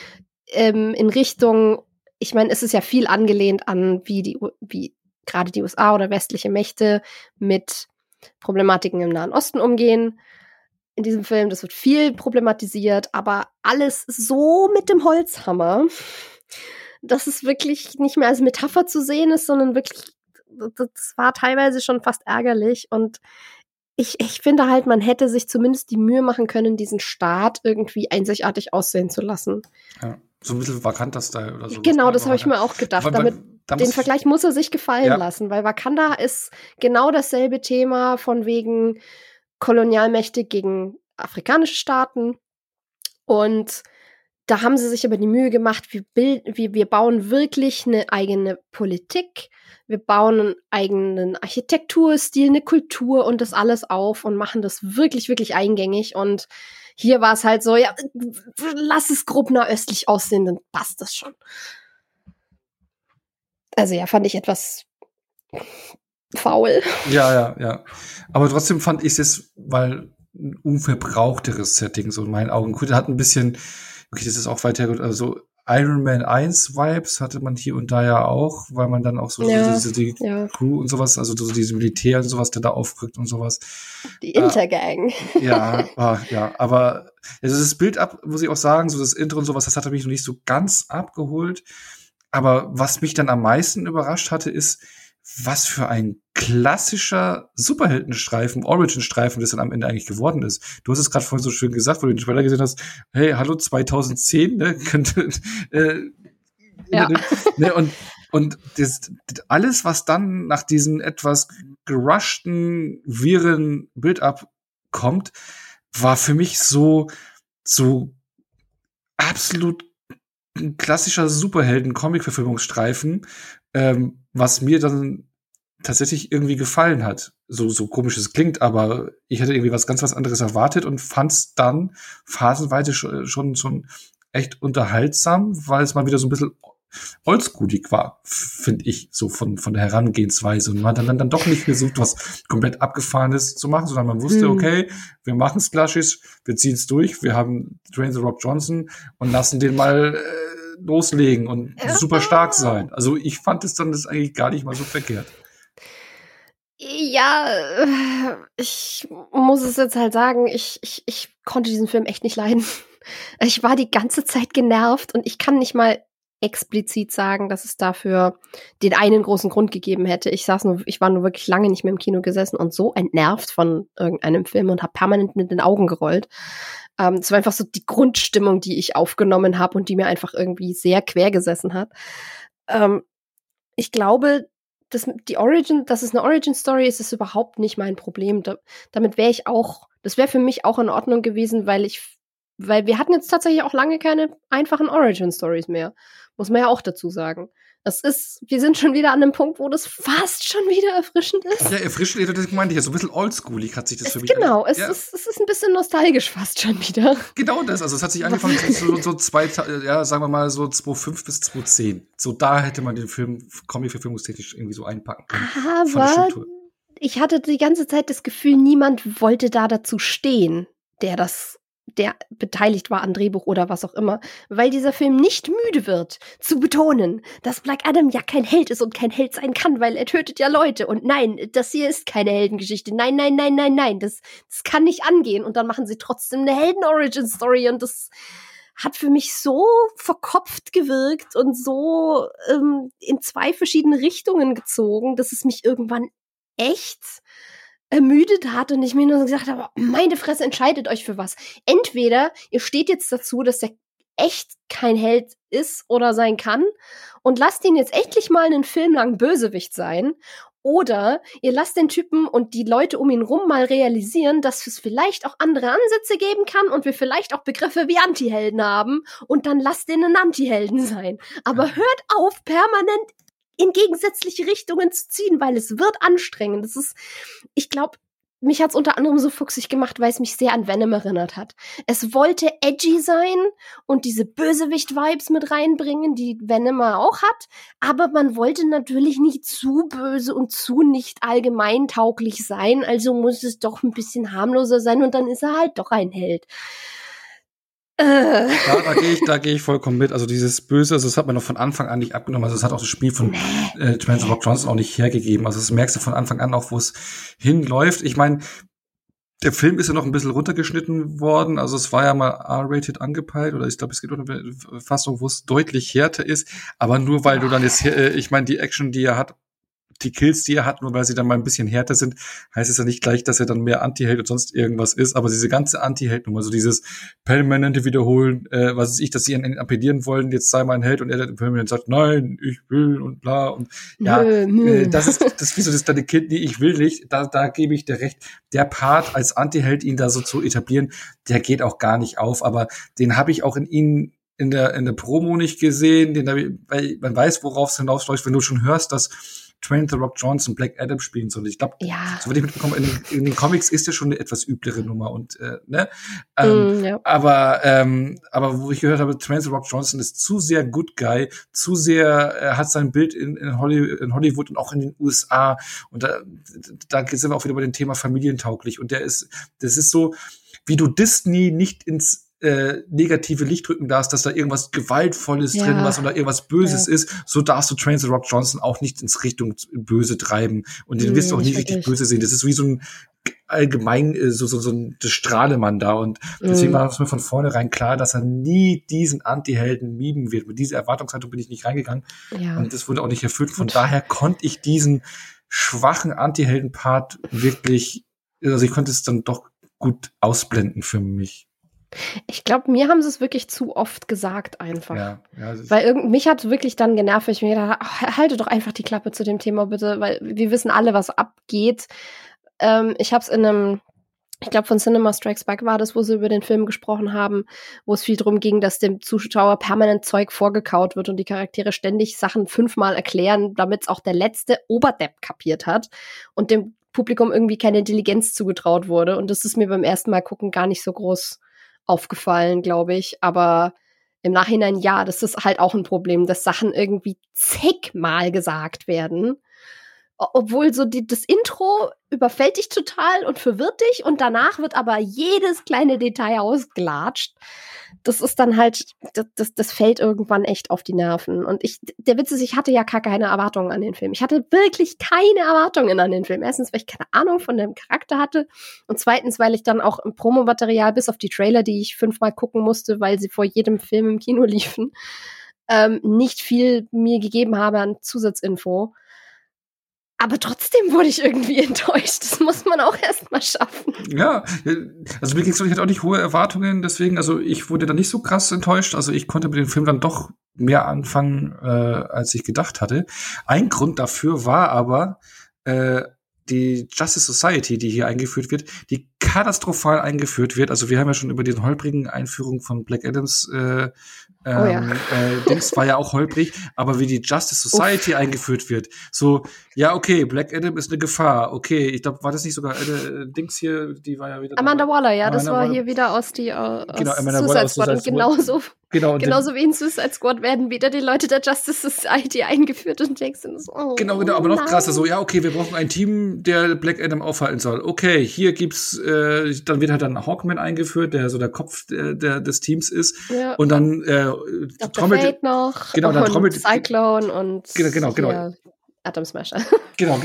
in Richtung, ich meine, es ist ja viel angelehnt an, wie gerade die USA oder westliche Mächte mit Problematiken im Nahen Osten umgehen. In diesem Film, das wird viel problematisiert, aber alles so mit dem Holzhammer, dass es wirklich nicht mehr als Metapher zu sehen ist, sondern wirklich, das war teilweise schon fast ärgerlich, und ich finde halt, man hätte sich zumindest die Mühe machen können, diesen Start irgendwie einzigartig aussehen zu lassen. Ja, so ein bisschen Wakanda-Style oder so. Genau, das habe ich mir auch gedacht. Den Vergleich muss er sich gefallen lassen, weil Wakanda ist genau dasselbe Thema von wegen Kolonialmächte gegen afrikanische Staaten, und da haben sie sich aber die Mühe gemacht, wir bauen wirklich eine eigene Politik, wir bauen einen eigenen Architekturstil, eine Kultur und das alles auf und machen das wirklich, wirklich eingängig. Und hier war es halt so, ja, lass es grob nahöstlich aussehen, dann passt das schon. Also ja, fand ich etwas faul. Ja. Aber trotzdem fand ich es, weil ein unverbrauchteres Setting, so in meinen Augen. Gut, er hat ein bisschen, okay, das ist auch weiter, also Iron Man 1 Vibes hatte man hier und da ja auch, weil man dann auch so die Crew und sowas, also so diese Militär und sowas, der da aufrückt und sowas. Die Intergang. Aber also das Bild ab, muss ich auch sagen, so das Intro und sowas, das hat mich noch nicht so ganz abgeholt. Aber was mich dann am meisten überrascht hatte, ist, was für ein klassischer Superheldenstreifen, Origin-Streifen das dann am Ende eigentlich geworden ist. Du hast es gerade vorhin so schön gesagt, wo du den Trailer gesehen hast, hey, hallo 2010, ne, könnte ne, und das, alles, was dann nach diesem etwas gerushten, wirren Build-up kommt, war für mich so absolut ein klassischer Superhelden-Comic-Verfilmungsstreifen, was mir dann tatsächlich irgendwie gefallen hat. So komisch es klingt, aber ich hätte irgendwie was anderes erwartet und fand es dann phasenweise schon echt unterhaltsam, weil es mal wieder so ein bisschen oldschoolig war, finde ich, so von der Herangehensweise. Und man dann doch nicht versucht, was komplett Abgefahrenes zu machen, sondern man wusste, okay, wir machen es klassisch, wir ziehen es durch, wir haben Dwayne The Rock Johnson und lassen den mal loslegen und super stark sein. Also ich fand es dann das eigentlich gar nicht mal so verkehrt. Ja, ich muss es jetzt halt sagen, ich konnte diesen Film echt nicht leiden. Ich war die ganze Zeit genervt und ich kann nicht mal explizit sagen, dass es dafür den einen großen Grund gegeben hätte. Ich war nur wirklich lange nicht mehr im Kino gesessen und so entnervt von irgendeinem Film und habe permanent mit den Augen gerollt. Es war einfach so die Grundstimmung, die ich aufgenommen habe und die mir einfach irgendwie sehr quer gesessen hat. Ich glaube, dass es eine Origin-Story ist, ist überhaupt nicht mein Problem. Damit das wäre für mich auch in Ordnung gewesen, weil wir hatten jetzt tatsächlich auch lange keine einfachen Origin-Stories mehr. Muss man ja auch dazu sagen. Wir sind schon wieder an einem Punkt, wo das fast schon wieder erfrischend ist. Ja, erfrischend, das meinte ich ja, so ein bisschen oldschoolig hat sich das für mich. Genau, es ist ein bisschen nostalgisch fast schon wieder. Genau das, also es hat sich angefangen so sagen wir mal so 2005 bis 2010. So da hätte man den Film Comic-verfilmungstechnisch irgendwie so einpacken können. Aber ich hatte die ganze Zeit das Gefühl, niemand wollte da dazu stehen, der beteiligt war an Drehbuch oder was auch immer, weil dieser Film nicht müde wird, zu betonen, dass Black Adam ja kein Held ist und kein Held sein kann, weil er tötet ja Leute. Und nein, das hier ist keine Heldengeschichte. Nein, nein, nein, nein, nein, das kann nicht angehen. Und dann machen sie trotzdem eine Helden-Origin-Story und das hat für mich so verkopft gewirkt und so in zwei verschiedene Richtungen gezogen, dass es mich irgendwann echt ermüdet hat und ich mir nur so gesagt habe, meine Fresse, entscheidet euch für was. Entweder ihr steht jetzt dazu, dass der echt kein Held ist oder sein kann und lasst ihn jetzt endlich mal einen Film lang Bösewicht sein, oder ihr lasst den Typen und die Leute um ihn rum mal realisieren, dass es vielleicht auch andere Ansätze geben kann und wir vielleicht auch Begriffe wie Antihelden haben und dann lasst den einen Antihelden sein. Aber hört auf, permanent in gegensätzliche Richtungen zu ziehen, weil es wird anstrengend. Ich glaube, mich hat's unter anderem so fuchsig gemacht, weil es mich sehr an Venom erinnert hat. Es wollte edgy sein und diese Bösewicht-Vibes mit reinbringen, die Venom auch hat, aber man wollte natürlich nicht zu böse und zu nicht allgemeintauglich sein, also muss es doch ein bisschen harmloser sein und dann ist er halt doch ein Held. Ja, da gehe ich vollkommen mit. Also dieses Böse, also das hat man noch von Anfang an nicht abgenommen. Also das hat auch das Spiel von Dwayne The Rock Johnson auch nicht hergegeben. Also das merkst du von Anfang an auch, wo es hinläuft. Ich meine, der Film ist ja noch ein bisschen runtergeschnitten worden. Also es war ja mal R-rated angepeilt oder ich glaube, es gibt auch eine Fassung, wo es deutlich härter ist. Aber nur weil du dann jetzt, ich meine, die Action, die er hat, die Kills, die er hat, nur weil sie dann mal ein bisschen härter sind, heißt es ja nicht gleich, dass er dann mehr Anti-Held und sonst irgendwas ist, aber diese ganze Anti-Held-Nummer, so dieses permanente Wiederholen, was weiß ich, dass sie ihn appellieren wollen, jetzt sei mal ein Held und er dann permanent sagt, nein, ich will und bla und ja, das ist wie so das kleine Kind, nee, ich will nicht, da gebe ich dir recht, der Part als Anti-Held, ihn da so zu etablieren, der geht auch gar nicht auf, aber den habe ich auch in ihn in der Promo nicht gesehen, weil man weiß, worauf es hinausläuft, wenn du schon hörst, dass Dwayne The Rock Johnson Black Adam spielen soll. Ich glaube, so würde ich mitbekommen, in den Comics ist ja schon eine etwas üblere Nummer und ne? Ja. Aber wo ich gehört habe, Dwayne The Rock Johnson ist zu sehr Good Guy, zu sehr hat sein Bild in Hollywood und auch in den USA und da sind wir auch wieder bei dem Thema familientauglich und das ist so, wie du Disney nicht ins negative Licht drücken darfst, dass da irgendwas Gewaltvolles drin was oder irgendwas Böses ist, so darfst du Dwayne The Rock Johnson auch nicht ins Richtung Böse treiben und den wirst du auch nie richtig böse sehen. Das ist wie so ein allgemein so ein Strahlemann da und deswegen war es mir von vornherein klar, dass er nie diesen Anti-Helden mimen wird. Mit dieser Erwartungshaltung bin ich nicht reingegangen und das wurde auch nicht erfüllt. Von daher konnte ich diesen schwachen Anti-Helden-Part wirklich, also ich konnte es dann doch gut ausblenden für mich. Ich glaube, mir haben sie es wirklich zu oft gesagt einfach. Ja, weil mich hat wirklich dann genervt, weil ich mir gedacht habe, halte doch einfach die Klappe zu dem Thema bitte, weil wir wissen alle, was abgeht. Ich habe es ich glaube von Cinema Strikes Back war das, wo sie über den Film gesprochen haben, wo es viel darum ging, dass dem Zuschauer permanent Zeug vorgekaut wird und die Charaktere ständig Sachen 5-mal erklären, damit es auch der letzte Oberdepp kapiert hat und dem Publikum irgendwie keine Intelligenz zugetraut wurde. Und das ist mir beim ersten Mal gucken gar nicht so groß aufgefallen, glaube ich, aber im Nachhinein das ist halt auch ein Problem, dass Sachen irgendwie zigmal gesagt werden, obwohl so das Intro überfällt dich total und verwirrt dich und danach wird aber jedes kleine Detail ausgelatscht. Das ist dann halt, das fällt irgendwann echt auf die Nerven. Und der Witz ist, ich hatte ja gar keine Erwartungen an den Film. Ich hatte wirklich keine Erwartungen an den Film. Erstens, weil ich keine Ahnung von dem Charakter hatte und zweitens, weil ich dann auch im Promomaterial bis auf die Trailer, die ich 5-mal gucken musste, weil sie vor jedem Film im Kino liefen, nicht viel mir gegeben habe an Zusatzinfo. Aber trotzdem wurde ich irgendwie enttäuscht. Das muss man auch erst mal schaffen. Ja, also mir ging's so, ich hatte auch nicht hohe Erwartungen, deswegen, also ich wurde da nicht so krass enttäuscht. Also ich konnte mit dem Film dann doch mehr anfangen, als ich gedacht hatte. Ein Grund dafür war aber die Justice Society, die hier eingeführt wird, die katastrophal eingeführt wird. Also wir haben ja schon über die holprigen Einführung von Black Adams Dings war ja auch holprig, aber wie die Justice Society eingeführt wird, so, ja, okay, Black Adam ist eine Gefahr, okay, ich glaube, war das nicht sogar Dings hier, die war ja wieder Amanda Waller, ja, das war Waller. hier wieder aus Amanda Suicide Waller aus Squad Suicide und Squad. genauso wie in Suicide Squad werden wieder die Leute der Justice Society eingeführt und denkst so, genau, aber noch krasser, so, ja, okay, wir brauchen ein Team, der Black Adam aufhalten soll. Okay, hier gibt's, dann wird halt dann Hawkman eingeführt, der so der Kopf des Teams ist. Ja. Und dann Dr. Fate noch. Genau, dann trommelt Cyclone und genau. Atom Smasher. Genau.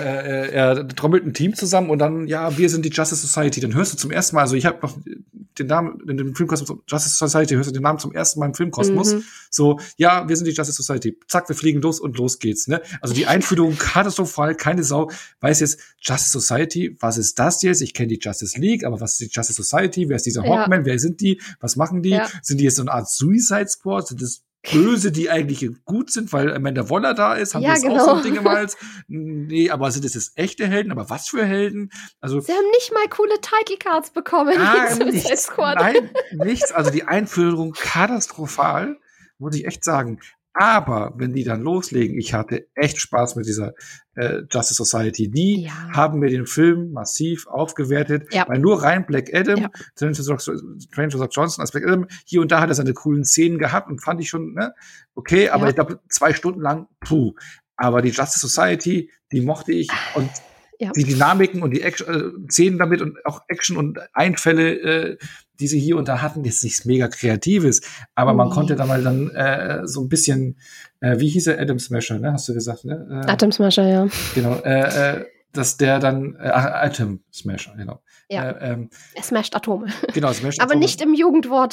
Er trommelt ein Team zusammen und dann, ja, wir sind die Justice Society. Dann hörst du zum ersten Mal, also ich habe noch den Namen in dem Filmkosmos Justice Society, hörst du den Namen zum ersten Mal im Filmkosmos. So, ja, wir sind die Justice Society. Zack, wir fliegen los und los geht's. Ne? Also die Einführung katastrophal, keine Sau weiß jetzt, Justice Society, was ist das jetzt? Ich kenne die Justice League, aber was ist die Justice Society? Wer ist dieser Hawkman? Wer sind die? Was machen die? Ja. Sind die jetzt so eine Art Suicide Squad? Sind das Böse, die eigentlich gut sind, weil Amanda Waller da ist, haben wir jetzt auch so ein Ding gemalt. Nee, aber sind das jetzt echte Helden? Aber was für Helden? Also sie haben nicht mal coole Title Cards bekommen. Nichts. Nein, nichts. Also die Einführung katastrophal, muss ich echt sagen. Aber wenn die dann loslegen, ich hatte echt Spaß mit dieser Justice Society. Die haben mir den Film massiv aufgewertet, weil nur rein Black Adam, Dwayne The Rock Johnson als Black Adam, hier und da hat er seine coolen Szenen gehabt und fand ich schon, ne, okay, aber ich glaube 2 Stunden lang, aber die Justice Society, die mochte ich und die Dynamiken und die Szenen damit und auch Action und Einfälle, die sie hier und da hatten, jetzt nichts mega Kreatives, aber man konnte da mal dann so ein bisschen, wie hieß er, Atom Smasher, ne, hast du gesagt, ne? Atom Smasher, ja. Genau, dass der dann, Atom Smasher, genau. Ja, er smasht Atome. Genau, smasht aber Atome. nicht im Jugendwort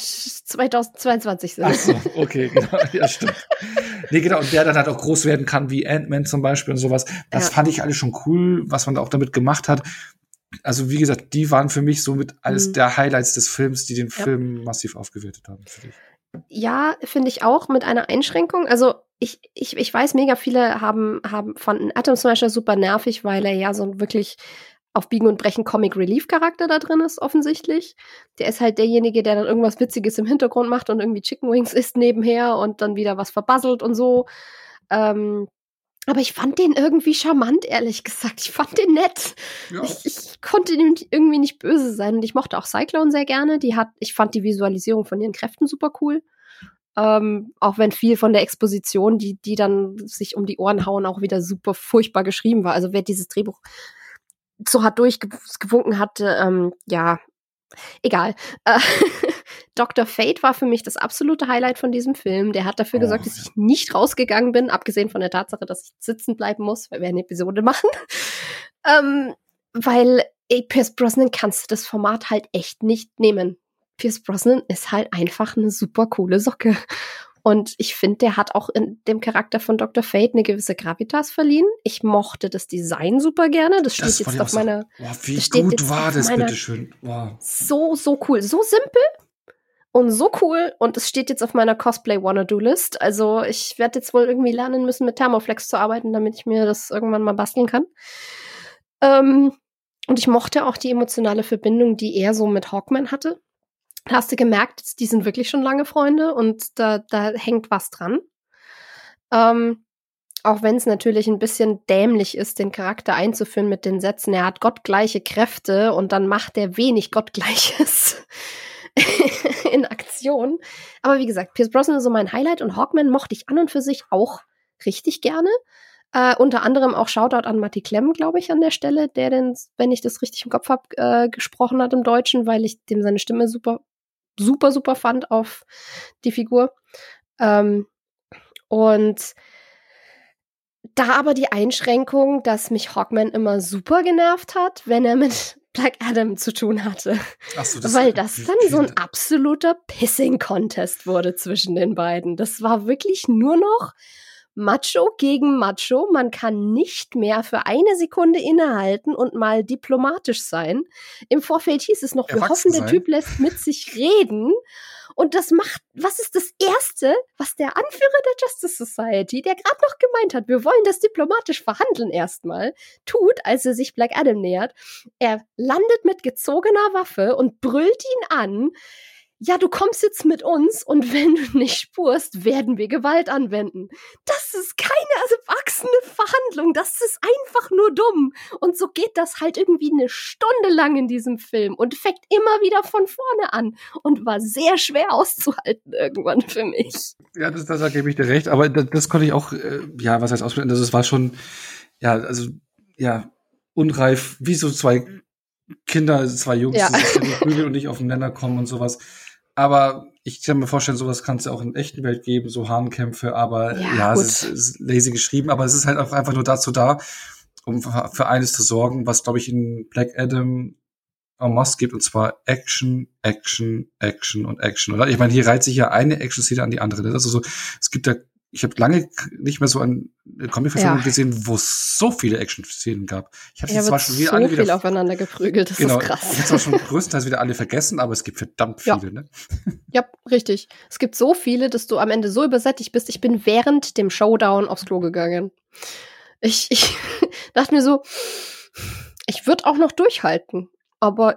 2022 sind. Ach so, okay, genau, ja, stimmt. Nee, genau, und der dann halt auch groß werden kann, wie Ant-Man zum Beispiel und sowas. Das fand ich alles schon cool, was man da auch damit gemacht hat. Also, wie gesagt, die waren für mich somit alles der Highlights des Films, die den Film massiv aufgewertet haben. Ja, finde ich auch, mit einer Einschränkung. Also, ich weiß, mega viele fanden Atom Smasher super nervig, weil er ja so wirklich auf Biegen und Brechen Comic-Relief-Charakter da drin ist, offensichtlich. Der ist halt derjenige, der dann irgendwas Witziges im Hintergrund macht und irgendwie Chicken Wings isst nebenher und dann wieder was verbasselt und so. Aber ich fand den irgendwie charmant, ehrlich gesagt. Ich fand den nett. Ja. Ich konnte ihm irgendwie nicht böse sein. Und ich mochte auch Cyclone sehr gerne. Ich fand die Visualisierung von ihren Kräften super cool. Auch wenn viel von der Exposition, die dann sich um die Ohren hauen, auch wieder super furchtbar geschrieben war. Also wer dieses Drehbuch so hart durchgewunken hatte, ja, egal. Dr. Fate war für mich das absolute Highlight von diesem Film. Der hat dafür gesorgt, dass ich nicht rausgegangen bin, abgesehen von der Tatsache, dass ich sitzen bleiben muss, weil wir eine Episode machen. Weil Pierce Brosnan kannst du das Format halt echt nicht nehmen. Pierce Brosnan ist halt einfach eine super coole Socke. Und ich finde, der hat auch in dem Charakter von Dr. Fate eine gewisse Gravitas verliehen. Ich mochte das Design super gerne. Das steht jetzt auf meiner... wie gut war das, bitteschön. Wow. So cool. So simpel und so cool. Und es steht jetzt auf meiner Cosplay-Wanna-Do-List. Also ich werde jetzt wohl irgendwie lernen müssen, mit Thermoflex zu arbeiten, damit ich mir das irgendwann mal basteln kann. Und ich mochte auch die emotionale Verbindung, die er so mit Hawkman hatte. Hast du gemerkt, die sind wirklich schon lange Freunde und da hängt was dran. Auch wenn es natürlich ein bisschen dämlich ist, den Charakter einzuführen mit den Sätzen, er hat gottgleiche Kräfte und dann macht er wenig Gottgleiches in Aktion. Aber wie gesagt, Pierce Brosnan ist so mein Highlight und Hawkman mochte ich an und für sich auch richtig gerne. Unter anderem auch Shoutout an Matti Klemm, glaube ich, an der Stelle, der denn, wenn ich das richtig im Kopf habe, gesprochen hat im Deutschen, weil ich dem seine Stimme super fand auf die Figur. Und da aber die Einschränkung, dass mich Hawkman immer super genervt hat, wenn er mit Black Adam zu tun hatte. Ach so, weil das dann so ein absoluter Pissing-Contest wurde zwischen den beiden. Das war wirklich nur noch Macho gegen Macho. Man kann nicht mehr für eine Sekunde innehalten und mal diplomatisch sein. Im Vorfeld hieß es noch, wir hoffen, der Typ lässt mit sich reden. Und was ist das Erste, was der Anführer der Justice Society, der gerade noch gemeint hat, wir wollen das diplomatisch verhandeln erstmal, tut, als er sich Black Adam nähert? Er landet mit gezogener Waffe und brüllt ihn an. ja, du kommst jetzt mit uns und wenn du nicht spurst, werden wir Gewalt anwenden. Das ist keine erwachsene Verhandlung, das ist einfach nur dumm. Und so geht das halt irgendwie eine Stunde lang in diesem Film und fängt immer wieder von vorne an und war sehr schwer auszuhalten irgendwann für mich. Ja, da gebe ich dir recht, aber das konnte ich auch, was heißt ausblenden, das war schon, unreif, wie so zwei Kinder, zwei Jungs, die sich in die Prügel und nicht aufeinander kommen und sowas. Aber ich kann mir vorstellen, sowas kann es ja auch in der echten Welt geben, so Hahnkämpfe, aber es ist lazy geschrieben, aber es ist halt auch einfach nur dazu da, um für eines zu sorgen, was, glaube ich, in Black Adam en masse gibt, und zwar Action, Action, Action und Action, oder? Ich meine, hier reiht sich ja eine Action-Szene an die andere. Das ist also so, es gibt da, ich habe lange nicht mehr so an Comic-Verfilmungen gesehen, wo es so viele Action-Szenen gab. Ich habe zwar schon wieder alle viel aufeinander geprügelt, das ist krass. Ich habe zwar schon größtenteils wieder alle vergessen, aber es gibt verdammt viele, ne? Ja, richtig. Es gibt so viele, dass du am Ende so übersättigt bist. Ich bin während dem Showdown aufs Klo gegangen. Ich dachte mir so, ich würde auch noch durchhalten, aber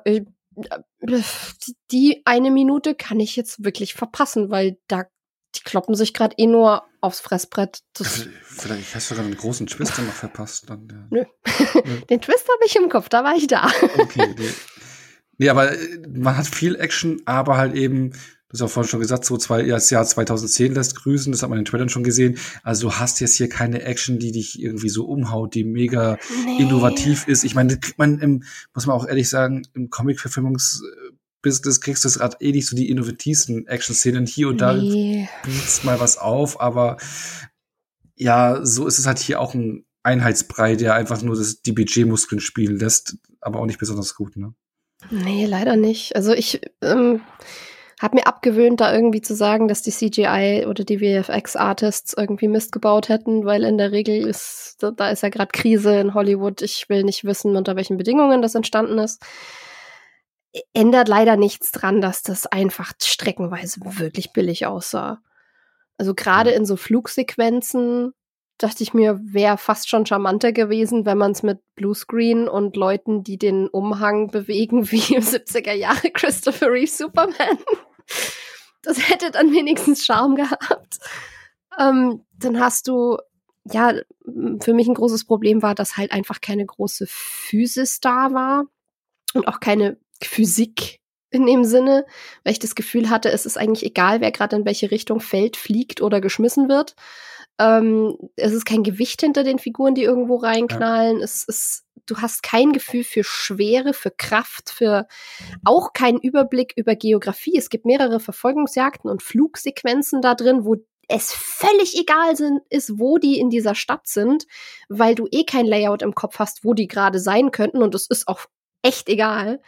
die eine Minute kann ich jetzt wirklich verpassen, weil die kloppen sich gerade nur aufs Fressbrett. Vielleicht hast du dann einen großen Twist noch verpasst. Dann, Nö. Den Twist habe ich im Kopf, da war ich da. Okay. Nee, aber man hat viel Action, aber halt eben, das hast du auch vorhin schon gesagt, so das Jahr 2010 lässt grüßen, das hat man in den Trailern schon gesehen. Also du hast jetzt hier keine Action, die dich irgendwie so umhaut, die mega innovativ ist. Ich meine, muss man auch ehrlich sagen, im Comic-Verfilmungs-Business kriegst du gerade nicht so die innovativsten Action-Szenen. Hier und da blitzt mal was auf, aber ja, so ist es halt hier auch ein Einheitsbrei, der einfach nur die Budgetmuskeln spielen lässt, aber auch nicht besonders gut, ne? Nee, leider nicht. Also ich habe mir abgewöhnt, da irgendwie zu sagen, dass die CGI oder die VFX-Artists irgendwie Mist gebaut hätten, weil in der Regel da ist ja gerade Krise in Hollywood. Ich will nicht wissen, unter welchen Bedingungen das entstanden ist. Ändert leider nichts dran, dass das einfach streckenweise wirklich billig aussah. Also gerade in so Flugsequenzen dachte ich mir, wäre fast schon charmanter gewesen, wenn man es mit Bluescreen und Leuten, die den Umhang bewegen, wie im 70er Jahre Christopher Reeve Superman. Das hätte dann wenigstens Charme gehabt. Dann hast du, für mich ein großes Problem war, dass halt einfach keine große Physis da war und auch keine Physik in dem Sinne, weil ich das Gefühl hatte, es ist eigentlich egal, wer gerade in welche Richtung fällt, fliegt oder geschmissen wird. Es ist kein Gewicht hinter den Figuren, die irgendwo reinknallen. Ja. Du hast kein Gefühl für Schwere, für Kraft, für auch keinen Überblick über Geografie. Es gibt mehrere Verfolgungsjagden und Flugsequenzen da drin, wo es völlig egal ist, wo die in dieser Stadt sind, weil du kein Layout im Kopf hast, wo die gerade sein könnten, und es ist auch echt egal.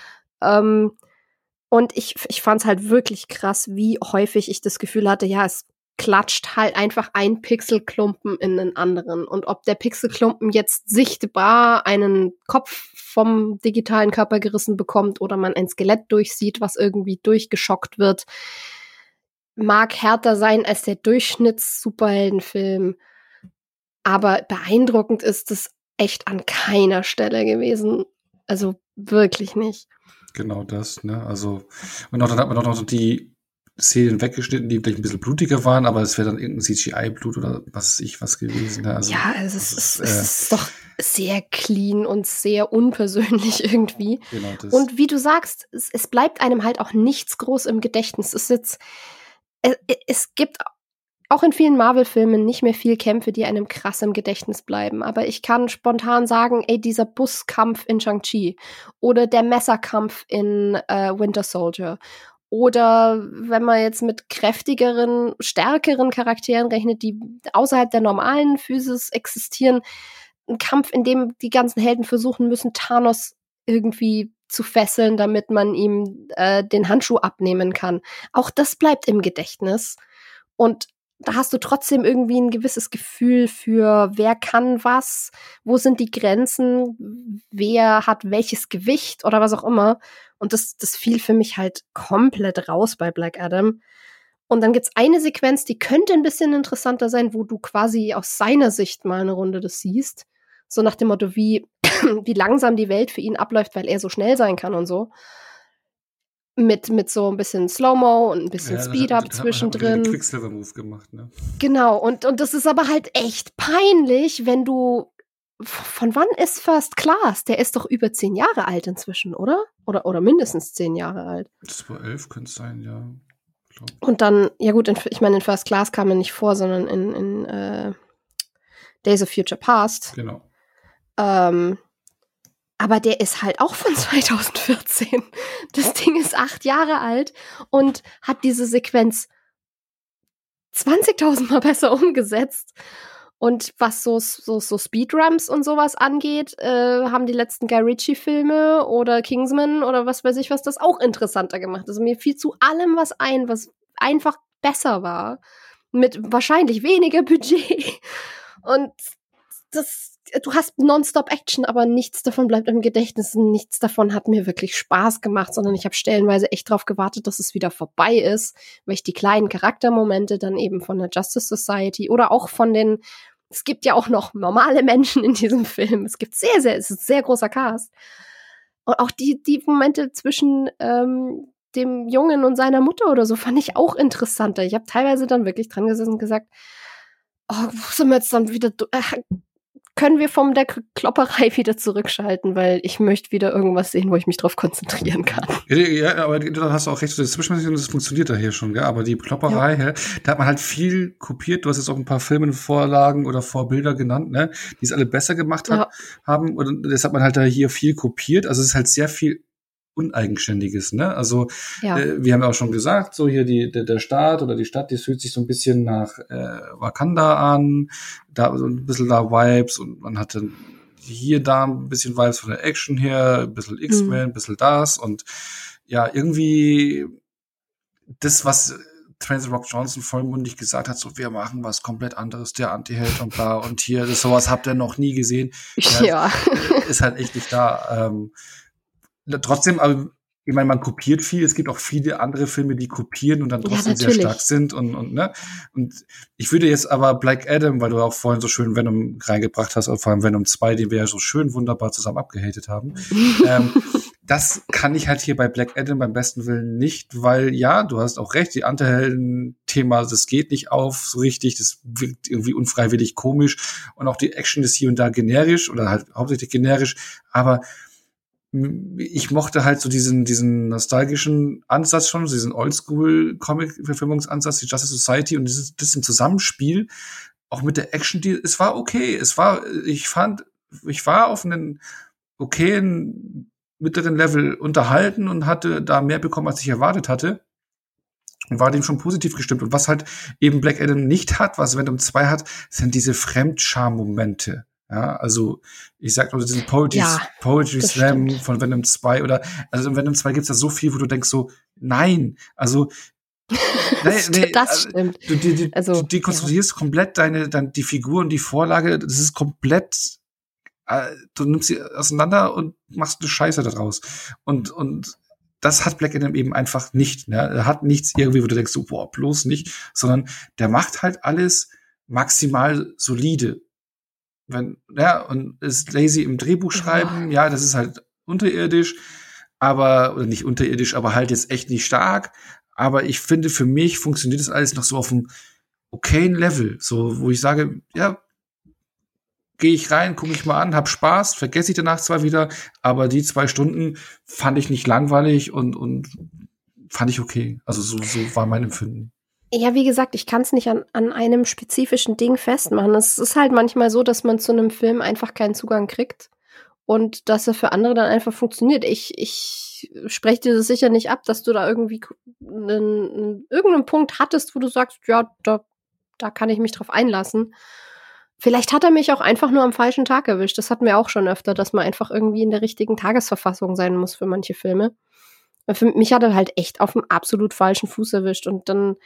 Und ich fand es halt wirklich krass, wie häufig ich das Gefühl hatte, es klatscht halt einfach ein Pixelklumpen in den anderen. Und ob der Pixelklumpen jetzt sichtbar einen Kopf vom digitalen Körper gerissen bekommt oder man ein Skelett durchsieht, was irgendwie durchgeschockt wird, mag härter sein als der Durchschnitts-Superheldenfilm. Aber beeindruckend ist es echt an keiner Stelle gewesen. Also wirklich nicht. Genau das, ne? Also, und dann hat man auch noch die Szenen weggeschnitten, die vielleicht ein bisschen blutiger waren, aber es wäre dann irgendein CGI-Blut oder was weiß ich was gewesen. Ne? Also, es ist doch sehr clean und sehr unpersönlich irgendwie. Genau das. Und wie du sagst, es bleibt einem halt auch nichts groß im Gedächtnis. Es gibt auch in vielen Marvel-Filmen nicht mehr viel Kämpfe, die einem krass im Gedächtnis bleiben. Aber ich kann spontan sagen, dieser Buskampf in Shang-Chi oder der Messerkampf in Winter Soldier. Oder wenn man jetzt mit kräftigeren, stärkeren Charakteren rechnet, die außerhalb der normalen Physis existieren, ein Kampf, in dem die ganzen Helden versuchen müssen, Thanos irgendwie zu fesseln, damit man ihm den Handschuh abnehmen kann. Auch das bleibt im Gedächtnis. Und da hast du trotzdem irgendwie ein gewisses Gefühl für, wer kann was, wo sind die Grenzen, wer hat welches Gewicht oder was auch immer. Und das fiel für mich halt komplett raus bei Black Adam. Und dann gibt's eine Sequenz, die könnte ein bisschen interessanter sein, wo du quasi aus seiner Sicht mal eine Runde das siehst. So nach dem Motto, wie langsam die Welt für ihn abläuft, weil er so schnell sein kann und so. mit so ein bisschen Slow-Mo und ein bisschen Speed-Up zwischendrin. Den Quicksilver-Move gemacht, ne? Genau, und das ist aber halt echt peinlich, wenn du von wann ist First Class? Der ist doch über 10 Jahre alt inzwischen, oder? Oder mindestens 10 Jahre alt. 2011 könnte es sein, ja. Und dann, ja gut, ich meine, in First Class kam er nicht vor, sondern in Days of Future Past. Genau. Aber der ist halt auch von 2014. Das Ding ist 8 Jahre alt und hat diese Sequenz 20.000 Mal besser umgesetzt. Und was so Speedrumps und sowas angeht, haben die letzten Guy Ritchie-Filme oder Kingsman oder was weiß ich was das auch interessanter gemacht. Also mir fiel zu allem was ein, was einfach besser war. Mit wahrscheinlich weniger Budget. Und du hast Nonstop-Action, aber nichts davon bleibt im Gedächtnis. Nichts davon hat mir wirklich Spaß gemacht, sondern ich habe stellenweise echt drauf gewartet, dass es wieder vorbei ist, weil ich die kleinen Charaktermomente dann eben von der Justice Society oder auch es gibt ja auch noch normale Menschen in diesem Film. Es ist ein sehr großer Cast. Und auch die Momente zwischen dem Jungen und seiner Mutter oder so fand ich auch interessanter. Ich habe teilweise dann wirklich dran gesessen und gesagt, oh, sind wir jetzt dann wieder können wir von der Klopperei wieder zurückschalten, weil ich möchte wieder irgendwas sehen, wo ich mich drauf konzentrieren kann. Ja, aber da hast du auch recht, das funktioniert da hier schon, gell? Aber die Klopperei, ja. Da hat man halt viel kopiert. Du hast jetzt auch ein paar Filmenvorlagen oder Vorbilder genannt, ne? Die es alle besser gemacht haben. Und das hat man halt da hier viel kopiert. Also es ist halt sehr viel Uneigenständiges, ne? Also wir haben ja auch schon gesagt, so hier der Staat oder die Stadt, die fühlt sich so ein bisschen nach Wakanda an, da so ein bisschen da Vibes und man hatte hier da ein bisschen Vibes von der Action her, ein bisschen X-Men, ein bisschen das und ja, irgendwie das, was Tracy Rock Johnson vollmundig gesagt hat, so wir machen was komplett anderes, der Anti-Held und bla und hier, sowas habt ihr noch nie gesehen. Ja. Ist halt echt nicht da. Trotzdem, aber ich meine, man kopiert viel. Es gibt auch viele andere Filme, die kopieren und dann trotzdem sehr stark sind und ne. Und ich würde jetzt aber Black Adam, weil du auch vorhin so schön Venom reingebracht hast, und vor allem Venom 2, den wir ja so schön wunderbar zusammen abgehatet haben. Das kann ich halt hier bei Black Adam beim besten Willen nicht, weil ja, du hast auch recht, die Antihelden-Thema, das geht nicht auf so richtig, das wirkt irgendwie unfreiwillig komisch und auch die Action ist hier und da generisch oder halt hauptsächlich generisch, aber ich mochte halt so diesen nostalgischen Ansatz schon, diesen Oldschool-Comic-Verfilmungsansatz, die Justice Society und das im Zusammenspiel, auch mit der Action, es war okay. Ich war auf einen okayen mittleren Level unterhalten und hatte da mehr bekommen, als ich erwartet hatte. Und war dem schon positiv gestimmt. Und was halt eben Black Adam nicht hat, was Venom 2 hat, sind diese Fremdscham-Momente. Ja, also ich sag nur diesen Poetry Slam von Venom 2 oder also in Venom 2 gibt's da so viel, wo du denkst so, nein, also nee, das stimmt. Du dekonstruierst komplett die Figur und die Vorlage, das ist komplett, du nimmst sie auseinander und machst eine Scheiße daraus. Und das hat Black Adam eben einfach nicht. Ne? Er hat nichts irgendwie, wo du denkst so, boah, bloß nicht, sondern der macht halt alles maximal solide. Und ist lazy im Drehbuch schreiben, ja, das ist halt unterirdisch, oder nicht unterirdisch, aber halt jetzt echt nicht stark. Aber ich finde, für mich funktioniert das alles noch so auf einem okayen Level, so, wo ich sage, ja, gehe ich rein, gucke ich mal an, hab Spaß, vergesse ich danach zwar wieder, aber die 2 Stunden fand ich nicht langweilig und fand ich okay. Also so war mein Empfinden. Ja, wie gesagt, ich kann es nicht an einem spezifischen Ding festmachen. Es ist halt manchmal so, dass man zu einem Film einfach keinen Zugang kriegt und dass er für andere dann einfach funktioniert. Ich spreche dir das sicher nicht ab, dass du da irgendwie irgendeinen Punkt hattest, wo du sagst, ja, da kann ich mich drauf einlassen. Vielleicht hat er mich auch einfach nur am falschen Tag erwischt. Das hatten wir auch schon öfter, dass man einfach irgendwie in der richtigen Tagesverfassung sein muss für manche Filme. Für mich hat er halt echt auf dem absolut falschen Fuß erwischt und dann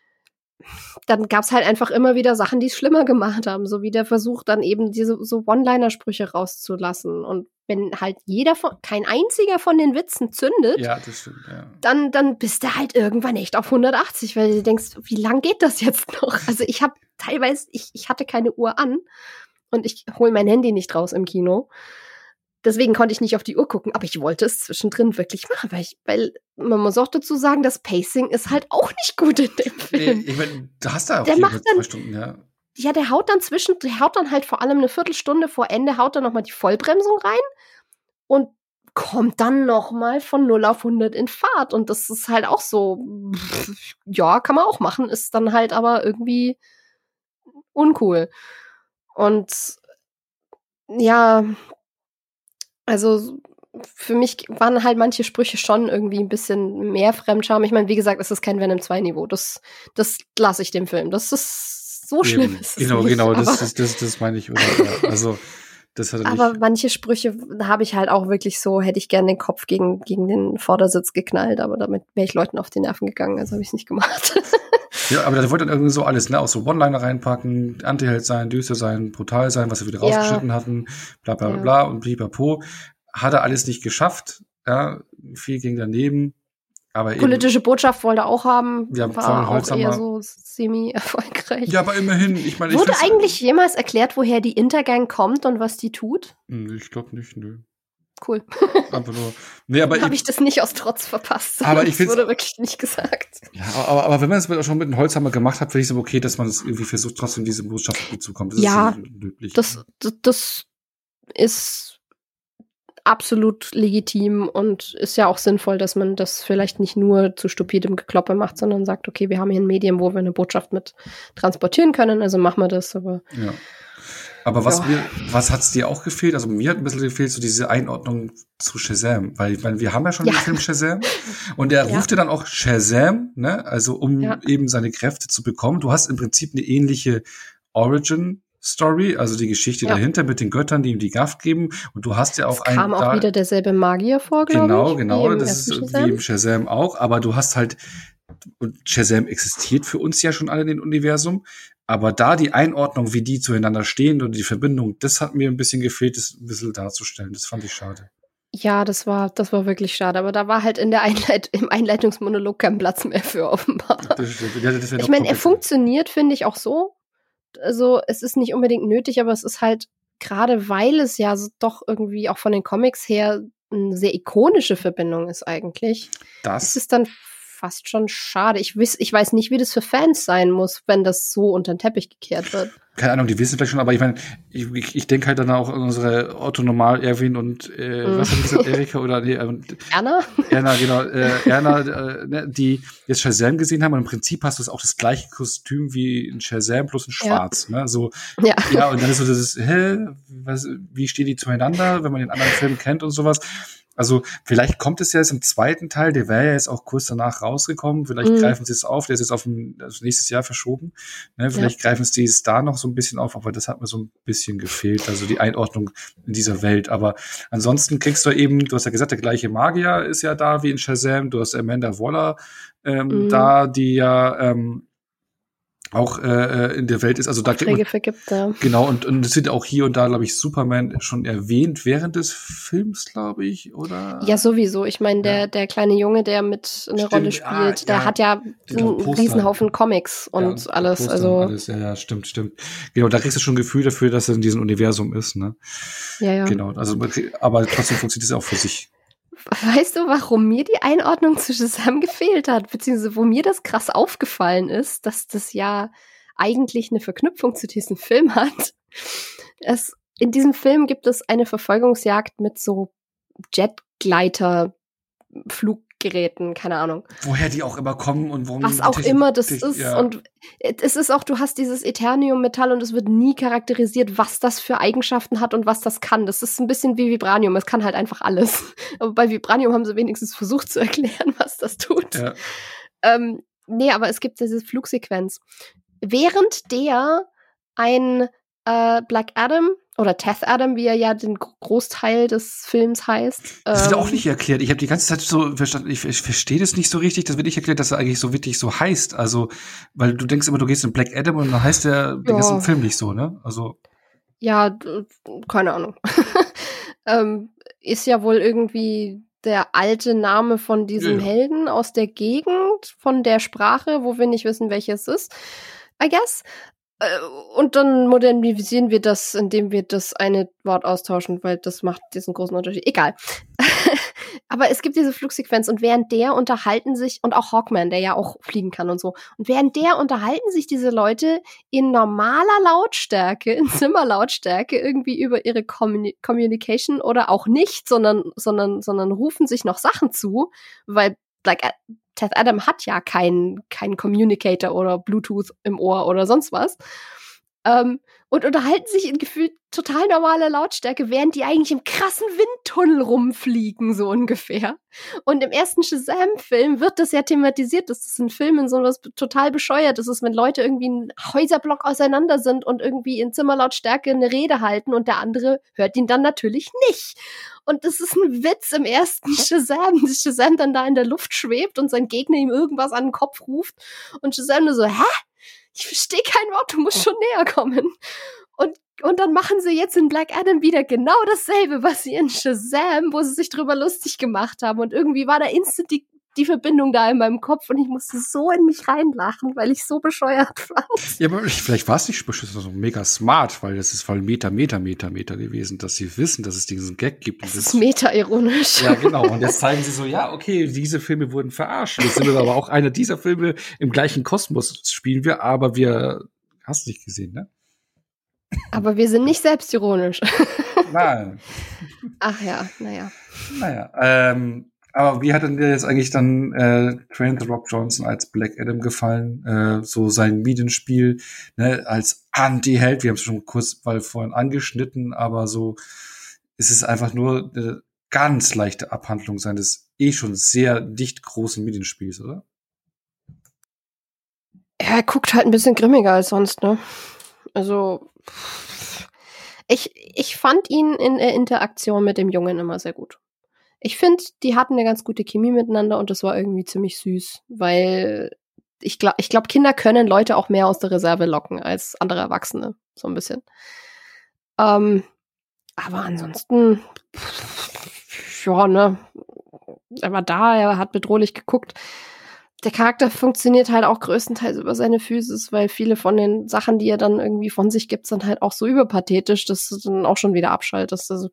gab's halt einfach immer wieder Sachen, die es schlimmer gemacht haben, so wie der Versuch, dann eben diese so One-Liner-Sprüche rauszulassen. Und wenn halt kein einziger von den Witzen zündet, ja, das stimmt, ja. Dann bist du halt irgendwann echt auf 180, weil du denkst, wie lang geht das jetzt noch? Also ich habe teilweise, ich hatte keine Uhr an und ich hole mein Handy nicht raus im Kino. deswegen konnte ich nicht auf die Uhr gucken, aber ich wollte es zwischendrin wirklich machen, weil man muss auch dazu sagen, das Pacing ist halt auch nicht gut in dem Film. Nee, ich meine, da hast du auch Der macht dann 2 Stunden, ja. Ja, der haut dann halt vor allem eine Viertelstunde vor Ende, haut dann nochmal die Vollbremsung rein und kommt dann nochmal von 0 auf 100 in Fahrt. Und das ist halt auch so, ja, kann man auch machen, ist dann halt aber irgendwie uncool. Und ja, also für mich waren halt manche Sprüche schon irgendwie ein bisschen mehr Fremdscham. Ich meine, wie gesagt, es ist kein Venom 2 Niveau. Das lasse ich dem Film. Das ist so schlimm ist es Genau, nicht. genau, Aber, das meine ich. Oder, ja. Also, das hat er aber nicht. manche Sprüche habe ich halt auch wirklich so, hätte ich gerne den Kopf gegen den Vordersitz geknallt, aber damit wäre ich Leuten auf die Nerven gegangen, also habe ich es nicht gemacht. Ja, aber da wollte dann irgendwie so alles, ne? Auch so One-Liner reinpacken, Anti-Held sein, düster sein, brutal sein, was wir wieder rausgeschnitten hatten, bla bla bla bla und pipapo. Hat er alles nicht geschafft, ja, viel ging daneben. Aber Politische Botschaft wollte er auch haben, ja, war auch eher so semi-erfolgreich. Ja, aber immerhin, ich meine, wurde eigentlich jemals erklärt, woher die Intergang kommt und was die tut? Ich glaube nicht, nö. Cool. Einfach nur. Nee, aber habe ich das nicht aus Trotz verpasst. Aber ich das wurde wirklich nicht gesagt. Ja, aber wenn man es schon mit einem Holzhammer gemacht hat, finde ich es okay, dass man es irgendwie versucht, trotzdem diese Botschaft mitzukommen. Das ja, ist löblich. Das ist absolut legitim und ist ja auch sinnvoll, dass man das vielleicht nicht nur zu stupidem Gekloppe macht, sondern sagt, okay, wir haben hier ein Medium, wo wir eine Botschaft mit transportieren können, also machen wir das. Aber ja. Aber was hat's dir auch gefehlt? Also mir hat ein bisschen gefehlt, so diese Einordnung zu Shazam, weil ich meine, wir haben ja schon den Film Shazam und er ruft ja dann auch Shazam, ne? Also um eben seine Kräfte zu bekommen. Du hast im Prinzip eine ähnliche Origin-Story, also die Geschichte dahinter mit den Göttern, die ihm die Kraft geben. Und du hast ja auch einen. Kam auch wieder derselbe Magier vor, glaube ich. Genau, das ist wie im Shazam auch. Aber du hast halt, und Shazam existiert für uns ja schon alle in dem Universum. Aber da die Einordnung, wie die zueinander stehen und die Verbindung, das hat mir ein bisschen gefehlt, das ein bisschen darzustellen. Das fand ich schade. Ja, das war wirklich schade. Aber da war halt im Einleitungsmonolog kein Platz mehr für, offenbar. Ich meine, er funktioniert, finde ich, auch so. Also, es ist nicht unbedingt nötig, aber es ist halt, gerade weil es ja so doch irgendwie auch von den Comics her eine sehr ikonische Verbindung ist eigentlich. Das ist dann fast schon schade. Ich weiß nicht, wie das für Fans sein muss, wenn das so unter den Teppich gekehrt wird. Keine Ahnung, die wissen vielleicht schon, aber ich meine, ich denke halt dann auch an unsere Otto Normal, Erwin und was hab ich gesagt, Erika oder Erna? Erna, genau, Erna, die jetzt Shazam gesehen haben und im Prinzip hast du auch das gleiche Kostüm wie in Shazam, bloß in Schwarz, ne? So, ja, und dann ist so das, wie stehen die zueinander, wenn man den anderen Film kennt und sowas. Also vielleicht kommt es ja jetzt im zweiten Teil, der wäre ja jetzt auch kurz danach rausgekommen, vielleicht greifen sie es auf, der ist jetzt auf nächstes Jahr verschoben, ne? Vielleicht greifen sie es da noch so ein bisschen auf, aber das hat mir so ein bisschen gefehlt, also die Einordnung in dieser Welt, aber ansonsten kriegst du eben, du hast ja gesagt, der gleiche Magier ist ja da wie in Shazam, du hast Amanda Waller da, die ja auch in der Welt ist, also da vergibt, ja. Genau, und es wird auch hier und da, glaube ich, Superman schon erwähnt während des Films, glaube ich, oder? Ja, sowieso. Ich meine, der kleine Junge, der mit eine Rolle spielt, der hat ja einen Riesenhaufen Comics und alles. Also alles. Ja, stimmt. Genau, da kriegst du schon ein Gefühl dafür, dass er in diesem Universum ist, ne? Ja. Genau, also, aber trotzdem funktioniert es auch für sich. Weißt du, warum mir die Einordnung zu Shazam gefehlt hat, beziehungsweise wo mir das krass aufgefallen ist, dass das ja eigentlich eine Verknüpfung zu diesem Film hat? In diesem Film gibt es eine Verfolgungsjagd mit so Jetgleiter-Fluggeräten, keine Ahnung. Woher die auch immer kommen und warum. Was auch immer das ist. Ja. Und es ist auch, du hast dieses Eternium-Metall und es wird nie charakterisiert, was das für Eigenschaften hat und was das kann. Das ist ein bisschen wie Vibranium. Es kann halt einfach alles. Aber bei Vibranium haben sie wenigstens versucht zu erklären, was das tut. Ja. Nee, aber es gibt diese Flugsequenz. Während der ein Black Adam oder Teth Adam, wie er ja den Großteil des Films heißt. Das wird auch nicht erklärt. Ich habe die ganze Zeit so verstanden, ich verstehe das nicht so richtig. Das wird nicht erklärt, dass er eigentlich so wirklich so heißt. Also, weil du denkst immer, du gehst in Black Adam und dann heißt der den ganzen Film nicht so, ne? Also. Ja, keine Ahnung. Ist ja wohl irgendwie der alte Name von diesem Helden aus der Gegend, von der Sprache, wo wir nicht wissen, welches ist. I guess. Und dann modernisieren wir das, indem wir das eine Wort austauschen, weil das macht diesen großen Unterschied. Egal. Aber es gibt diese Flugsequenz und während der unterhalten sich, und auch Hawkman, der ja auch fliegen kann und so, und während der unterhalten sich diese Leute in normaler Lautstärke, in Zimmerlautstärke irgendwie über ihre Communication oder auch nicht, sondern rufen sich noch Sachen zu, weil Teth Adam hat ja keinen Communicator oder Bluetooth im Ohr oder sonst was. Und unterhalten sich in gefühlt total normaler Lautstärke, während die eigentlich im krassen Windtunnel rumfliegen, so ungefähr. Und im ersten Shazam-Film wird das ja thematisiert, dass das in Filmen so was total Bescheuertes ist, wenn Leute irgendwie einen Häuserblock auseinander sind und irgendwie in Zimmerlautstärke eine Rede halten und der andere hört ihn dann natürlich nicht. Und das ist ein Witz im ersten Shazam, dass Shazam dann da in der Luft schwebt und sein Gegner ihm irgendwas an den Kopf ruft und Shazam nur so, hä? Ich verstehe kein Wort, du musst schon näher kommen. Und dann machen sie jetzt in Black Adam wieder genau dasselbe, was sie in Shazam, wo sie sich drüber lustig gemacht haben. Und irgendwie war da instant die Verbindung da in meinem Kopf und ich musste so in mich reinlachen, weil ich so bescheuert fand. Ja, aber vielleicht war es nicht so mega smart, weil das ist voll Meter gewesen, dass sie wissen, dass es diesen Gag gibt. Das ist meta-ironisch. Ja, genau. Und jetzt zeigen sie so, ja, okay, diese Filme wurden verarscht. Jetzt sind wir aber auch einer dieser Filme im gleichen Kosmos spielen wir, aber wir, hast du nicht gesehen, ne? Aber wir sind nicht selbstironisch. Nein. Ach ja, naja. Aber wie hat denn dir jetzt eigentlich dann Dwayne The Rock Johnson als Black Adam gefallen? So sein Medienspiel, ne, als Anti-Held, wir haben es schon kurz mal vorhin angeschnitten, aber so ist es einfach nur eine ganz leichte Abhandlung seines schon sehr dicht großen Medienspiels, oder? Er guckt halt ein bisschen grimmiger als sonst, ne? Also ich fand ihn in der Interaktion mit dem Jungen immer sehr gut. Ich finde, die hatten eine ganz gute Chemie miteinander und das war irgendwie ziemlich süß, weil ich glaub, Kinder können Leute auch mehr aus der Reserve locken als andere Erwachsene, so ein bisschen. Aber ansonsten, ja, ne, er war da, er hat bedrohlich geguckt. Der Charakter funktioniert halt auch größtenteils über seine Physis, weil viele von den Sachen, die er dann irgendwie von sich gibt, sind halt auch so überpathetisch, dass du dann auch schon wieder abschaltest. Also,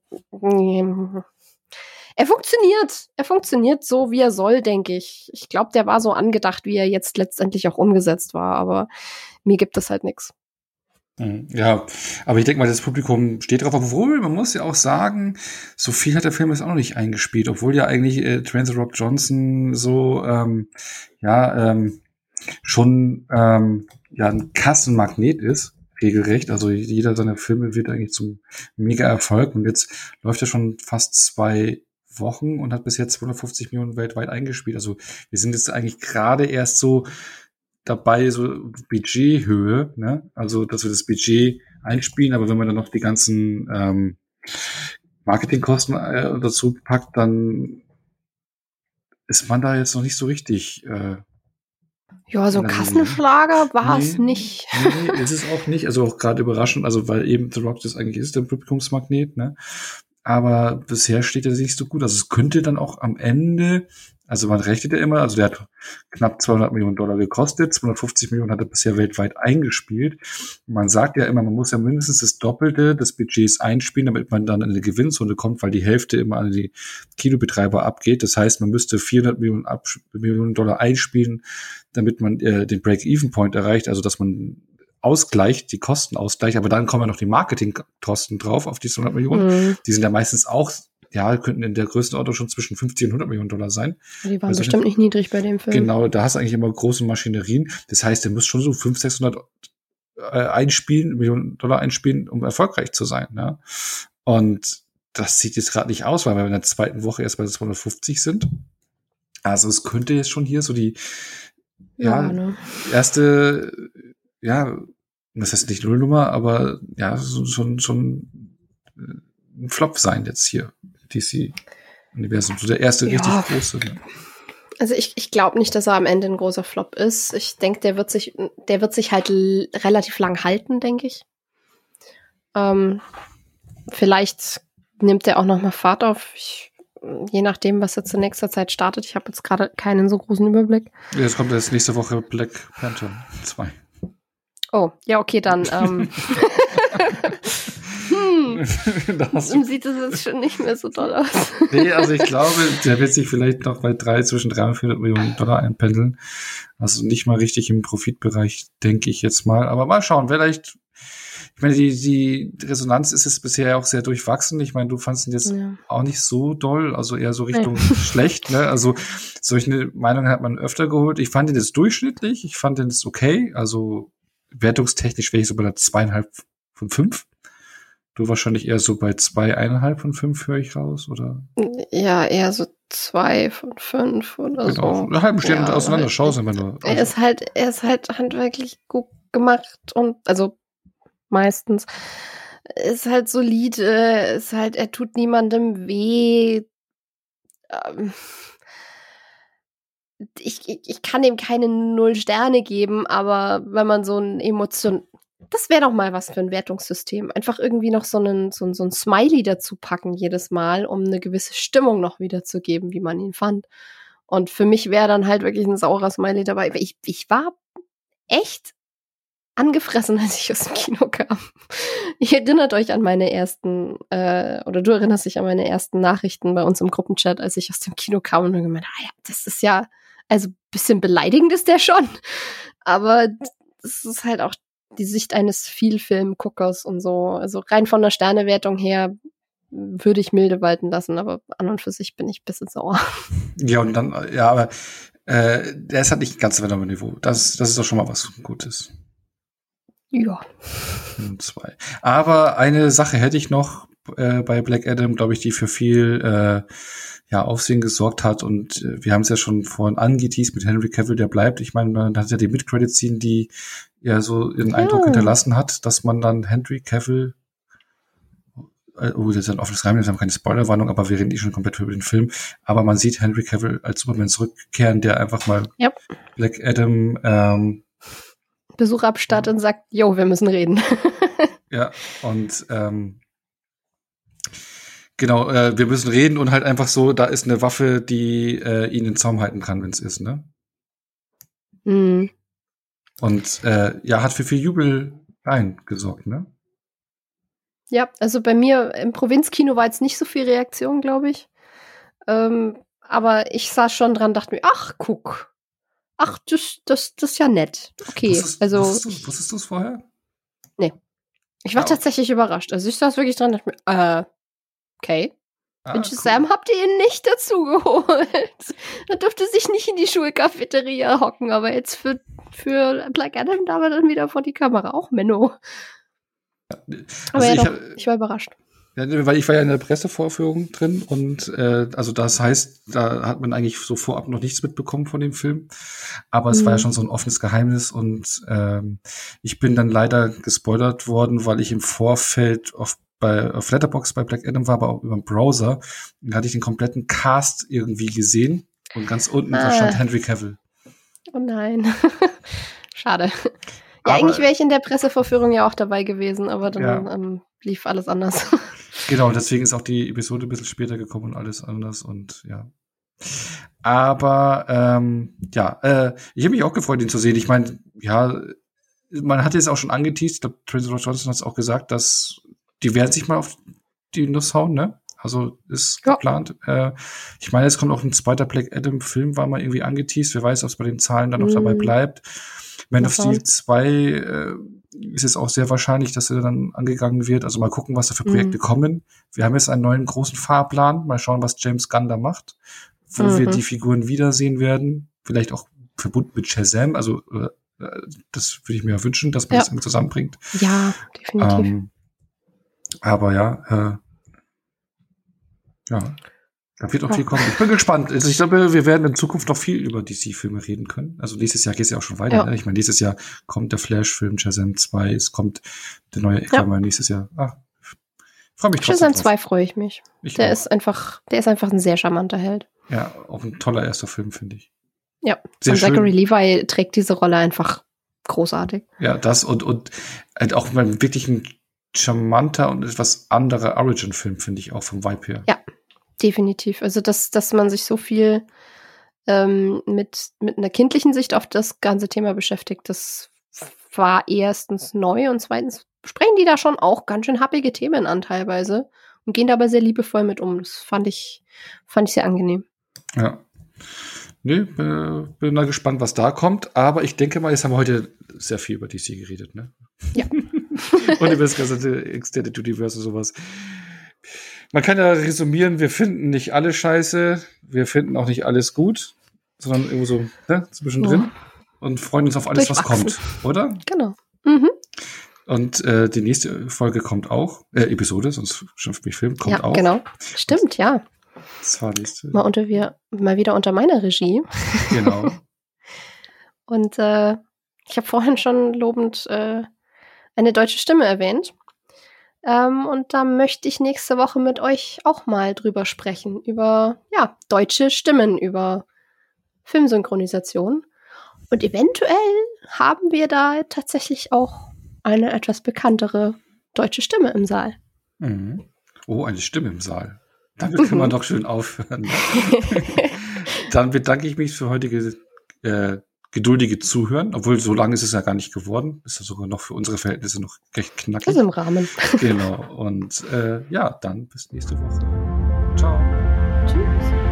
er funktioniert so, wie er soll, denke ich. Ich glaube, der war so angedacht, wie er jetzt letztendlich auch umgesetzt war, aber mir gibt es halt nichts. Ja, aber ich denke mal, das Publikum steht drauf, obwohl, man muss ja auch sagen, so viel hat der Film jetzt auch noch nicht eingespielt, obwohl ja eigentlich Dwayne The Rock Johnson so, schon ein Kassenmagnet ist, regelrecht. Also jeder seiner Filme wird eigentlich zum Mega-Erfolg und jetzt läuft er schon fast 2 Wochen und hat bis jetzt 250 Millionen weltweit eingespielt. Also wir sind jetzt eigentlich gerade erst so dabei, so Budgethöhe, ne? Also, dass wir das Budget einspielen, aber wenn man dann noch die ganzen Marketingkosten dazu packt, dann ist man da jetzt noch nicht so richtig. Ja, so ein Kassenschlager war es nicht. Nee, ist es auch nicht. Also auch gerade überraschend, also weil eben The Rock das eigentlich ist, der Publikumsmagnet, ne? Aber bisher steht er nicht so gut. Also es könnte dann auch am Ende, also man rechnet ja immer, also der hat knapp $200 Millionen gekostet, 250 Millionen hat er bisher weltweit eingespielt. Man sagt ja immer, man muss ja mindestens das Doppelte des Budgets einspielen, damit man dann in eine Gewinnzone kommt, weil die Hälfte immer an die Kinobetreiber abgeht. Das heißt, man müsste $400 Millionen einspielen, damit man den Break-Even-Point erreicht, also dass man ausgleicht, die Kosten ausgleicht, aber dann kommen ja noch die Marketingkosten drauf auf die 200 Millionen. Mhm. Die sind ja meistens auch, ja, könnten in der Größenordnung schon zwischen 50 und $100 Millionen sein. Die waren bestimmt nicht niedrig bei dem Film. Genau, da hast du eigentlich immer große Maschinerien. Das heißt, der muss schon so 500, 600 Millionen Dollar einspielen, um erfolgreich zu sein. Ne? Und das sieht jetzt gerade nicht aus, weil wir in der zweiten Woche erst bei 250 sind. Also es könnte jetzt schon hier so die erste, das heißt nicht Nullnummer, aber ja, schon ein Flop sein jetzt hier, DC-Universum. So der erste richtig große. Ne? Also ich glaube nicht, dass er am Ende ein großer Flop ist. Ich denke, der wird sich halt relativ lang halten, denke ich. Vielleicht nimmt er auch noch mal Fahrt auf. Je nachdem, was er zu nächster Zeit startet. Ich habe jetzt gerade keinen so großen Überblick. Jetzt kommt jetzt nächste Woche Black Panther 2. Oh, ja, okay, dann sieht es jetzt schon nicht mehr so doll aus. Nee, also ich glaube, der wird sich vielleicht noch bei zwischen 300 und 400 Millionen Dollar einpendeln. Also nicht mal richtig im Profitbereich, denke ich jetzt mal. Aber mal schauen, vielleicht, ich meine, die Resonanz ist es bisher auch sehr durchwachsen. Ich meine, du fandst ihn jetzt auch nicht so doll, also eher so Richtung schlecht, ne? Also solche Meinungen hat man öfter geholt. Ich fand ihn jetzt durchschnittlich, ich fand ihn jetzt okay. Also wertungstechnisch wäre ich so bei der 2,5 von 5. Du wahrscheinlich eher so bei 2,5 von 5, höre ich raus, oder? Ja, eher so 2 von 5 oder so. Genau, eine halbe Stunde auseinander, schau es immer nur. Er ist halt handwerklich gut gemacht und, also meistens, ist halt solide, ist halt, er tut niemandem weh. Ich kann ihm keine 0 Sterne geben, aber wenn man so ein das wäre doch mal was für ein Wertungssystem. Einfach irgendwie noch so ein Smiley dazu packen jedes Mal, um eine gewisse Stimmung noch wiederzugeben, wie man ihn fand. Und für mich wäre dann halt wirklich ein saurer Smiley dabei. Ich war echt angefressen, als ich aus dem Kino kam. Ihr erinnert euch an meine ersten, oder du erinnerst dich an meine ersten Nachrichten bei uns im Gruppenchat, als ich aus dem Kino kam und dann gemeint, ja, das ist ja, also ein bisschen beleidigend ist der schon, aber das ist halt auch die Sicht eines Vielfilmguckers und so. Also rein von der Sternewertung her würde ich milde walten lassen, aber an und für sich bin ich ein bisschen sauer. Ja, und dann, ja, aber der ist halt nicht ganz auf einem Niveau. Das ist doch schon mal was Gutes. Ja. 2. Aber eine Sache hätte ich noch bei Black Adam, glaube ich, die für viel Aufsehen gesorgt hat. Und wir haben es ja schon vorhin angeteased mit Henry Cavill, der bleibt. Ich meine, man hat ja die Mid-Credit-Scene, die ja so ihren Eindruck hinterlassen hat, dass man dann Henry Cavill, das ist ein offenes Geheimnis, wir haben keine Spoilerwarnung, aber wir reden schon komplett über den Film. Aber man sieht Henry Cavill als Superman zurückkehren, der einfach mal Black Adam Besuch abstattet und sagt, jo, wir müssen reden. Ja, und genau, wir müssen reden und halt einfach so, da ist eine Waffe, die ihn in Zaum halten kann, wenn es ist, ne? Mhm. Und hat für viel Jubel gesorgt, ne? Ja, also bei mir im Provinzkino war jetzt nicht so viel Reaktion, glaube ich. Aber ich saß schon dran, dachte mir, ach, guck. Ach, das ist ja nett. Okay, Wusstest du es vorher? Nee. Ich war tatsächlich überrascht. Also ich saß wirklich dran, dachte mir, okay. Mensch, cool. Sam, habt ihr ihn nicht dazu geholt? Er durfte sich nicht in die Schulcafeteria hocken, aber jetzt für Black Adam da war dann wieder vor die Kamera. Auch Menno. Also aber ich war überrascht. Ja, weil ich war ja in der Pressevorführung drin und also das heißt, da hat man eigentlich so vorab noch nichts mitbekommen von dem Film, aber es war ja schon so ein offenes Geheimnis und ich bin dann leider gespoilert worden, weil ich im Vorfeld auf Letterboxd bei Black Adam war, aber auch über den Browser, da hatte ich den kompletten Cast irgendwie gesehen und ganz unten da stand Henry Cavill. Oh nein, schade. Ja, eigentlich wäre ich in der Pressevorführung ja auch dabei gewesen, aber dann lief alles anders. Genau, deswegen ist auch die Episode ein bisschen später gekommen und alles anders und ja. Aber ich habe mich auch gefreut, ihn zu sehen. Ich meine, ja, man hat jetzt auch schon angeteased, ich glaube, Tracy Johnson hat es auch gesagt, dass die werden sich mal auf die Nuss hauen, ne? Also ist geplant. Ich meine, es kommt auch ein zweiter Black Adam-Film, war mal irgendwie angeteased. Wer weiß, ob es bei den Zahlen dann noch dabei bleibt. Man of Steel 2 ist es auch sehr wahrscheinlich, dass er dann angegangen wird. Also mal gucken, was da für Projekte kommen. Wir haben jetzt einen neuen großen Fahrplan. Mal schauen, was James Gunn da macht. Wo wir die Figuren wiedersehen werden. Vielleicht auch verbunden mit Shazam. Also das würde ich mir wünschen, dass man das irgendwie zusammenbringt. Ja, definitiv. Aber da wird auch viel kommen. Ich bin gespannt. Also ich glaube, wir werden in Zukunft noch viel über DC-Filme reden können. Also nächstes Jahr geht es ja auch schon weiter. Ja. Ne? Ich meine, nächstes Jahr kommt der Flash-Film Shazam 2, es kommt der neue Aquaman nächstes Jahr. Freue mich trotzdem Shazam 2 freue ich mich. Der ist einfach ein sehr charmanter Held. Ja, auch ein toller erster Film, finde ich. Ja, und Zachary Levi trägt diese Rolle einfach großartig. Ja, das und halt auch mal wirklich ein charmanter und etwas anderer Origin-Film, finde ich auch vom Vibe her. Ja. Definitiv. Also, dass man sich so viel mit einer kindlichen Sicht auf das ganze Thema beschäftigt, das war erstens neu und zweitens sprechen die da schon auch ganz schön happige Themen an teilweise und gehen dabei sehr liebevoll mit um. Das fand ich sehr angenehm. Ja. Nee, bin mal gespannt, was da kommt. Aber ich denke mal, jetzt haben wir heute sehr viel über DC geredet, ne? Ja. Und über das ganze Extended Universe und sowas. Man kann ja resümieren, wir finden nicht alle scheiße, wir finden auch nicht alles gut, sondern irgendwo so zwischendrin und freuen uns auf alles, was kommt, oder? Genau. Mhm. Und die nächste Folge kommt auch, Episode, sonst schimpft mich Film, kommt auch. Ja, genau. Stimmt, ja. Das war nächste. Mal wieder unter meiner Regie. Genau. Und ich habe vorhin schon lobend eine deutsche Stimme erwähnt. Und da möchte ich nächste Woche mit euch auch mal drüber sprechen. Über deutsche Stimmen, über Filmsynchronisation. Und eventuell haben wir da tatsächlich auch eine etwas bekanntere deutsche Stimme im Saal. Mhm. Oh, eine Stimme im Saal. Damit kann man doch schön aufhören. Dann bedanke ich mich für heutige geduldige Zuhören, obwohl so lange ist es ja gar nicht geworden. Ist ja sogar noch für unsere Verhältnisse noch recht knackig. Das ist im Rahmen. Genau. Und dann bis nächste Woche. Ciao. Tschüss.